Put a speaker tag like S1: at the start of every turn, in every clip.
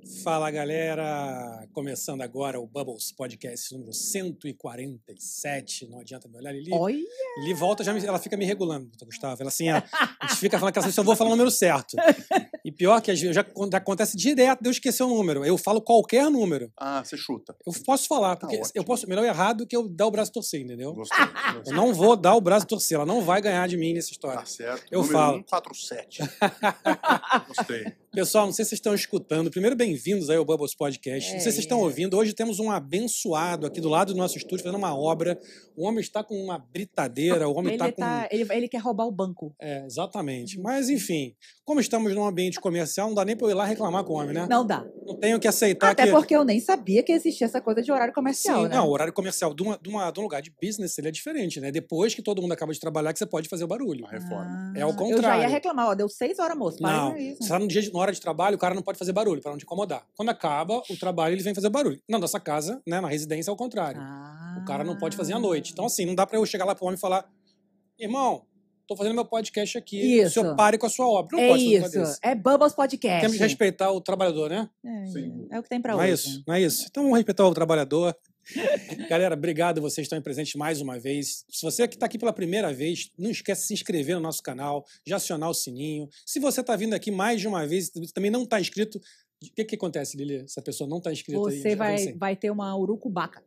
S1: Fala galera, começando agora o Bubbles Podcast número 147. Não adianta me olhar, Lili.
S2: Olha!
S1: Lili volta, ela fica me regulando, Gustavo. Ela assim, a gente fica falando que ela, eu vou falar o número certo. E pior que às vezes já acontece direto de eu esquecer o número. Eu falo qualquer número.
S3: Ah, você chuta.
S1: Eu posso falar, porque eu posso, melhor errado do que eu dar o braço torcer, entendeu?
S3: Gostei.
S1: Eu não vou dar o braço torcer, ela não vai ganhar de mim nessa história.
S3: Tá certo.
S1: Eu
S3: Número
S1: falo.
S3: 147. Gostei.
S1: Pessoal, não sei se vocês estão escutando. Primeiro, bem-vindos aí ao Bubbles Podcast. Não sei se vocês estão ouvindo. Hoje temos um abençoado aqui do lado do nosso estúdio fazendo uma obra. O homem está com uma britadeira, o homem está com...
S2: Ele quer roubar o banco.
S1: É, exatamente. Mas, enfim, como estamos num ambiente comercial, não dá nem para eu ir lá reclamar com o homem, né?
S2: Não dá.
S1: Não tenho que aceitar
S2: Até
S1: que...
S2: porque eu nem sabia que existia essa coisa de horário comercial,
S1: Sim,
S2: né?
S1: não, o horário comercial de um lugar de business ele é diferente, né? Depois que todo mundo acaba de trabalhar, que você pode fazer o barulho.
S3: A reforma.
S1: É ao
S2: Eu
S1: contrário.
S2: já ia reclamar, ó, deu 6 horas, moço. Para
S1: Não,
S2: com isso.
S1: você tá na hora de trabalho, o cara não pode fazer barulho, para não te incomodar. Quando acaba o trabalho, ele vem fazer barulho. Na nossa casa, né, na residência, é o contrário. O cara não pode fazer à noite. Então, assim, não dá para eu chegar lá pro homem e falar: irmão, tô fazendo meu podcast aqui, o senhor pare com a sua obra. Não
S2: é
S1: pode fazer
S2: isso,
S1: desse.
S2: é Bubbles Podcast.
S1: Temos que respeitar o trabalhador, né?
S2: É o que tem pra
S1: Não
S2: hoje.
S1: é isso, não é isso. Então vamos respeitar o trabalhador. Galera, obrigado vocês estão presentes mais uma vez. Se você que está aqui pela primeira vez, não esquece de se inscrever no nosso canal, de acionar o sininho. Se você está vindo aqui mais de uma vez e também não está inscrito, o que acontece, Lili? Se a pessoa não está inscrita
S2: Você
S1: aí,
S2: vai ter uma urucubaca.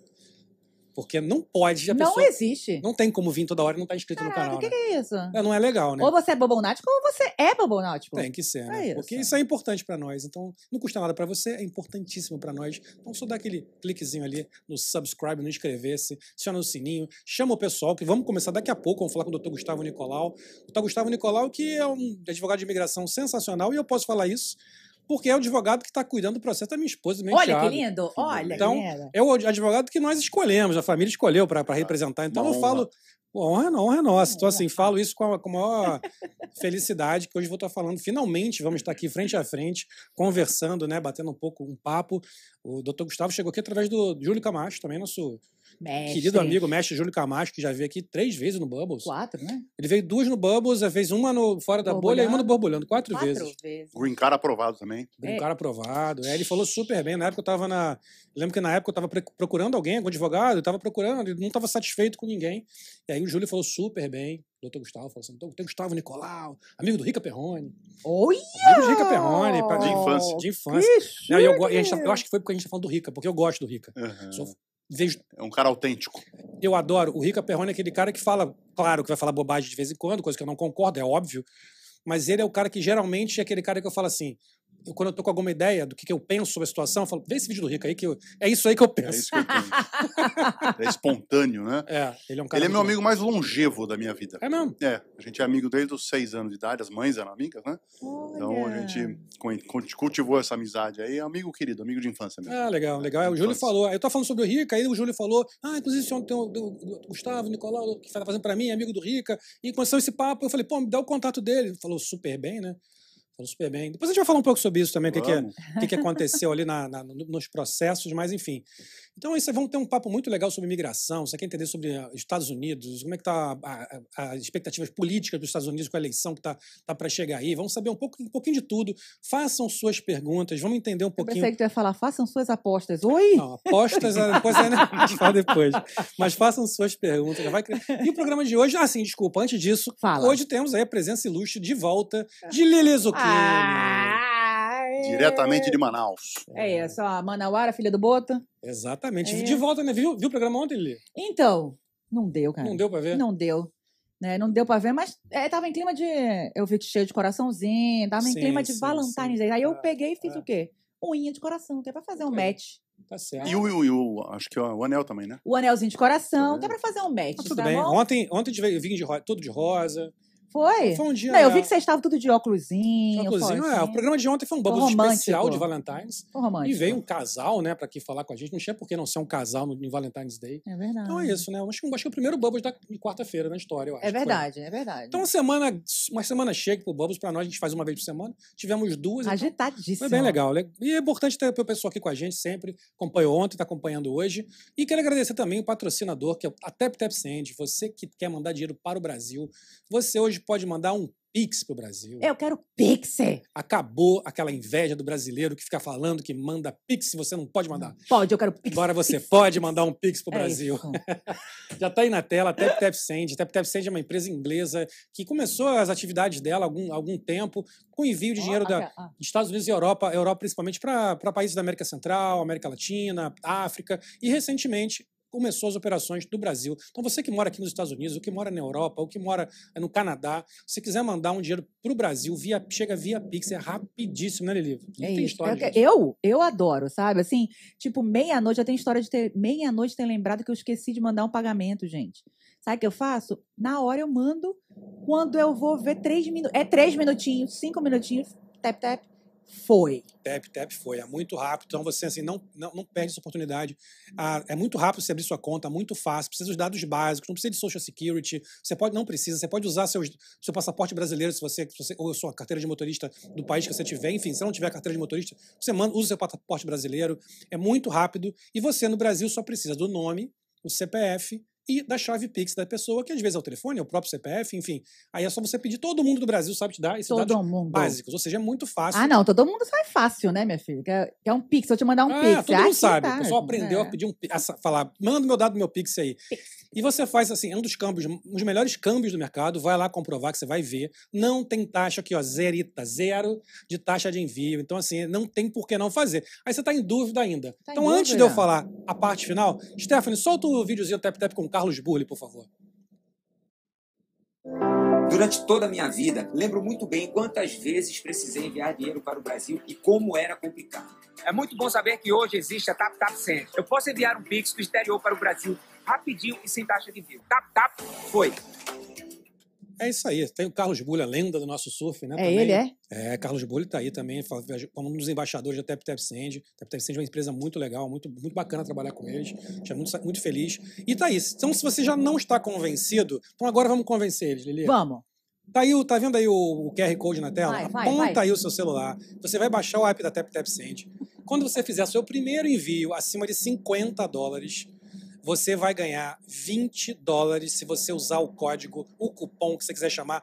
S1: porque não pode. A
S2: Não
S1: pessoa
S2: existe.
S1: não tem como vir toda hora e não estar inscrito no canal.
S2: O que é isso?
S1: Não é legal, né?
S2: Ou você é bobonático ou você é bobonático.
S1: Tem que ser, né?
S2: É isso.
S1: Porque isso é importante para nós. Então, não custa nada para você, é importantíssimo para nós. Então, só dá aquele cliquezinho ali no subscribe, no inscrever-se, aciona o sininho, chama o pessoal, que vamos começar daqui a pouco. Vamos falar com o Dr. Gustavo Nicolau. O Dr. Gustavo Nicolau, que é um advogado de imigração sensacional, e eu posso falar isso porque é o advogado que está cuidando do processo da minha esposa, do meu
S2: Olha
S1: enteado.
S2: que lindo, olha
S1: Então,
S2: que lindo.
S1: é o advogado que nós escolhemos, a família escolheu para representar. Então, eu falo, honra é nossa. Então, assim, falo isso com a maior felicidade, que hoje vou estar falando. Finalmente, vamos estar aqui frente a frente, conversando, né, batendo um pouco um papo. O Dr. Gustavo chegou aqui através do Júlio Camacho, também nosso querido amigo, mestre Júlio Camacho, que já veio aqui 3 vezes no Bubbles.
S2: 4, né?
S1: Ele veio 2 no Bubbles, fez uma no Fora da Bolha e uma no Borbulhando, 4 vezes.
S3: Green Card aprovado também.
S1: Green Card aprovado. Ele falou super bem. Na época eu tava eu lembro que na época eu tava procurando alguém, algum advogado, eu tava procurando, ele não tava satisfeito com ninguém. E aí o Júlio falou super bem. Dr. Gustavo falou assim: Dr. Gustavo Nicolau, amigo do Rica Perrone.
S2: Oi!
S1: Amigo do Rica Perrone.
S3: De infância.
S1: De infância.
S2: Que
S1: eu acho que foi porque a gente tá falando do Rica, porque eu gosto do Rica.
S3: É um cara autêntico.
S1: Eu adoro. O Rica Perrone é aquele cara que fala, claro que vai falar bobagem de vez em quando, coisa que eu não concordo, é óbvio, mas ele é o cara que geralmente é aquele cara que eu falo assim, quando eu tô com alguma ideia do que eu penso sobre a situação, eu falo, vê esse vídeo do Rica aí, é isso aí que eu penso.
S3: É isso que eu penso. É espontâneo, né?
S1: Ele é um cara.
S3: Ele é meu amigo mais longevo da minha vida.
S1: É mesmo?
S3: É, a gente é amigo desde os 6 anos de idade, as mães eram amigas, né?
S2: Olha.
S3: Então a gente cultivou essa amizade aí, amigo querido, amigo de infância mesmo.
S1: Legal. O Júlio falou, eu tô falando sobre o Rica, aí o Júlio falou, inclusive o tem o Gustavo Nicolau, que tá fazendo pra mim, amigo do Rica, e começou esse papo, eu falei, pô, me dá o contato dele. Ele falou super bem, né? Falou super bem. Depois a gente vai falar um pouco sobre isso também, o que aconteceu ali nos processos, mas enfim. Então, isso, vamos ter um papo muito legal sobre imigração, você quer entender sobre os Estados Unidos, como é que tá as expectativas políticas dos Estados Unidos com a eleição que tá para chegar aí, vamos saber um pouquinho de tudo, façam suas perguntas, vamos entender um pouquinho.
S2: Eu pensei que tu ia falar, façam suas apostas. Oi?
S1: Não, apostas, depois né? A gente fala depois. Mas façam suas perguntas. E o programa de hoje, desculpa, antes disso, hoje temos aí a presença ilustre de volta de Lili Zucchini.
S3: Diretamente de Manaus.
S2: É isso, a Manauara, filha do Bota.
S1: Exatamente. De volta, né? Viu o programa ontem, Lili?
S2: Então, não deu, cara.
S1: Não deu pra ver?
S2: Não deu. Né? Não deu pra ver, mas tava em clima de... Eu vi que cheio de coraçãozinho, tava em clima de Valentine's Day. Aí eu peguei e fiz o quê? Unha de coração, que é pra fazer um match.
S1: Tá certo.
S3: E acho que o anel também, né?
S2: O anelzinho de coração, que é pra fazer um match.
S1: Tudo bem.
S2: Bom?
S1: Ontem eu vim tudo de rosa.
S2: Foi?
S1: Foi um dia.
S2: Não, eu vi que vocês estavam tudo de óculosinho.
S1: O programa de ontem foi um Bubbles especial de Valentine's.
S2: Foi romântico.
S1: E veio um casal, né, pra aqui falar com a gente. Não tinha por que não ser um casal no Valentine's Day.
S2: É verdade.
S1: Então é isso, né? Acho que é o primeiro Bubbles de quarta-feira na história, eu acho.
S2: É verdade, é verdade.
S1: Então, uma semana cheia pro Bubbles pra nós. A gente faz uma vez por semana. Tivemos 2.
S2: Agitadíssimo.
S1: Foi bem legal. E é importante ter o pessoal aqui com a gente sempre. Acompanhou ontem, tá acompanhando hoje. E quero agradecer também o patrocinador, que é a TapTap Send. Você que quer mandar dinheiro para o Brasil, você hoje pode mandar um Pix pro Brasil.
S2: Eu quero Pix.
S1: Acabou aquela inveja do brasileiro que fica falando que manda Pix se você não pode mandar.
S2: Pode, eu quero Pix.
S1: Agora você pode mandar um Pix pro Brasil.
S2: Isso.
S1: Já está aí na tela, a TapTapSend. TapTapSend é uma empresa inglesa que começou as atividades dela há algum tempo com envio de dinheiro dos Estados Unidos e Europa principalmente para países da América Central, América Latina, África, e recentemente começou as operações do Brasil. Então, você que mora aqui nos Estados Unidos, ou que mora na Europa, ou que mora no Canadá, se quiser mandar um dinheiro para o Brasil, chega via Pix, é rapidíssimo, né, Lili?
S2: É isso. Eu adoro, sabe? Assim, tipo, meia-noite, já tem história de ter meia-noite ter lembrado que eu esqueci de mandar um pagamento, gente. Sabe o que eu faço? Na hora eu mando, quando eu vou ver 3 minutos. É 3 minutinhos, 5 minutinhos, tap, foi.
S1: Tap foi. É muito rápido. Então, você assim, não perde essa oportunidade. É muito rápido você abrir sua conta, muito fácil. Precisa dos dados básicos, não precisa de Social Security. Você pode usar seu passaporte brasileiro ou sua carteira de motorista do país que você tiver. Enfim, se não tiver carteira de motorista, você usa o seu passaporte brasileiro. É muito rápido. E você, no Brasil, só precisa do nome, o CPF e da chave Pix da pessoa, que às vezes é o telefone, é o próprio CPF, enfim. Aí é só você pedir, todo mundo do Brasil sabe te dar esses dados básicos, ou seja, é muito fácil.
S2: Ah, não, todo mundo sabe fácil, né, minha filha? Que é um Pix, eu te mandar um Pix.
S1: Todo mundo sabe, o pessoal aprendeu a pedir a falar, manda o meu dado do meu Pix aí. E você faz assim, é um dos câmbios, um dos melhores câmbios do mercado, vai lá comprovar que você vai ver, não tem taxa aqui, ó, zero de taxa de envio, então assim, não tem por que não fazer. Aí você tá em dúvida ainda. Então antes de eu falar a parte final, Stephanie, solta o videozinho Tap Tap com o Carlos Burle, por favor.
S4: Durante toda a minha vida, lembro muito bem quantas vezes precisei enviar dinheiro para o Brasil e como era complicado. É muito bom saber que hoje existe a TapTapSend. Eu posso enviar um Pix do exterior para o Brasil rapidinho e sem taxa de envio. Tap, foi.
S1: É isso aí. Tem o Carlos Burle, a lenda do nosso surf, né?
S2: Ele é?
S1: É, Carlos Burle tá aí também, como um dos embaixadores da TapTapSend. TapTapSend é uma empresa muito legal, muito bacana trabalhar com eles. A gente é muito feliz. E tá aí. Então, se você já não está convencido, então agora vamos convencer eles, Lili.
S2: Vamos.
S1: Tá vendo aí o QR Code na tela? Aponta aí o seu celular. Você vai baixar o app da TapTapSend. Quando você fizer seu primeiro envio acima de $50, você vai ganhar $20 se você usar o cupom que você quiser chamar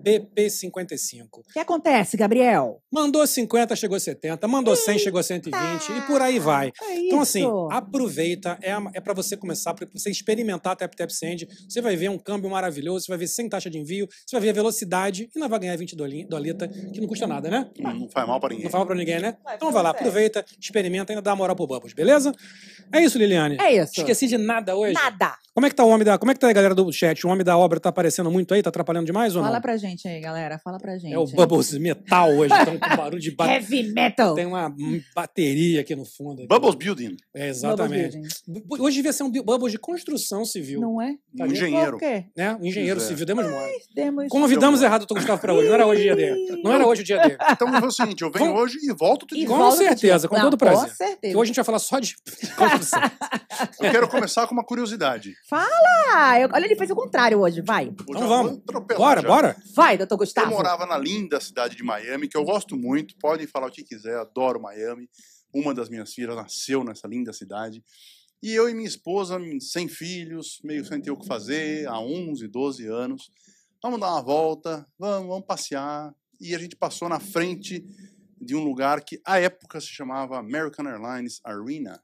S1: BP55.
S2: O que acontece, Gabriel?
S1: Mandou 50, chegou 70. Mandou 100, chegou 120. E por aí vai. Então, assim, aproveita. É para você começar, para você experimentar a TapTapSend. Você vai ver um câmbio maravilhoso, você vai ver sem taxa de envio, você vai ver a velocidade e não vai ganhar 20 doleta, que não custa nada, né?
S3: Não faz mal para ninguém.
S1: Não faz mal para ninguém, né? Então vai lá, aproveita, experimenta, ainda dá uma moral pro Bubbles, beleza? É isso, Liliane.
S2: É isso.
S1: Esqueci de nada hoje.
S2: Nada.
S1: Como é que tá como é que tá aí, galera do chat? O homem da obra tá aparecendo muito aí? Tá atrapalhando demais ou não?
S2: Fala pra gente aí, galera. Fala pra gente.
S1: É o Bubbles Metal hoje. Então, com barulho de
S2: Heavy Metal.
S1: Tem uma bateria aqui no fundo. Aqui.
S3: Bubbles Building.
S1: É, exatamente. Hoje devia ser um Bubbles de construção civil.
S2: Não é?
S3: Um engenheiro.
S1: Né? Um engenheiro civil. Demos mole.
S2: Convidamos
S1: Convidamos errado o Gustavo pra hoje. Não era hoje o dia dele. Não era hoje o dia dele.
S3: Então é o seguinte, eu venho hoje e volto outro dia.
S1: Com certeza, com todo prazer.
S2: Com certeza.
S1: Porque hoje a gente vai falar só de construção.
S3: Eu quero começar com uma curiosidade.
S2: Fala! Olha, ele fez o contrário hoje, vai.
S1: Então vamos. Bora.
S2: Vai, doutor Gustavo.
S3: Eu morava na linda cidade de Miami, que eu gosto muito. Podem falar o que quiser, adoro Miami. Uma das minhas filhas nasceu nessa linda cidade. E eu e minha esposa, sem filhos, meio sem ter o que fazer, há 11, 12 anos. Vamos dar uma volta, vamos passear. E a gente passou na frente de um lugar que, à época, se chamava American Airlines Arena.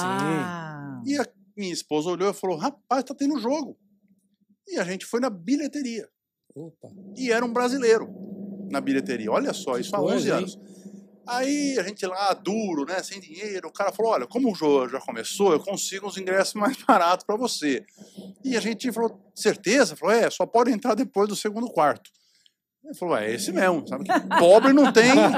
S1: Sim.
S3: E a minha esposa olhou e falou, rapaz, tá tendo jogo. E a gente foi na bilheteria.
S1: Opa.
S3: E era um brasileiro na bilheteria. Olha só, isso há 11 anos. Aí a gente lá, duro, né, sem dinheiro, o cara falou, olha, como o jogo já começou, eu consigo uns ingressos mais baratos para você. E a gente falou, certeza? Falou, só pode entrar depois do segundo quarto. Ele falou, é esse mesmo, sabe que pobre não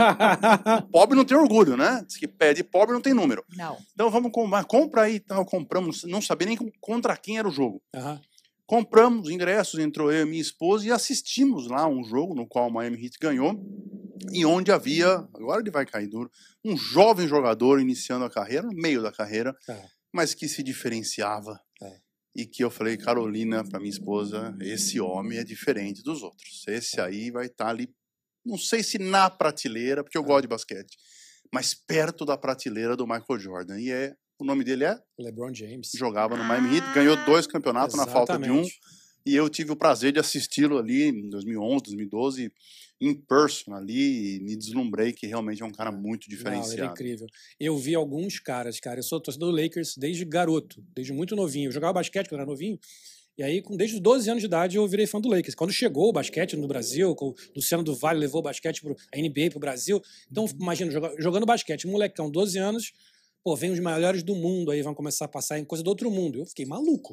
S3: tem orgulho, né? Diz que pede pobre não tem número.
S2: Não.
S3: Então vamos compra aí, então compramos, não sabia nem contra quem era o jogo.
S1: Uhum.
S3: Compramos ingressos, entrou eu e minha esposa e assistimos lá um jogo no qual o Miami Heat ganhou e onde havia, agora ele vai cair duro, um jovem jogador iniciando a carreira, no meio da carreira, mas que se diferenciava. E que eu falei, Carolina, para minha esposa, esse homem é diferente dos outros. Esse aí vai estar ali, não sei se na prateleira, porque eu gosto de basquete, mas perto da prateleira do Michael Jordan. E o nome dele é?
S1: LeBron James.
S3: Jogava no Miami Heat, ganhou 2 campeonatos na falta de um. E eu tive o prazer de assisti-lo ali em 2011, 2012, in person ali, e me deslumbrei que realmente é um cara muito
S1: Não, ele é
S3: diferenciado.
S1: incrível. Eu vi alguns caras, cara. Eu sou torcedor do Lakers desde garoto, desde muito novinho. Eu jogava basquete quando era novinho. E aí, desde os 12 anos de idade, eu virei fã do Lakers. Quando chegou o basquete no Brasil, com o Luciano do Vale levou o basquete, a NBA pro Brasil. Então, imagina, jogando basquete, molecão, 12 anos, pô, vem os maiores do mundo aí, vão começar a passar em coisa do outro mundo. Eu fiquei maluco.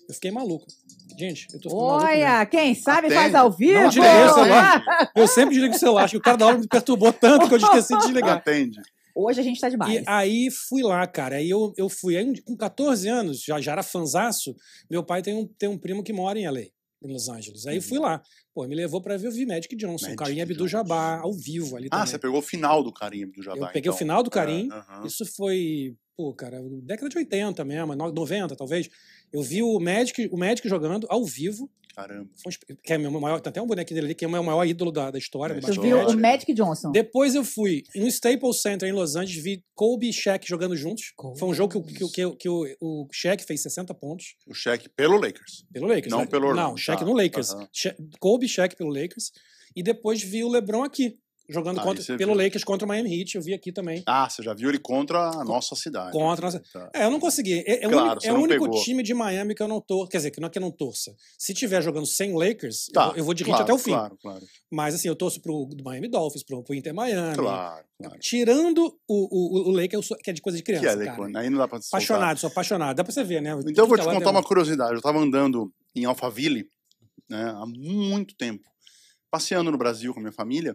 S1: Gente, eu tô ficando maluco mesmo.
S2: Olha, quem sabe
S3: Atende.
S2: faz ao vivo.
S1: Não desliguei o celular. Eu sempre desligo o celular. Acho que o cara da hora me perturbou tanto que eu esqueci de desligar.
S3: Atende.
S2: Hoje a gente tá demais.
S1: E aí fui lá, cara. Aí eu fui. Aí, com 14 anos, já era fanzaço. Meu pai tem um primo que mora em LA, em Los Angeles. Aí fui lá. Pô, me levou pra ver o Magic Johnson,
S3: Magic
S1: Kareem
S3: Johnson.
S1: Abdul-Jabbar, ao vivo ali também.
S3: Você pegou o final do Kareem Abdul-Jabbar.
S1: Eu peguei
S3: então.
S1: o final do Kareem.
S3: Aham.
S1: Isso foi, pô, cara, década de 80 mesmo, 90 talvez. Eu vi o Magic jogando ao vivo.
S3: Caramba.
S1: Que é meu maior, tem até um bonequinho dele ali, que é o meu maior ídolo da história.
S3: É,
S1: do
S2: Tu
S3: Mas
S2: viu
S1: basquete.
S2: o Magic Johnson?
S1: Depois eu fui no Staples Center em Los Angeles, vi Kobe e Shaq jogando juntos. Foi um jogo que o Shaq fez 60 pontos
S3: O cheque pelo Lakers.
S1: pelo Lakers.
S3: Não
S1: né?
S3: pelo Orlando,
S1: Não, Shaq
S3: tá.
S1: no Lakers.
S3: Aham.
S1: Kobe e Shaq pelo Lakers. E depois vi o LeBron aqui, jogando
S3: Aí você
S1: pelo
S3: viu.
S1: Lakers contra o Miami Heat. Eu vi aqui também.
S3: Você já viu ele contra a nossa cidade.
S1: Contra a nossa...
S3: Tá.
S1: Eu não consegui. É
S3: Claro, você
S1: o
S3: não
S1: único
S3: pegou.
S1: time de Miami que eu não torço. Quer dizer, que não é que eu não torça. Se tiver jogando sem Lakers,
S3: Tá,
S1: eu vou de Heat
S3: claro,
S1: até o fim.
S3: Claro.
S1: Mas assim, eu torço pro Miami Dolphins, pro Inter Miami.
S3: Claro.
S1: Tirando o Lakers, que é de coisa de criança,
S3: Que é,
S1: cara.
S3: Aí não dá pra se soltar.
S1: Apaixonado, sou apaixonado. Dá pra você ver, né?
S3: Então eu vou te
S1: Tudo que
S3: contar
S1: ela
S3: uma curiosidade. Eu estava andando em Alphaville, né, há muito tempo, passeando no Brasil com a minha família,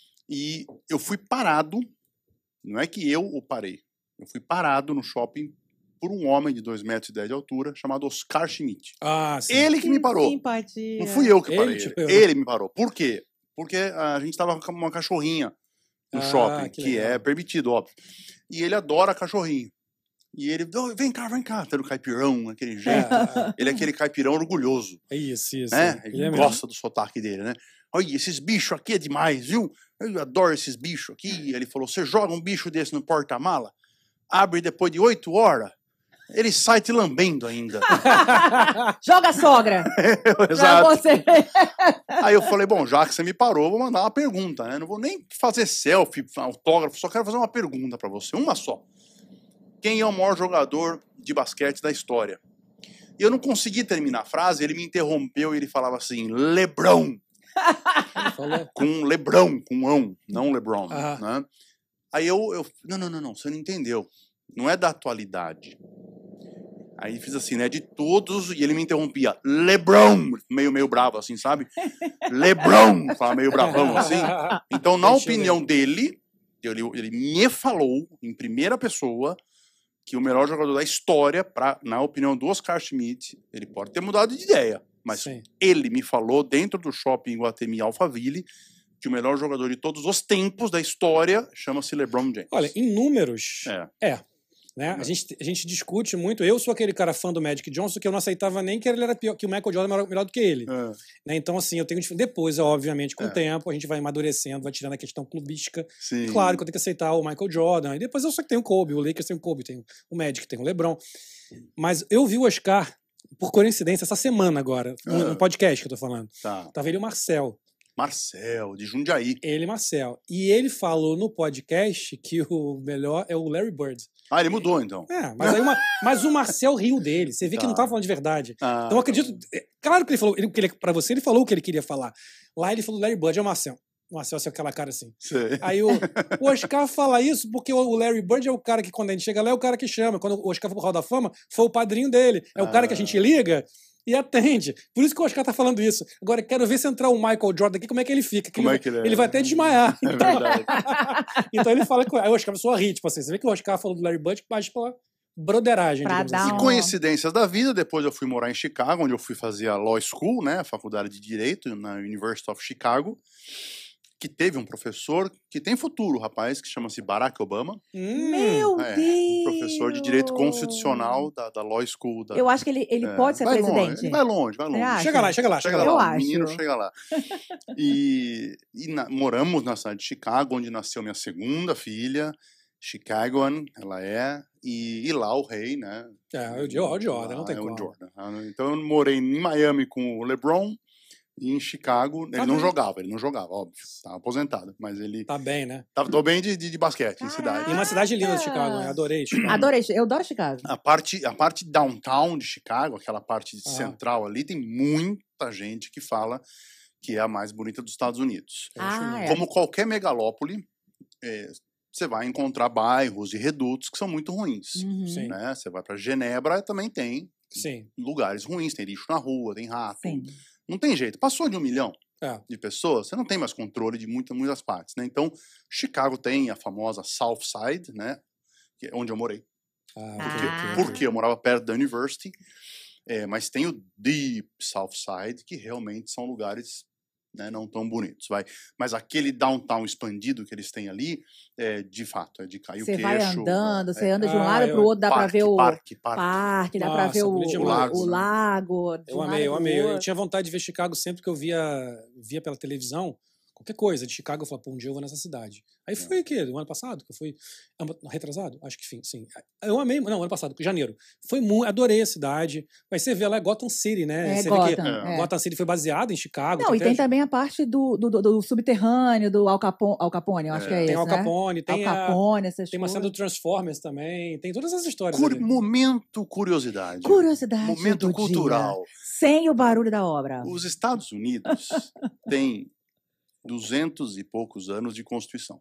S3: e eu fui parado, não é que eu o parei, eu fui parado no shopping por um homem de 2,10 metros de altura, chamado Oscar Schmidt.
S1: sim.
S3: Ele que me parou.
S2: Simpatia.
S3: Não fui eu que
S1: Ele
S3: parei.
S1: te
S3: Ele,
S1: parou.
S3: ele me parou. Por quê? Porque a gente estava com uma cachorrinha no shopping,
S1: que
S3: que é
S1: legal.
S3: permitido, óbvio. E ele adora cachorrinho. E ele, vem cá, tendo caipirão, aquele jeito. Ele é aquele caipirão orgulhoso,
S1: É isso.
S3: né?
S1: Ele
S3: Ele
S1: é
S3: gosta do sotaque dele, né? Olha, esses bichos aqui é demais, viu? Eu adoro esses bichos aqui. Ele falou, você joga um bicho desse no porta-mala, abre depois de 8 horas, ele sai te lambendo ainda.
S2: Joga a sogra. Pra
S3: Exato.
S2: você.
S3: Aí eu falei, bom, já que você me parou, eu vou mandar uma pergunta, né? Não vou nem fazer selfie, autógrafo, só quero fazer uma pergunta pra você, uma só. Quem é o maior jogador de basquete da história? E eu não consegui terminar a frase, ele me interrompeu e ele falava assim, LeBron.
S1: Ele falou.
S3: Com Lebrão, com ão, não LeBron,
S1: Ah.
S3: né? Aí eu não, você não entendeu. Não é da atualidade. Aí fiz assim, né, de todos, e ele me interrompia, LeBron, meio bravo assim, sabe? LeBron, fala meio bravão assim. Então, na
S1: Deixa eu
S3: opinião dele, ele me falou, em primeira pessoa, que o melhor jogador da história, na opinião do Oscar Schmidt, ele pode ter mudado de ideia, mas
S1: Sim.
S3: ele me falou, dentro do shopping Guatemi Alphaville, que o melhor jogador de todos os tempos da história chama-se LeBron James.
S1: Olha, em números,
S3: É.
S1: né? A gente discute muito. Eu sou aquele cara fã do Magic Johnson que eu não aceitava nem que ele era pior, que o Michael Jordan era melhor do que ele. Né? Então, assim, eu tenho depois, obviamente, com o tempo, a gente vai amadurecendo, vai tirando a questão clubística.
S3: Sim.
S1: Claro que eu tenho que aceitar o Michael Jordan. E depois eu só tenho o Kobe, o Lakers tem o Kobe, tem o Magic, tem o LeBron. Mas eu vi o Oscar, por coincidência, essa semana agora, no podcast que eu tô falando.
S3: Tá.
S1: Tava ele e o Marcel.
S3: Marcel, de Jundiaí.
S1: Ele e Marcel. E ele falou no podcast que o melhor é o Larry Bird.
S3: Ele mudou, então.
S1: Mas, mas o Marcel riu dele. Você vê que não tava falando de verdade. Então eu acredito. Claro que ele falou, pra você, ele falou o que ele queria falar. Lá ele falou Larry Bird é o Marcel. O Marcel é aquela cara assim.
S3: Sei.
S1: Aí o Oscar fala isso porque o Larry Bird é o cara que, quando a gente chega lá, é o cara que chama. Quando o Oscar foi pro Hall da Fama, foi o padrinho dele. É o cara que a gente liga e atende. Por isso que o Oscar tá falando isso. Agora, quero ver se entrar o Michael Jordan aqui, como é que ele fica. Ele vai até desmaiar.
S3: É verdade.
S1: Então ele fala que... Aí o Oscar começou a rir, tipo assim. Você vê que o Oscar falou do Larry Bird, mas pela broderagem,
S2: Pra
S1: digamos
S2: dar
S1: assim.
S3: E coincidências da vida, depois eu fui morar em Chicago, onde eu fui fazer a Law School, né, a faculdade de Direito, na University of Chicago, que teve um professor que tem futuro, rapaz, que chama-se Barack Obama.
S2: Meu Deus!
S3: Um professor de Direito Constitucional da Law School.
S2: Eu acho que ele pode ser
S3: vai
S2: presidente.
S3: Longe, ele vai longe.
S2: Você acha?
S1: Chega lá.
S2: Eu
S3: O
S2: acho.
S3: menino chega lá. E moramos na cidade de Chicago, onde nasceu minha segunda filha. Chicagoan, ela é, e lá o rei, né?
S1: É o Jordan, não
S3: Lá
S1: tem
S3: é
S1: como.
S3: o Jordan. Então eu morei em Miami com o LeBron e em Chicago. Ele não jogava, óbvio. Tava aposentado, mas ele
S1: Tá bem, né?
S3: tava bem de basquete em cidade.
S1: E uma cidade linda de Chicago, né? Adorei Chicago.
S2: Adorei, eu adoro Chicago.
S3: A parte downtown de Chicago, aquela parte central ali, tem muita gente que fala que é a mais bonita dos Estados Unidos. Como qualquer megalópole, você vai encontrar bairros e redutos que são muito ruins.
S1: Sim.
S3: Né? Você vai para Genebra, também tem lugares ruins, tem lixo na rua, tem rato.
S2: Sim.
S3: Não tem jeito. Passou de 1 milhão de pessoas, você não tem mais controle de muitas partes. Né? Então, Chicago tem a famosa South Side, né? Que é onde eu morei. Porque eu morava perto da University. Mas tem o Deep South Side, que realmente são lugares, né, não tão bonitos. Mas aquele downtown expandido que eles têm ali, de fato, é de cair o queixo.
S2: Você vai andando, você anda de um lado para o outro, dá para ver o parque, dá para ver o lago.
S1: Eu amei. Eu tinha vontade de ver Chicago sempre que eu via pela televisão. Qualquer coisa de Chicago, eu falei, pô, um dia eu vou nessa cidade. Aí foi o quê? O ano passado? Que eu fui retrasado? Acho que sim. Eu amei, não, ano passado, janeiro. Foi muito, adorei a cidade. Mas você vê lá, é Gotham City, né? Você vê que Gotham City foi baseado em Chicago.
S2: Não, e tem também a parte do subterrâneo, do Al Capone, eu acho que é esse,
S1: Tem Al Capone, tem
S2: Al Capone, essas
S1: tem uma cena do Transformers também, tem todas essas histórias.
S3: Momento curiosidade. Momento cultural.
S2: Sem o barulho da obra.
S3: Os Estados Unidos têm 200 e poucos anos de Constituição.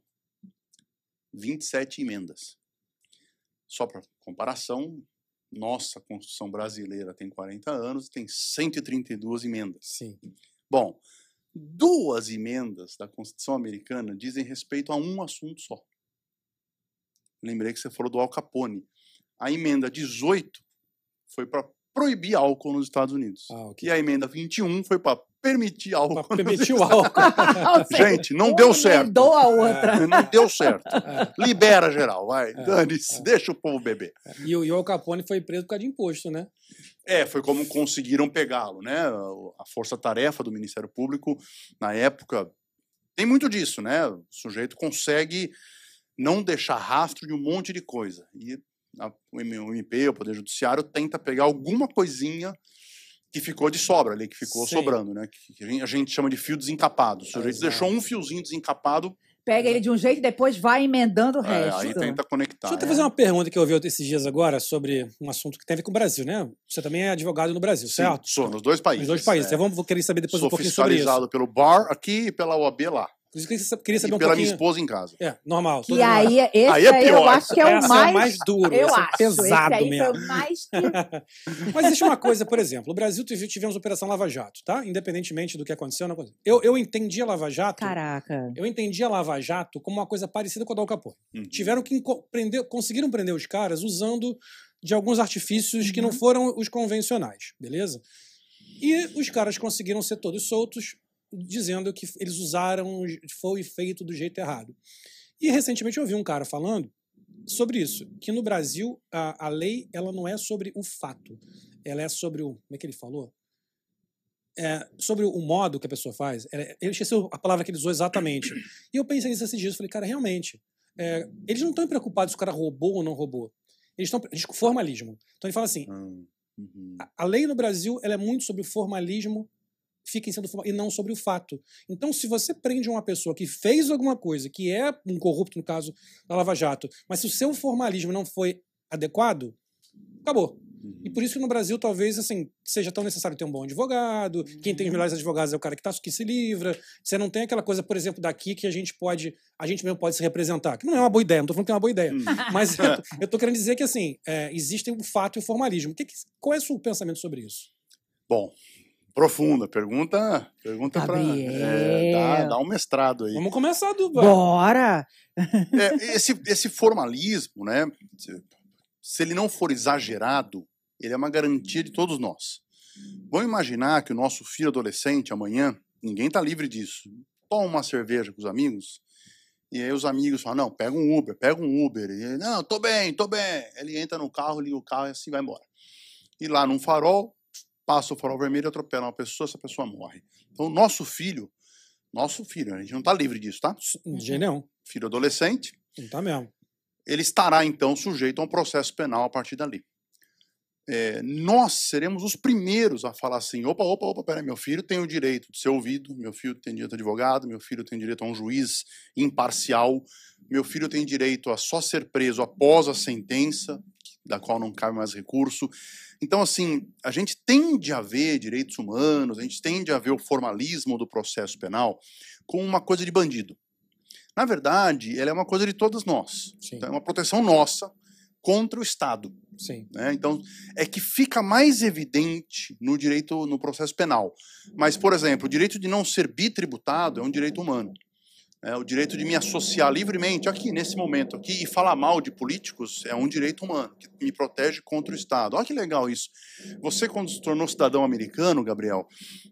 S3: 27 emendas. Só para comparação, nossa Constituição brasileira tem 40 anos e tem 132 emendas.
S1: Sim.
S3: Bom, 2 emendas da Constituição americana dizem respeito a um assunto só. Lembrei que você falou do Al Capone. A emenda 18 foi para proibir álcool nos Estados Unidos.
S1: Okay.
S3: E a emenda 21 foi para permitir álcool.
S1: Permitir o álcool.
S3: Gente, não deu certo.
S2: Emendou a outra.
S3: Não deu certo. Libera geral, vai. Dane-se, deixa o povo beber.
S1: E o Al Capone foi preso por causa de imposto, né?
S3: Foi como conseguiram pegá-lo, né? A força-tarefa do Ministério Público, na época, tem muito disso, né? O sujeito consegue não deixar rastro de um monte de coisa. E o MP, o Poder Judiciário, tenta pegar alguma coisinha que ficou de sobra ali, que ficou sobrando, né? Que a gente chama de fio desencapado. O sujeito deixou um fiozinho desencapado.
S2: Pega ele de um jeito e depois vai emendando o resto.
S3: Aí tenta conectar.
S1: Deixa eu te fazer uma pergunta que eu ouvi esses dias agora sobre um assunto que tem a ver com o Brasil, né? Você também é advogado no Brasil, certo?
S3: Sou, nos 2 países.
S1: Nos 2 países. Vou querer saber depois um pouquinho sobre isso.
S3: Sou fiscalizado pelo BAR aqui e pela OAB lá.
S1: Por isso que eu queria saber um pouquinho...
S3: pela minha esposa em casa.
S1: Normal.
S2: E aí, esse aí eu acho que é o mais
S1: duro.
S2: Eu
S1: acho. Pesado
S2: esse aí
S1: mesmo.
S2: Foi o mais...
S1: Mas existe uma coisa, por exemplo, o Brasil tivemos Operação Lava Jato, tá? Independentemente do que aconteceu, não aconteceu. Eu entendi a Lava Jato...
S2: Caraca.
S1: Eu entendi a Lava Jato como uma coisa parecida com a do Al Capone. Tiveram que conseguiram prender os caras usando de alguns artifícios que não foram os convencionais, beleza? E os caras conseguiram ser todos soltos, dizendo que eles foi feito do jeito errado. E recentemente eu ouvi um cara falando sobre isso, que no Brasil a lei ela não é sobre o fato, ela é sobre o... Como é que ele falou? Sobre o modo que a pessoa faz. Eu esqueci a palavra que ele usou exatamente. E eu pensei nisso esses dias, falei, cara, realmente, eles não estão preocupados se o cara roubou ou não roubou. Eles estão... Formalismo. Então ele fala assim, a lei no Brasil ela é muito sobre o formalismo, e não sobre o fato. Então, se você prende uma pessoa que fez alguma coisa, que é um corrupto, no caso da Lava Jato, mas se o seu formalismo não foi adequado, acabou. E por isso que no Brasil, talvez, assim, seja tão necessário ter um bom advogado, quem tem os melhores advogados é o cara que se livra, você não tem aquela coisa, por exemplo, daqui que a gente mesmo pode se representar, que não é uma boa ideia, não tô falando que é uma boa ideia, mas eu tô querendo dizer que, assim, existem o fato e o formalismo. Qual é o seu pensamento sobre isso?
S3: Bom, profunda. Pergunta para dar um mestrado aí.
S1: Vamos começar do...
S2: Bora!
S3: Esse formalismo, né? Se ele não for exagerado, ele é uma garantia de todos nós. Vamos imaginar que o nosso filho adolescente, amanhã, ninguém está livre disso, toma uma cerveja com os amigos, e aí os amigos falam, não, pega um Uber. E ele, não, tô bem. Ele entra no carro, liga o carro e assim vai embora. E lá num farol, passa o farol vermelho, atropela uma pessoa, essa pessoa morre. Então, nosso filho, a gente não está livre disso, tá?
S1: De jeito nenhum.
S3: Filho adolescente.
S1: Não tá mesmo.
S3: ele estará, então, sujeito a um processo penal a partir dali. Nós seremos os primeiros a falar assim, opa, peraí, meu filho tem o direito de ser ouvido, meu filho tem direito a advogado, meu filho tem direito a um juiz imparcial, meu filho tem direito a só ser preso após a sentença, da qual não cabe mais recurso. Então, assim, a gente tende a ver direitos humanos, a gente tende a ver o formalismo do processo penal como uma coisa de bandido. Na verdade, ela é uma coisa de todos nós. Então, é uma proteção nossa contra o Estado.
S1: Sim.
S3: Né? Então, é que fica mais evidente no direito, no processo penal. Mas, por exemplo, o direito de não ser bitributado é um direito humano. O direito de me associar livremente aqui, nesse momento aqui, e falar mal de políticos é um direito humano, que me protege contra o Estado. Olha que legal isso. Você, quando se tornou cidadão americano, Gabriel,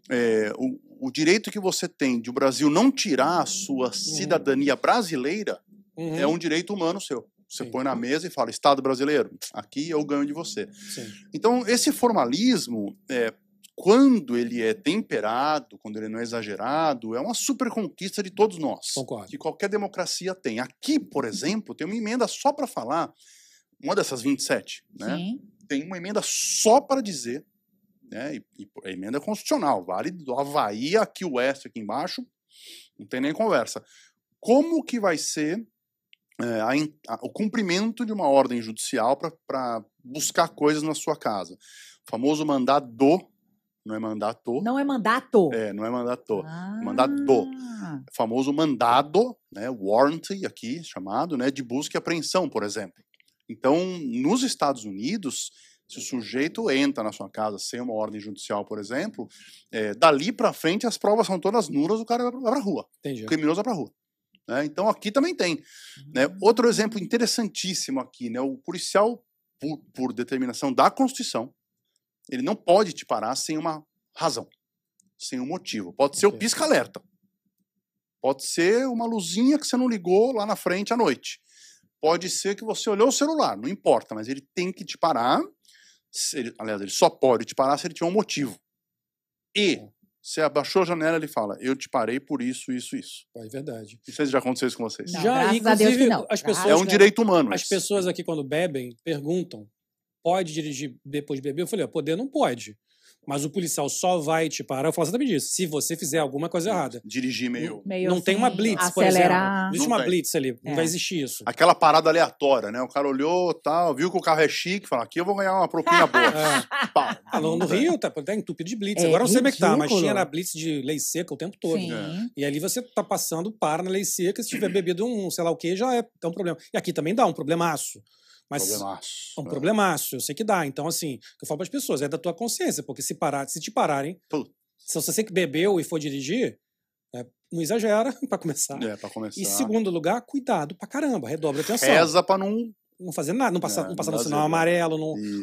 S3: o direito que você tem de o Brasil não tirar a sua cidadania brasileira é um direito humano seu. Você põe na mesa e fala, Estado brasileiro, aqui eu ganho de você.
S1: Sim.
S3: Então, esse formalismo, quando ele é temperado, quando ele não é exagerado, é uma super conquista de todos nós.
S1: Concordo.
S3: Que qualquer democracia tem. Aqui, por exemplo, tem uma emenda só para falar, uma dessas 27, né?
S2: Sim.
S3: Tem uma emenda só para dizer, né? E a emenda é constitucional, vale do Havaí aqui o oeste, aqui embaixo, não tem nem conversa. Como que vai ser o cumprimento de uma ordem judicial para buscar coisas na sua casa? O famoso mandado, não é mandato.
S2: Não é mandato.
S3: Não é mandato.
S2: Ah.
S3: Mandado. O famoso mandado, né, warrant aqui chamado, né, de busca e apreensão, por exemplo. Então, nos Estados Unidos, se o sujeito entra na sua casa sem uma ordem judicial, por exemplo, dali para frente as provas são todas nulas, o cara vai para a rua.
S1: Entendi.
S3: O criminoso vai para a rua. Então aqui também tem. Né? Outro exemplo interessantíssimo aqui, né? O policial, por determinação da Constituição, ele não pode te parar sem uma razão, sem um motivo. Pode ser o pisca-alerta. Pode ser uma luzinha que você não ligou lá na frente à noite. Pode ser que você olhou o celular, não importa, mas ele tem que te parar. Aliás, ele só pode te parar se ele tiver um motivo. E você abaixou a janela, ele fala, eu te parei por isso, isso, isso.
S1: É verdade.
S3: Não sei se já aconteceu isso com vocês.
S2: Não,
S1: Já,
S2: graças a Deus que não.
S1: As pessoas,
S3: É um direito humano.
S1: As pessoas aqui, quando bebem, perguntam, pode dirigir depois de beber? Eu falei, poder não pode. Mas o policial só vai te parar. Eu falo exatamente isso. Se você fizer alguma coisa errada.
S3: Dirigir meio
S1: Não tem uma blitz, por exemplo.
S2: Acelerar.
S1: Não existe uma blitz ali. Não vai existir isso.
S3: Aquela parada aleatória, né? O cara olhou, tal, viu que o carro é chique, fala, aqui eu vou ganhar uma propina boa. Pá,
S1: no Rio tá entupido de blitz. Agora não sei como é que tá, mas
S2: ridículo.
S1: tinha na blitz de lei seca o tempo todo.
S2: Sim.
S1: E ali você tá passando, para na lei seca, se tiver bebido um sei lá o que, já é um problema. E aqui também dá um problemaço. Mas
S3: Problemaço.
S1: é um problemaço, eu sei que dá. Então, assim, eu falo para as pessoas, é da tua consciência, porque se te pararem, se você que bebeu e for dirigir, não exagera, para começar.
S3: Pra começar.
S1: E segundo lugar, cuidado pra caramba, redobra a atenção.
S3: Reza pra não
S1: fazer nada, não passar no
S3: dá
S1: sinal amarelo,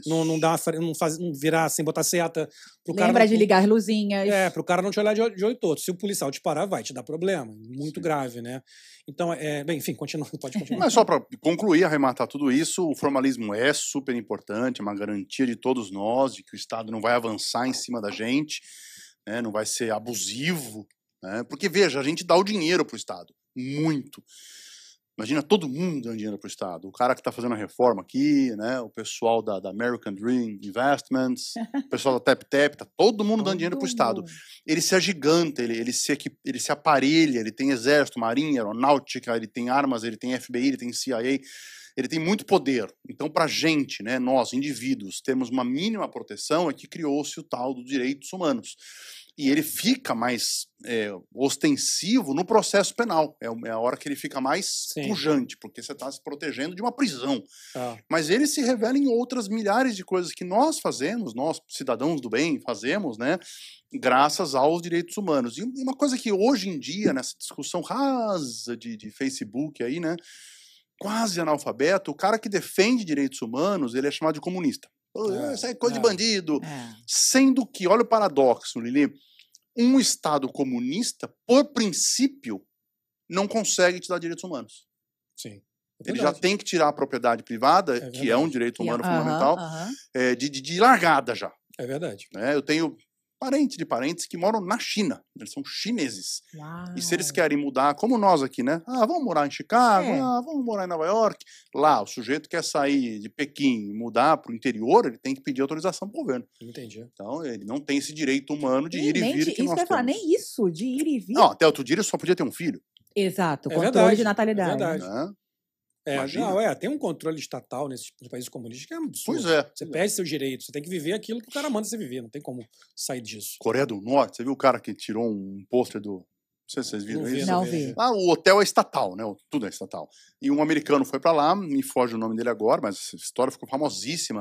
S1: não virar sem botar seta.
S2: Lembra de ligar as luzinhas.
S1: Pro cara não te olhar de olho torto. Se o policial te parar, vai te dar problema. Muito grave, né? Então, bem, enfim, pode continuar.
S3: Mas só para concluir, arrematar tudo isso, o formalismo é super importante, é uma garantia de todos nós, de que o Estado não vai avançar em cima da gente, né, não vai ser abusivo, né, porque, veja, a gente dá o dinheiro para o Estado, muito. Imagina todo mundo dando dinheiro para o Estado. O cara que está fazendo a reforma aqui, né? O pessoal da American Dream Investments, o pessoal da TapTap, tá todo mundo dando dinheiro para o Estado. Ele se agiganta, ele se aparelha, ele tem exército, marinha, aeronáutica, ele tem armas, ele tem FBI, ele tem CIA, ele tem muito poder. Então, para a gente, né, nós, indivíduos, temos uma mínima proteção, é que criou-se o tal dos direitos humanos. E ele fica mais ostensivo no processo penal. É a hora que ele fica mais pujante, porque você está se protegendo de uma prisão. Mas ele se revela em outras milhares de coisas que nós fazemos, nós, cidadãos do bem, fazemos, né, graças aos direitos humanos. E uma coisa que hoje em dia, nessa discussão rasa de Facebook aí, né, quase analfabeto, o cara que defende direitos humanos, ele é chamado de comunista. Isso é coisa de bandido. Sendo que, olha o paradoxo, Lili, um Estado comunista, por princípio, não consegue te dar direitos humanos.
S1: Sim.
S3: Ele já tem que tirar a propriedade privada, que é um direito humano fundamental, de largada já.
S1: É verdade.
S3: Eu tenho parente de parentes que moram na China. Eles são chineses.
S2: Uau.
S3: E se eles querem mudar, como nós aqui, né? Ah, vamos morar em Chicago,
S2: É.
S3: vamos morar em Nova York. Lá, o sujeito quer sair de Pequim e mudar para o interior, ele tem que pedir autorização pro governo.
S1: Entendi.
S3: Então, ele não tem esse direito humano de
S2: E
S3: ir e
S2: nem
S3: vir
S2: de-
S3: que
S2: isso
S3: nós
S2: que eu ia falar,
S3: temos.
S2: nem isso, de ir e vir.
S3: Não, até outro dia ele só podia ter um filho.
S2: Exato,
S1: É
S2: controle
S1: verdade,
S2: de natalidade.
S1: é verdade.
S3: Né?
S1: É,
S3: Imagina.
S1: não, tem um controle estatal nesses países comunistas que é absurdo.
S3: Pois é.
S1: Você perde seus direitos, você tem que viver aquilo que o cara manda você viver, não tem como sair disso.
S3: Coreia do Norte, você viu o cara que tirou um pôster do... Não sei se vocês viram
S1: Não vi,
S3: isso.
S2: Não
S1: vi.
S2: vi.
S3: Lá o hotel é estatal, né? Tudo é estatal. E um americano foi pra lá, me foge o nome dele agora, mas essa história ficou famosíssima.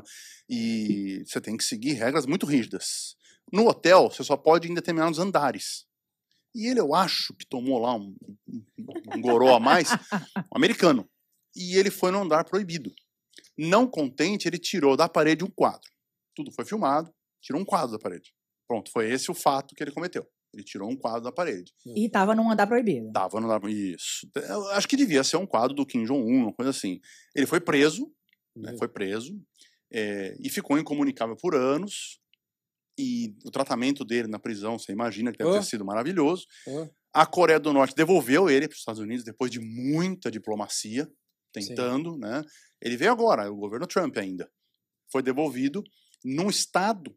S3: E você tem que seguir regras muito rígidas. No hotel, você só pode ir em determinados andares. E ele, eu acho que tomou lá um goró a mais, um americano. E ele foi no andar proibido. Não contente, ele tirou da parede um quadro. Tudo foi filmado, tirou um quadro da parede. Pronto, foi esse o fato que ele cometeu. Ele tirou um quadro da parede.
S2: E tava num andar proibido.
S3: Tava no... Isso. Eu acho que devia ser um quadro do Kim Jong-un, uma coisa assim. Ele foi preso, né, foi preso, e ficou incomunicável por anos. E o tratamento dele na prisão, você imagina que deve ter sido maravilhoso. A Coreia do Norte devolveu ele para os Estados Unidos depois de muita diplomacia, tentando, né? Ele veio agora, o governo Trump ainda. Foi devolvido num estado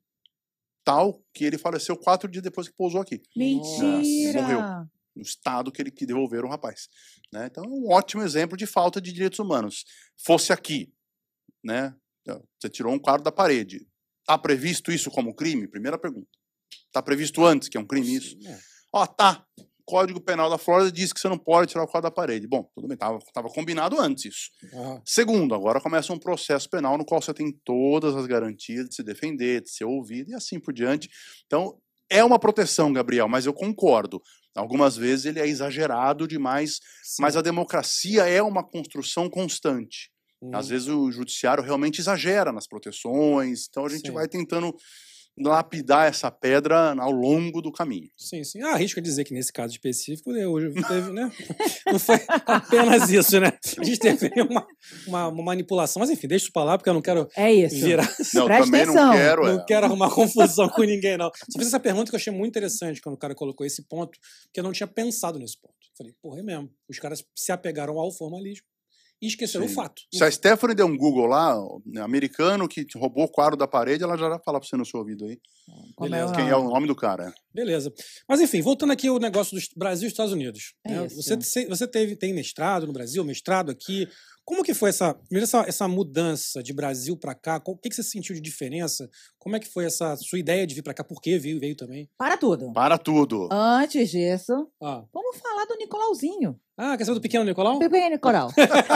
S3: tal que ele faleceu 4 dias depois que pousou aqui.
S2: Mentira!
S3: Morreu. No estado que devolveram o rapaz. Né? Então é um ótimo exemplo de falta de direitos humanos. Fosse aqui, né? Você tirou um quadro da parede. Está previsto isso como crime? Primeira pergunta. Está previsto antes que é um crime isso? Ó, tá. O Código Penal da Flórida diz que você não pode tirar o quadro da parede. Bom, tudo bem, estava combinado antes isso. Segundo, agora começa um processo penal no qual você tem todas as garantias de se defender, de ser ouvido e assim por diante. Então, é uma proteção, Gabriel, mas eu concordo. Algumas vezes ele é exagerado demais, mas a democracia é uma construção constante. Às vezes o judiciário realmente exagera nas proteções, então a gente vai tentando lapidar essa pedra ao longo do caminho.
S1: Sim, sim. Arrisco dizer que nesse caso específico, hoje teve, né? Não foi apenas isso, né? A gente teve uma manipulação, mas enfim, deixa isso pra lá, porque eu não quero virar.
S3: Não,
S2: presta
S3: também
S2: atenção.
S3: não quero.
S1: Não quero arrumar confusão com ninguém, não. Só fiz essa pergunta que eu achei muito interessante quando o cara colocou esse ponto, porque eu não tinha pensado nesse ponto. Falei, porra, é mesmo. Os caras se apegaram ao formalismo e esqueceram o fato.
S3: Se a Stephanie der um Google lá, americano que roubou o quadro da parede, ela já vai falar pra você no seu ouvido aí.
S1: Beleza.
S3: Quem é o nome do cara.
S1: Beleza. Mas enfim, voltando aqui ao negócio do Brasil e Estados Unidos. Né? Você tem mestrado no Brasil, mestrado aqui. Como que foi essa mudança de Brasil para cá? O que você sentiu de diferença? Como é que foi essa sua ideia de vir para cá? Por que veio também?
S2: Para tudo.
S3: Para tudo.
S2: Antes disso, vamos falar do Nicolauzinho.
S1: Ah, quer saber do pequeno Nicolau?
S2: Pequeno Nicolau.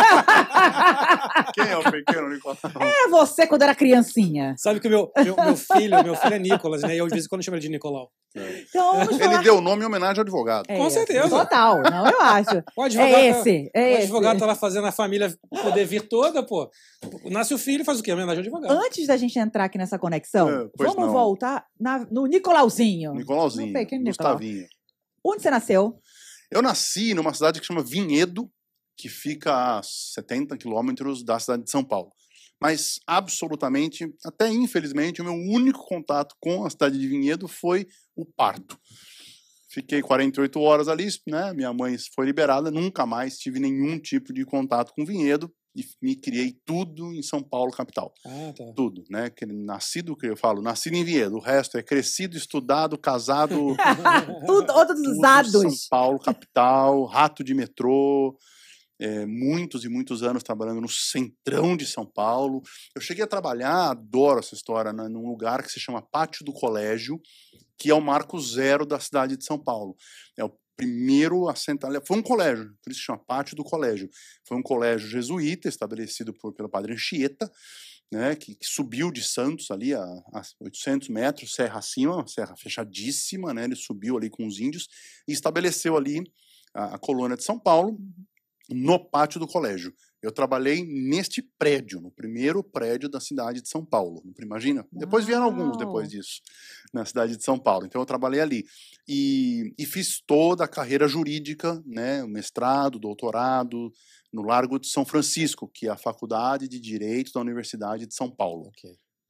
S3: Quem é o pequeno Nicolau?
S2: É você quando era criancinha.
S1: Sabe que o meu filho é Nicolas, né? E eu de vez em quando chamo ele de Nicolau.
S2: Então, vamos falar...
S3: Ele deu o nome em homenagem ao advogado.
S1: Com certeza.
S2: Total, não, eu acho.
S1: O advogado,
S2: o
S1: advogado tá lá fazendo a família poder vir toda, pô. Nasce o filho e faz o quê? Homenagem ao advogado.
S2: Antes da gente entrar aqui nessa conexão, vamos voltar no Nicolauzinho.
S3: Nicolauzinho.
S2: No pequeno
S3: Gustavinho.
S2: Onde você nasceu?
S3: Eu nasci numa cidade que chama Vinhedo, que fica a 70 quilômetros da cidade de São Paulo. Mas, absolutamente, até infelizmente, o meu único contato com a cidade de Vinhedo foi o parto. Fiquei 48 horas ali, né? Minha mãe foi liberada, nunca mais tive nenhum tipo de contato com Vinhedo e me criei tudo em São Paulo, capital. Tudo, né? Nascido em Vinhedo. O resto é crescido, estudado, casado.
S2: Todos usados.
S3: São Paulo, capital, rato de metrô. Muitos e muitos anos trabalhando no centrão de São Paulo. Eu cheguei a trabalhar, adoro essa história, num lugar que se chama Pátio do Colégio, que é o marco zero da cidade de São Paulo. É o primeiro assentamento. Foi um colégio, por isso se chama Pátio do Colégio. Foi um colégio jesuíta, estabelecido pelo padre Anchieta, né, que subiu de Santos ali a 800 metros, serra acima, uma serra fechadíssima, né, ele subiu ali com os índios e estabeleceu ali a colônia de São Paulo, no pátio do colégio. Eu trabalhei neste prédio, no primeiro prédio da cidade de São Paulo. Imagina? Depois vieram alguns depois disso, na cidade de São Paulo. Então eu trabalhei ali. E fiz toda a carreira jurídica, né? Mestrado, doutorado, no Largo de São Francisco, que é a Faculdade de Direito da Universidade de São Paulo.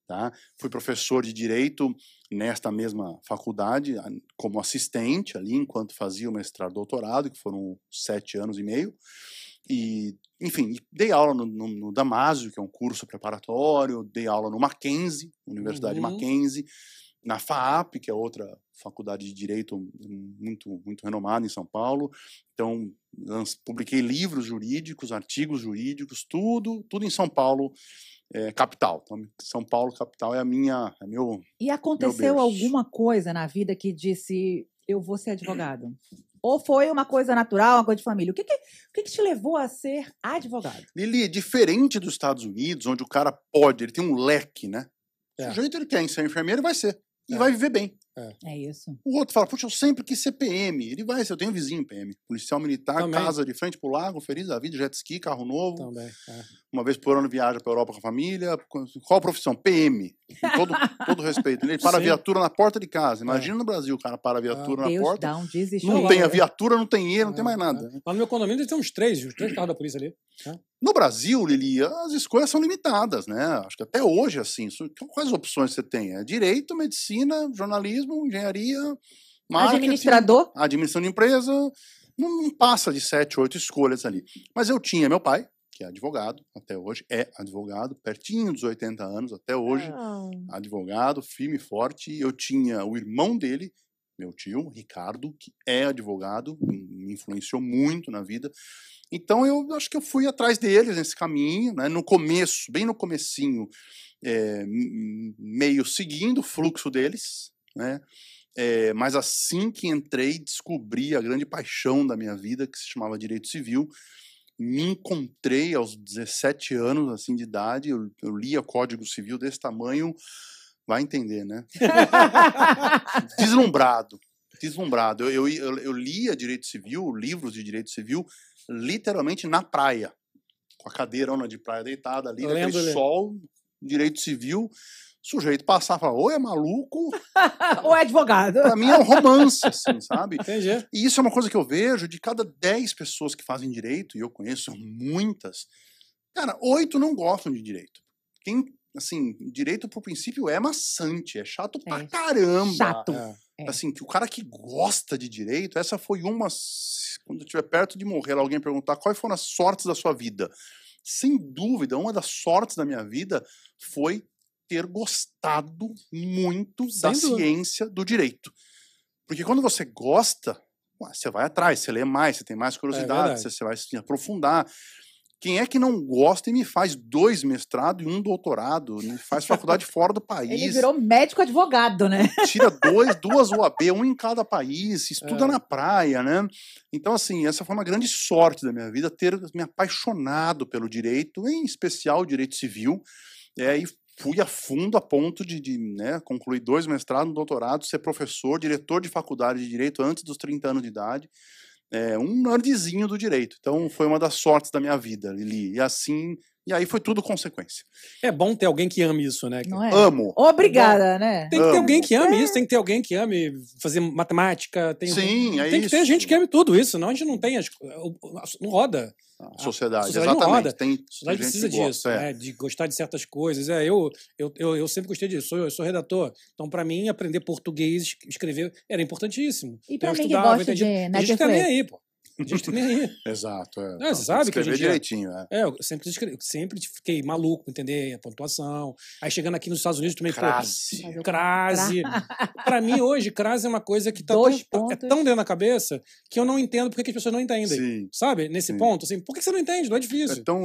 S3: Tá? Fui professor de Direito nesta mesma faculdade, como assistente ali, enquanto fazia o mestrado e doutorado, que foram 7 anos e meio. E, enfim, dei aula no Damásio, que é um curso preparatório, dei aula no Mackenzie, Universidade Mackenzie, na FAAP, que é outra faculdade de Direito muito, muito renomada em São Paulo. Então, publiquei livros jurídicos, artigos jurídicos, tudo em São Paulo, capital. Então, São Paulo, capital, é meu.
S2: E aconteceu
S3: berço.
S2: alguma coisa na vida que disse, eu vou ser advogado? Ou foi uma coisa natural, uma coisa de família? O que te levou a ser advogado?
S3: Lili, diferente dos Estados Unidos, onde o cara ele tem um leque, né? Se o jeito ele quer ser enfermeiro, ele vai ser. E vai viver bem.
S2: É isso.
S3: O outro fala, puxa, eu sempre quis ser PM. Ele vai ser, eu tenho um vizinho PM. Policial militar,
S1: Também.
S3: casa de frente pro lago, feliz da vida, jet ski, carro novo.
S1: Também.
S3: Uma vez por ano viaja pra Europa com a família. Qual a profissão? PM. Com todo respeito. Ele para a
S1: Sim.
S3: viatura na porta de casa. Imagina no Brasil, o cara para a viatura na
S2: Deus
S3: porta.
S2: dá um desespero.
S3: Não tem a viatura, não tem ele, não tem mais nada.
S1: Lá no meu condomínio tem uns 3 carros da polícia ali.
S3: No Brasil, Lili, as escolhas são limitadas, né? Acho que até hoje, assim, quais opções você tem? É direito, medicina, jornalismo, engenharia, marketing,
S2: Administrador?
S3: administração de empresa. Não passa de 7, 8 escolhas ali. Mas eu tinha meu pai, que é advogado, até hoje, é advogado, pertinho dos 80 anos, até hoje, advogado, firme e forte. Eu tinha o irmão dele, meu tio, Ricardo, que é advogado, me influenciou muito na vida. Então, eu acho que eu fui atrás deles nesse caminho, né? No começo, bem no comecinho, meio seguindo o fluxo deles, né? Mas assim que entrei, descobri a grande paixão da minha vida, que se chamava Direito Civil. Me encontrei aos 17 anos assim, de idade, eu lia Código Civil desse tamanho, vai entender, né? Deslumbrado. Eu lia Direito Civil, livros de Direito Civil, literalmente na praia, com a cadeirona de praia deitada ali, naquele sol, Direito Civil, o sujeito passar e falar, ou é maluco,
S2: ou é advogado.
S3: Pra mim é um romance, assim, sabe?
S1: Entendi.
S3: E isso é uma coisa que eu vejo, de cada 10 pessoas que fazem direito, e eu conheço muitas, cara, 8 não gostam de direito. Assim, direito por princípio é maçante, é chato pra caramba.
S2: Chato.
S3: Assim, que o cara que gosta de direito, essa foi uma, quando eu estiver perto de morrer, alguém perguntar quais foram as sortes da sua vida. Sem dúvida, uma das sortes da minha vida foi ter gostado muito da ciência do direito. Porque quando você gosta, você vai atrás, você lê mais, você tem mais curiosidade, você vai se aprofundar. Quem é que não gosta e me faz 2 mestrados e 1 doutorado, me faz faculdade fora do país?
S2: Ele virou médico advogado, né?
S3: Tira 2 UAB, 1 em cada país, estuda na praia, né? Então, assim, essa foi uma grande sorte da minha vida, ter me apaixonado pelo direito, em especial o direito civil, e fui a fundo a ponto de né, concluir 2 mestrados, 1 doutorado, ser professor, diretor de faculdade de direito antes dos 30 anos de idade. Um nerdzinho do direito. Então, foi uma das sortes da minha vida, Lili. E aí foi tudo consequência.
S1: É bom ter alguém que ame isso, né?
S2: Não é?
S3: Amo.
S2: Obrigada, né?
S1: Tem que ter alguém que ame isso, tem que ter alguém que ame fazer matemática.
S3: Sim,
S1: tem que ter gente que ame tudo isso, senão a gente não tem. Não roda.
S3: A sociedade,
S1: exatamente.
S3: Não roda.
S1: A sociedade precisa disso, de gostar de certas coisas. Eu sempre gostei disso, eu sou redator. Então, para mim, aprender português, escrever, era importantíssimo.
S2: E pra
S1: eu
S2: mim
S1: estudava,
S2: que gosta de
S1: a gente tá nem aí, pô. A gente tá nem aí.
S3: Exato.
S1: Você sabe que a gente
S3: direitinho,
S1: eu sempre fiquei maluco, entender a pontuação. Aí chegando aqui nos Estados Unidos também, crase. Pra mim, hoje, crase é uma coisa que tá tão dentro da cabeça que eu não entendo porque que as pessoas não entendem.
S3: Sim.
S1: Sabe? Nesse ponto, assim, por que você não entende? Não é difícil.
S3: Então,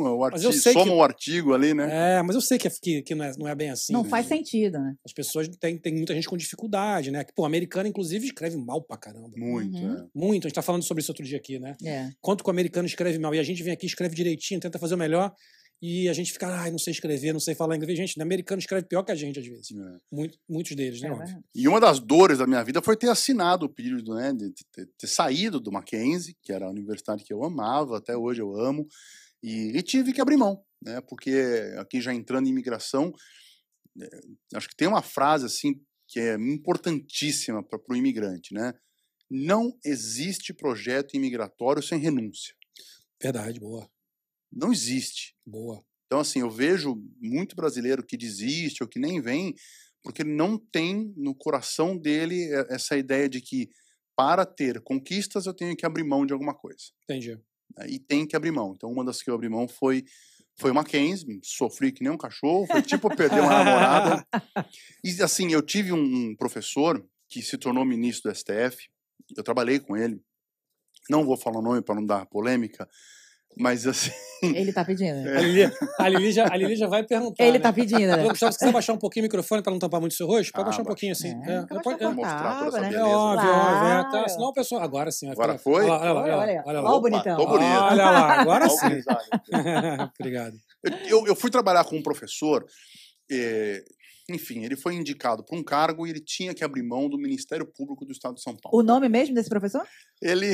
S3: o artigo ali, né?
S1: Mas eu sei que não é bem assim.
S2: Não faz sentido, né?
S1: As pessoas tem muita gente com dificuldade, né? O americano, inclusive, escreve mal pra caramba.
S3: Muito,
S1: Muito. A gente tá falando sobre isso outro dia aqui, né?
S2: É.
S1: Quanto que o americano escreve mal. E a gente vem aqui, escreve direitinho, tenta fazer o melhor. E a gente fica, não sei escrever, não sei falar inglês. Gente, o americano escreve pior que a gente, às vezes. Muitos deles, né?
S3: E uma das dores da minha vida foi ter assinado o pedido, né? De ter saído do Mackenzie, que era a universidade que eu amava, até hoje eu amo. E tive que abrir mão, né? Porque aqui já entrando em imigração, acho que tem uma frase assim que é importantíssima para o imigrante, né? Não existe projeto imigratório sem renúncia.
S1: Verdade, boa.
S3: Não existe.
S1: Boa.
S3: Então, assim, eu vejo muito brasileiro que desiste ou que nem vem, porque ele não tem no coração dele essa ideia de que para ter conquistas eu tenho que abrir mão de alguma coisa.
S1: Entendi.
S3: E tem que abrir mão. Então, uma das que eu abri mão foi o Mackenzie, sofri que nem um cachorro, foi tipo perder uma namorada. E, assim, eu tive um professor que se tornou ministro do STF, eu trabalhei com ele, não vou falar o nome para não dar polêmica, mas assim...
S2: Ele tá pedindo.
S1: A Lili já vai perguntar.
S2: Ele
S1: né?
S2: tá pedindo, né?
S1: Gustavo, se você baixar um pouquinho o microfone para não tampar muito o seu rosto, pode baixar um
S3: baixa.
S1: pouquinho assim.
S2: Pode
S3: mostrar toda essa
S2: né?
S3: beleza.
S1: É óbvio,
S2: Claro.
S1: tá? Senão o pessoal. Agora sim.
S3: Agora foi?
S1: Olha lá.
S2: Olha
S1: Olha
S2: o
S1: lá.
S2: bonitão.
S3: Tô bonito.
S1: Olha lá, agora
S3: Ó o
S1: sim.
S3: grisalho.
S1: Obrigado.
S3: Eu fui trabalhar com um professor, enfim, ele foi indicado para um cargo e ele tinha que abrir mão do Ministério Público do Estado de São Paulo.
S2: O nome mesmo desse professor?
S3: Ele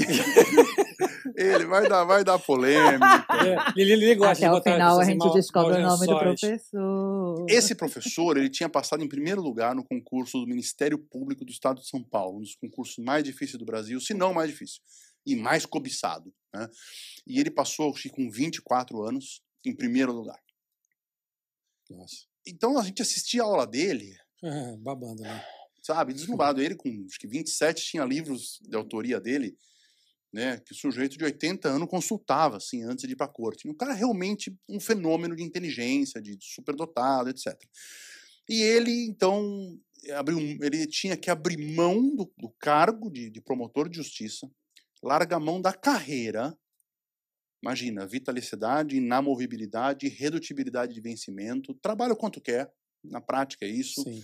S3: vai dar polêmica.
S1: Lili gosta
S2: Até
S1: de
S2: o
S1: botar
S2: final a
S1: assim,
S2: gente descobre o nome do
S1: lençóis.
S2: professor.
S3: Esse professor, ele tinha passado em primeiro lugar no concurso do Ministério Público do Estado de São Paulo, um dos concursos mais difíceis do Brasil, se não o mais difícil, e mais cobiçado, né? E ele passou, acho que com 24 anos, em primeiro lugar.
S1: Nossa.
S3: Então a gente assistia a aula dele,
S1: Babando, né?
S3: sabe, deslumbrado. Ele com, acho que 27, tinha livros de autoria dele, né, que o sujeito de 80 anos consultava, assim, antes de ir para a corte. E o cara é realmente um fenômeno de inteligência, de superdotado, etc. E ele, então, ele tinha que abrir mão do cargo de promotor de justiça, larga a mão da carreira. Imagina, vitalicidade, inamovibilidade, redutibilidade de vencimento, trabalha quanto quer, na prática é isso.
S1: Sim.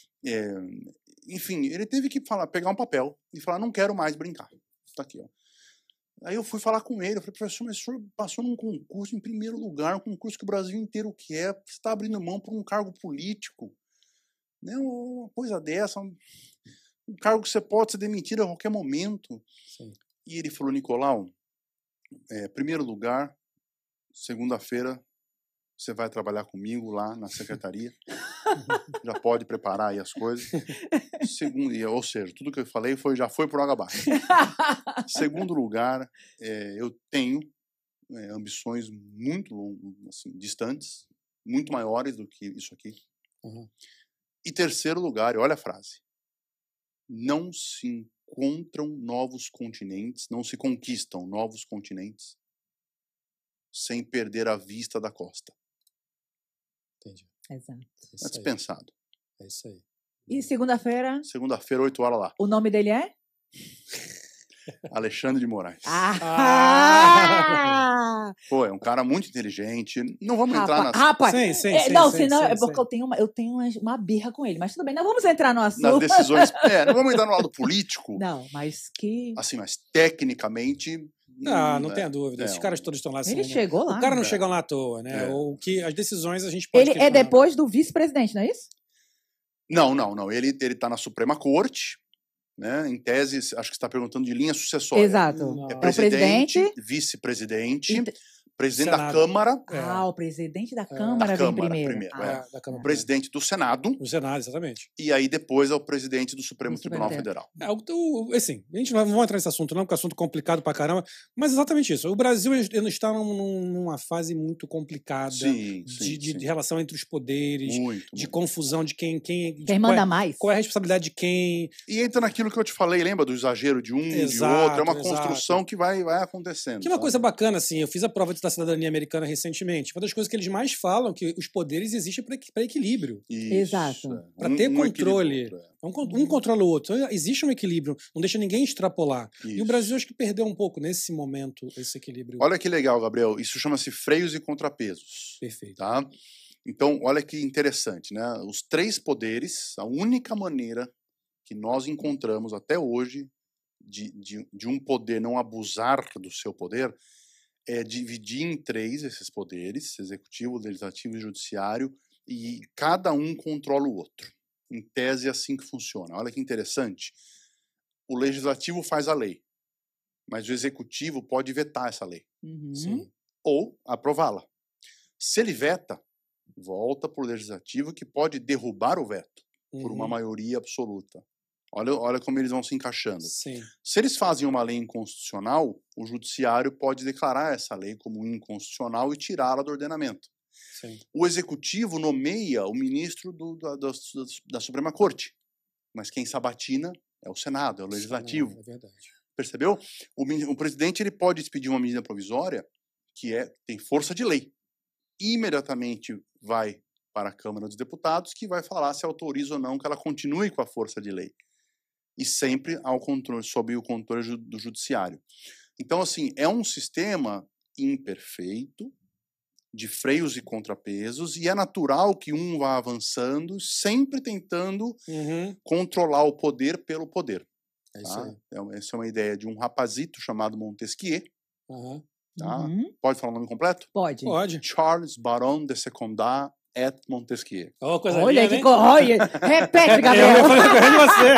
S3: Enfim, ele teve que pegar um papel e falar, não quero mais brincar. Tá aqui, ó. Aí eu fui falar com ele, eu falei, professor, mas o senhor passou num concurso em primeiro lugar, um concurso que o Brasil inteiro quer, você está abrindo mão por um cargo político, né? Uma coisa dessa, um cargo que você pode ser demitido a qualquer momento.
S1: Sim.
S3: E ele falou, Nicolau, primeiro lugar, segunda-feira você vai trabalhar comigo lá na secretaria. Já pode preparar aí as coisas. Ou seja, tudo que eu falei já foi por água abaixo. Segundo lugar, eu tenho ambições muito assim, distantes, muito maiores do que isso aqui.
S1: Uhum.
S3: E terceiro lugar, olha a frase, não se encontram novos continentes, não se conquistam novos continentes sem perder a vista da costa.
S1: Entendi.
S2: Exato.
S3: É dispensado.
S1: É isso aí.
S2: E segunda-feira,
S3: Segunda-feira, 8 horas lá.
S2: o nome dele é?
S3: Alexandre de Moraes. Pô, é um cara muito inteligente. Não vamos entrar nas...
S2: Rapaz,
S1: Sim,
S2: não,
S1: sim,
S2: senão
S1: sim,
S2: é porque
S1: sim.
S2: eu tenho uma birra com ele. Mas tudo bem, não vamos entrar no assunto.
S3: nas decisões. Não vamos entrar no lado político.
S2: Não, mas que...
S3: Assim, mas tecnicamente...
S1: Não tenha dúvida. Esses
S3: um-
S1: caras todos estão lá assim.
S2: Ele
S1: né?
S2: chegou lá.
S1: O cara não
S2: né?
S1: chega lá à toa, né?
S3: É.
S1: Ou que as decisões a gente pode
S2: Ele é
S1: questionar.
S2: depois do vice-presidente, não é isso?
S3: Não. Ele tá na Suprema Corte, né? Em tese, acho que você está perguntando de linha sucessória.
S2: Exato.
S1: Não.
S3: É
S2: o
S3: presidente,
S2: presidente.
S3: vice-presidente,
S2: E-
S3: presidente
S1: Senado.
S3: da Câmara,
S2: O presidente da Câmara
S3: Da
S2: vem
S3: Câmara
S2: primeiro.
S3: primeiro,
S1: Da Câmara.
S3: presidente do Senado,
S1: No Senado, exatamente.
S3: e aí depois é o presidente do Supremo
S2: Do
S3: Tribunal
S2: Supremo.
S3: Federal.
S1: Assim, a gente não vai entrar nesse assunto, não, porque é um assunto complicado pra caramba, mas exatamente isso. O Brasil ainda está numa fase muito complicada
S3: Sim,
S1: de relação entre os poderes,
S3: Muito,
S1: de
S3: muito.
S1: confusão de quem
S2: Quem manda mais?
S1: qual é a responsabilidade de quem.
S3: E entra naquilo que eu te falei, lembra do exagero de um, de
S1: Exato,
S3: outro? É uma
S1: exato.
S3: construção que vai acontecendo.
S1: Que é uma
S3: sabe?
S1: coisa bacana, assim, eu fiz a prova da cidadania americana recentemente. Uma das coisas que eles mais falam é que os poderes existem para equilíbrio.
S3: Isso,
S2: Exato.
S1: Pra ter controle.
S3: equilíbrio,
S1: Um controla o outro. Então, existe um equilíbrio, não deixa ninguém extrapolar. E o
S3: Isso.
S1: Brasil acho que perdeu um pouco nesse momento esse equilíbrio.
S3: Olha que legal, Gabriel. Isso chama-se freios e contrapesos.
S1: Perfeito.
S3: Tá? Então, olha que interessante, né? Os três poderes, a única maneira que nós encontramos até hoje de um poder não abusar do seu poder é dividir em três esses poderes, executivo, legislativo e judiciário, e cada um controla o outro. Em tese é assim que funciona. Olha que interessante. O legislativo faz a lei, mas o executivo pode vetar essa lei,
S2: Uhum.
S1: Sim.
S3: ou aprová-la. Se ele veta, volta para o legislativo, que pode derrubar o veto por uma
S1: Uhum.
S3: maioria absoluta. Olha como eles vão se encaixando.
S1: Sim.
S3: Se eles fazem uma lei inconstitucional, o judiciário pode declarar essa lei como inconstitucional e tirá-la do ordenamento.
S1: Sim.
S3: O executivo nomeia o ministro da Suprema Corte, mas quem sabatina é o Senado, é o Legislativo.
S1: Não, é verdade.
S3: Percebeu? O presidente ele pode expedir uma medida provisória que tem força de lei. Imediatamente vai para a Câmara dos Deputados, que vai falar se autoriza ou não que ela continue com a força de lei. E sempre sob o controle do judiciário. Então, assim, é um sistema imperfeito, de freios e contrapesos, e é natural que um vá avançando, sempre tentando controlar o poder pelo poder.
S1: É isso
S3: Tá?
S1: aí.
S3: Então, essa é uma ideia de um rapazito chamado Montesquieu. Tá?
S2: Uhum.
S3: Pode falar o nome completo?
S2: Pode.
S1: Pode.
S3: Charles Baron de Secondat et Montesquieu.
S1: Oh, coisa
S2: Olha
S1: linda,
S2: que
S1: hein?
S2: olha, repete,
S1: Eu
S2: Gabriel.
S1: ia fazer correndo você.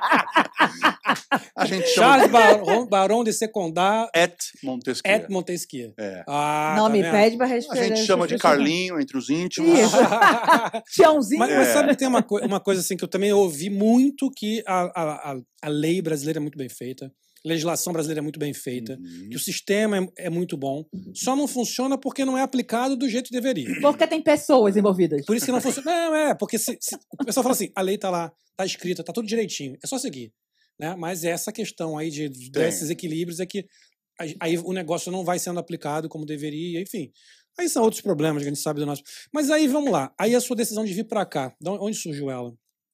S3: A gente chama
S1: Charles Baron de Secondat
S3: et Montesquieu.
S1: et Montesquieu.
S3: É.
S2: Não
S1: tá
S2: me
S1: vendo?
S2: pede pra
S3: A
S2: responder.
S3: gente chama de Carlinho entre os íntimos.
S2: Isso. Tiãozinho.
S1: Mas sabe que tem uma coisa assim que eu também ouvi muito, que a lei brasileira é muito bem feita, a legislação brasileira é muito bem feita, que o sistema é muito bom, só não funciona porque não é aplicado do jeito que deveria.
S2: Porque tem pessoas envolvidas.
S1: Por isso que não funciona. Não, porque se o pessoal fala assim, a lei tá lá, tá escrita, tá tudo direitinho, é só seguir. Né? Mas essa questão aí desses equilíbrios é que aí o negócio não vai sendo aplicado como deveria, enfim. Aí são outros problemas que a gente sabe do nosso. Mas aí, vamos lá. Aí a sua decisão de vir para cá, de onde surgiu ela?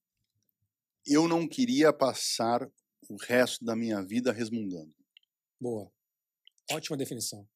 S3: Eu não queria passar o resto da minha vida resmungando.
S1: Boa. Ótima definição.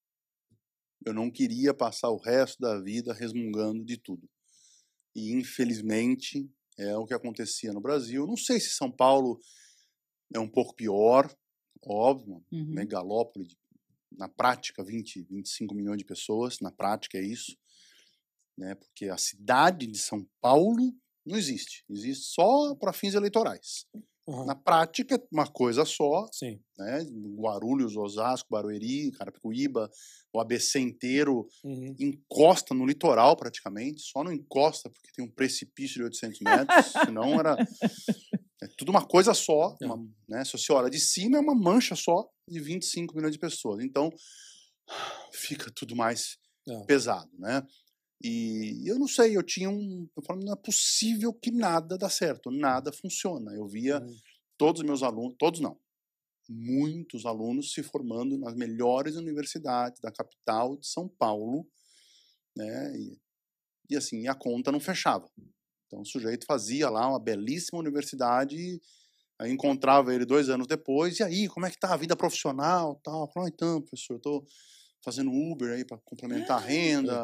S3: Eu não queria passar o resto da vida resmungando de tudo. E, infelizmente, é o que acontecia no Brasil. Não sei se São Paulo é um pouco pior, óbvio, megalópole, na prática, 20, 25 milhões de pessoas, na prática é isso. Né? Porque a cidade de São Paulo não existe. Existe só para fins eleitorais. Na prática, é uma coisa só.
S1: Sim.
S3: Né? Guarulhos, Osasco, Barueri, Carapicuíba, o ABC inteiro encosta no litoral praticamente. Só não encosta porque tem um precipício de 800 metros. Senão é tudo uma coisa só. Né? Se você olha de cima, é uma mancha só de 25 milhões de pessoas. Então, fica tudo mais pesado, né? E eu não sei, eu falando, não é possível que nada dá certo, nada funciona. Eu via todos os meus alunos, todos não, muitos alunos se formando nas melhores universidades da capital de São Paulo, né? E assim, a conta não fechava. Então o sujeito fazia lá uma belíssima universidade, aí encontrava ele 2 anos depois, e aí, como é que tá a vida profissional, tal? Falava, então, professor, eu tô fazendo Uber aí para complementar a renda.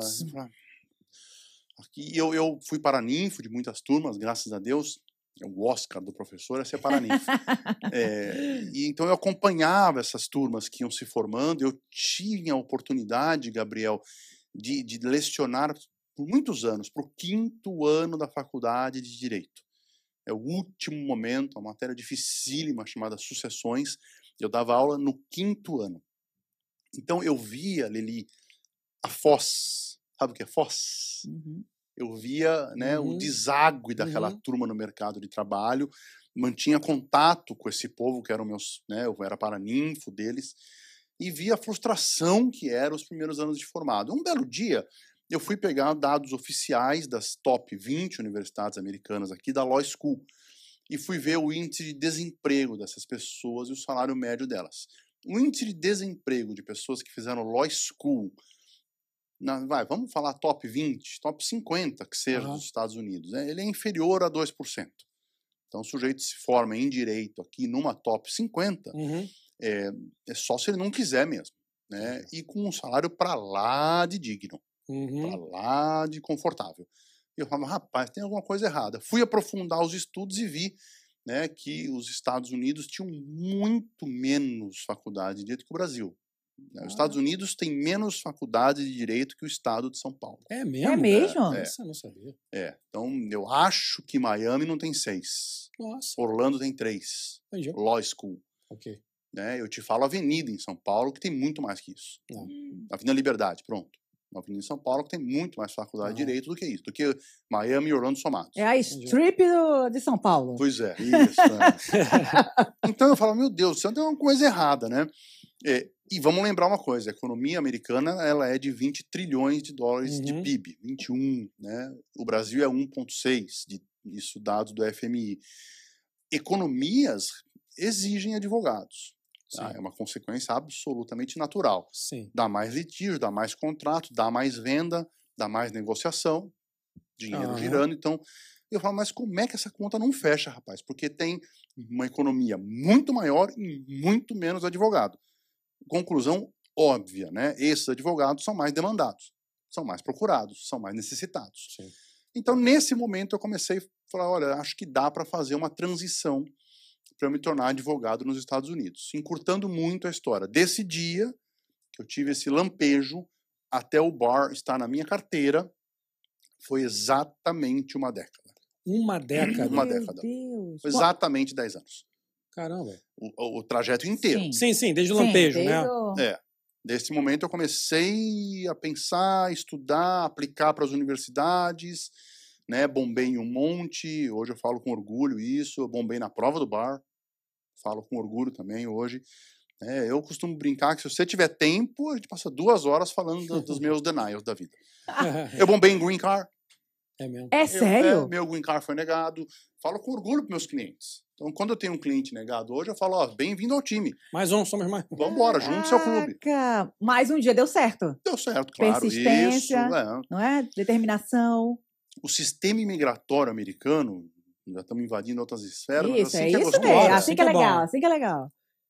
S3: Aqui eu fui paraninfo de muitas turmas, graças a Deus. O Oscar do professor é ser paraninfo. E então eu acompanhava essas turmas que iam se formando. Eu tinha a oportunidade, Gabriel, de lecionar por muitos anos, para o 5º ano da faculdade de Direito. É o último momento, uma matéria dificílima chamada Sucessões. Eu dava aula no 5º ano. Então eu via, Lili, a foz. Sabe o que é foz? Eu via, né, o deságue daquela turma no mercado de trabalho, mantinha contato com esse povo que eram meus, né, eu era paraninfo deles, e via a frustração que eram os primeiros anos de formado. Um belo dia, eu fui pegar dados oficiais das top 20 universidades americanas aqui, da Law School, e fui ver o índice de desemprego dessas pessoas e o salário médio delas. O índice de desemprego de pessoas que fizeram Law School, vamos falar top 20, top 50 que seja dos Estados Unidos, né? Ele é inferior a 2%. Então o sujeito se forma em direito aqui numa top 50, é só se ele não quiser mesmo, né? E com um salário para lá de digno, para lá de confortável. E eu falava, rapaz, tem alguma coisa errada. Fui aprofundar os estudos e vi, né, que os Estados Unidos tinham muito menos faculdade de direito que o Brasil. Os Estados Unidos têm menos faculdade de direito que o estado de São Paulo.
S1: É mesmo?
S2: É mesmo?
S1: Isso eu não sabia.
S3: Então eu acho que Miami não tem 6.
S1: Nossa.
S3: Orlando tem 3.
S1: Entendi.
S3: Law School.
S1: Ok.
S3: Né? Eu te falo Avenida em São Paulo, que tem muito mais que isso. Avenida Liberdade, pronto. A Avenida São Paulo, que tem muito mais faculdade de direito do que isso, do que Miami e Orlando somados.
S2: É a strip de São Paulo.
S3: Pois é, isso. Então eu falo, meu Deus, do céu, tem uma coisa errada, né? E vamos lembrar uma coisa, a economia americana ela é de 20 trilhões de dólares de PIB, 21, né? O Brasil é 1,6, isso dados do FMI. Economias exigem advogados. Tá? É uma consequência absolutamente natural.
S1: Sim.
S3: Dá mais litígio, dá mais contrato, dá mais venda, dá mais negociação, dinheiro girando. Então, eu falo, mas como é que essa conta não fecha, rapaz? Porque tem uma economia muito maior e muito menos advogado. Conclusão óbvia, né? Esses advogados são mais demandados, são mais procurados, são mais necessitados.
S1: Sim.
S3: Então, nesse momento, eu comecei a falar, olha, acho que dá para fazer uma transição para eu me tornar advogado nos Estados Unidos. Encurtando muito a história. Desse dia que eu tive esse lampejo até o bar estar na minha carteira, foi exatamente uma década.
S1: Uma década?
S3: Uma
S2: Meu
S3: década.
S2: Deus.
S3: Foi exatamente 10 anos.
S1: Caramba.
S3: O trajeto inteiro.
S1: Sim, desde o lampejo, né?
S3: Desse momento eu comecei a pensar, estudar, aplicar para as universidades, né? Bombei em um monte, hoje eu falo com orgulho isso, eu bombei na prova do bar, falo com orgulho também hoje. Eu costumo brincar que se você tiver tempo, a gente passa 2 horas falando dos meus denials da vida. Eu bombei em Green Card.
S1: É mesmo?
S2: É sério?
S3: Meu Green Card foi negado. Falo com orgulho para meus clientes. Então, quando eu tenho um cliente negado hoje, eu falo, ó, bem-vindo ao time.
S1: Mais um, somos mais.
S3: Vamos embora, junte-se ao clube.
S2: Caraca! Mais um dia deu certo.
S3: Deu certo, claro.
S2: Persistência,
S3: Isso,
S2: não é? Determinação.
S3: O sistema imigratório americano, já estamos invadindo outras esferas, mas
S2: Isso,
S3: assim
S2: é
S3: que é
S2: isso
S3: gostoso.
S2: mesmo. Assim que é
S1: bom.
S2: legal, assim que é legal.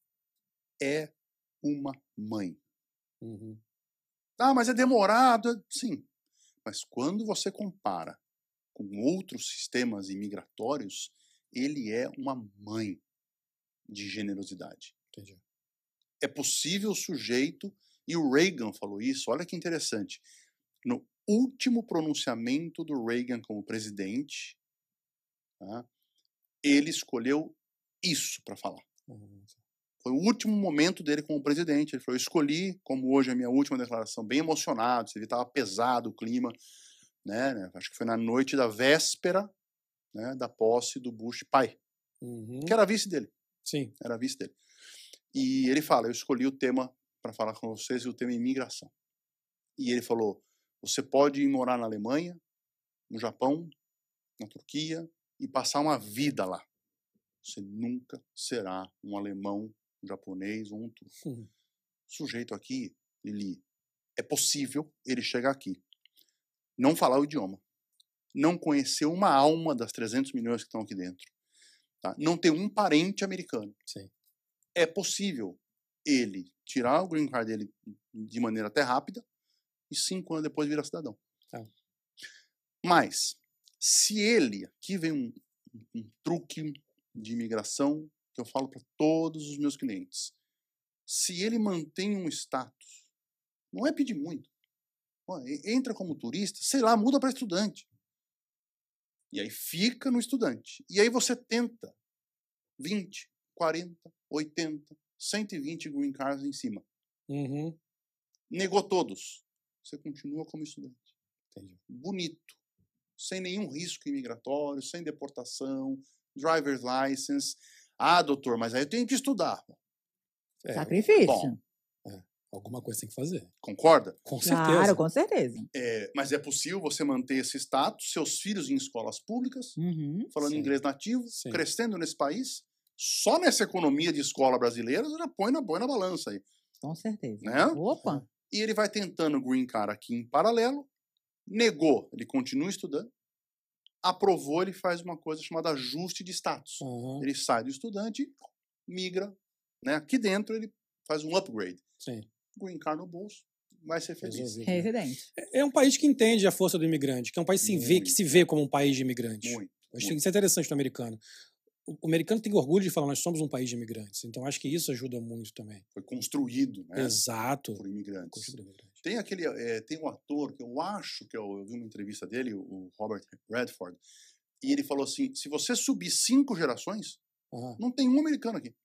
S3: É uma mãe.
S1: Uhum.
S3: Ah, mas é demorado. Sim. Mas quando você compara com outros sistemas imigratórios, ele é uma mãe de generosidade.
S1: Entendi.
S3: É possível o sujeito, e o Reagan falou isso, olha que interessante, no último pronunciamento do Reagan como presidente, tá, ele escolheu isso para falar. Foi o último momento dele como presidente. Ele falou, eu escolhi, como hoje é a minha última declaração, bem emocionado, você viu, estava pesado o clima, né? Acho que foi na noite da véspera, né, da posse do Bush pai, que era vice dele.
S1: Sim.
S3: Era vice dele. E ele fala, eu escolhi o tema para falar com vocês, o tema é imigração. E ele falou, você pode ir morar na Alemanha, no Japão, na Turquia, e passar uma vida lá. Você nunca será um alemão, um japonês ou um turco. Sujeito aqui, Lili, é possível ele chegar aqui, não falar o idioma, não conhecer uma alma das 300 milhões que estão aqui dentro, tá? Não ter um parente americano.
S1: Sim.
S3: É possível ele tirar o green card dele de maneira até rápida e 5 anos depois virar cidadão.
S1: Tá.
S3: Mas, se ele, aqui vem um truque de imigração que eu falo para todos os meus clientes, se ele mantém um status, não é pedir muito, entra como turista, sei lá, muda para estudante. E aí fica no estudante. E aí você tenta 20, 40, 80, 120 green cards em cima.
S1: Uhum.
S3: Negou todos. Você continua como estudante.
S1: Entendi.
S3: Bonito. Sem nenhum risco imigratório, sem deportação, driver's license. Ah, doutor, mas aí eu tenho que estudar.
S2: Sacrifício.
S3: Bom,
S1: alguma coisa tem que fazer.
S3: Concorda?
S1: Com certeza.
S2: Claro, com certeza.
S3: Mas é possível você manter esse status, seus filhos em escolas públicas, falando
S1: Sim.
S3: inglês nativo,
S1: Sim.
S3: crescendo nesse país. Só nessa economia de escola brasileira, já põe na balança aí.
S2: Com certeza.
S3: Né?
S2: Opa!
S3: E ele vai tentando o green card aqui em paralelo, negou, ele continua estudando, aprovou, ele faz uma coisa chamada ajuste de status. Ele sai do estudante, migra, né? Aqui dentro ele faz um upgrade.
S1: Sim.
S3: Green card no bolso, vai ser feliz.
S1: Resolvido.
S2: Residente.
S1: É um país que entende a força do imigrante, que é um país que se vê como um país de imigrantes.
S3: Muito.
S1: Eu acho que isso é interessante do americano. O americano tem orgulho de falar, nós somos um país de imigrantes. Então, acho que isso ajuda muito também.
S3: Foi construído, né?
S1: Exato.
S3: Por imigrantes.
S1: Construído por imigrantes.
S3: Tem tem um ator que eu acho que eu vi uma entrevista dele, o Robert Redford, e ele falou assim, se você subir 5 gerações, não tem um americano aqui.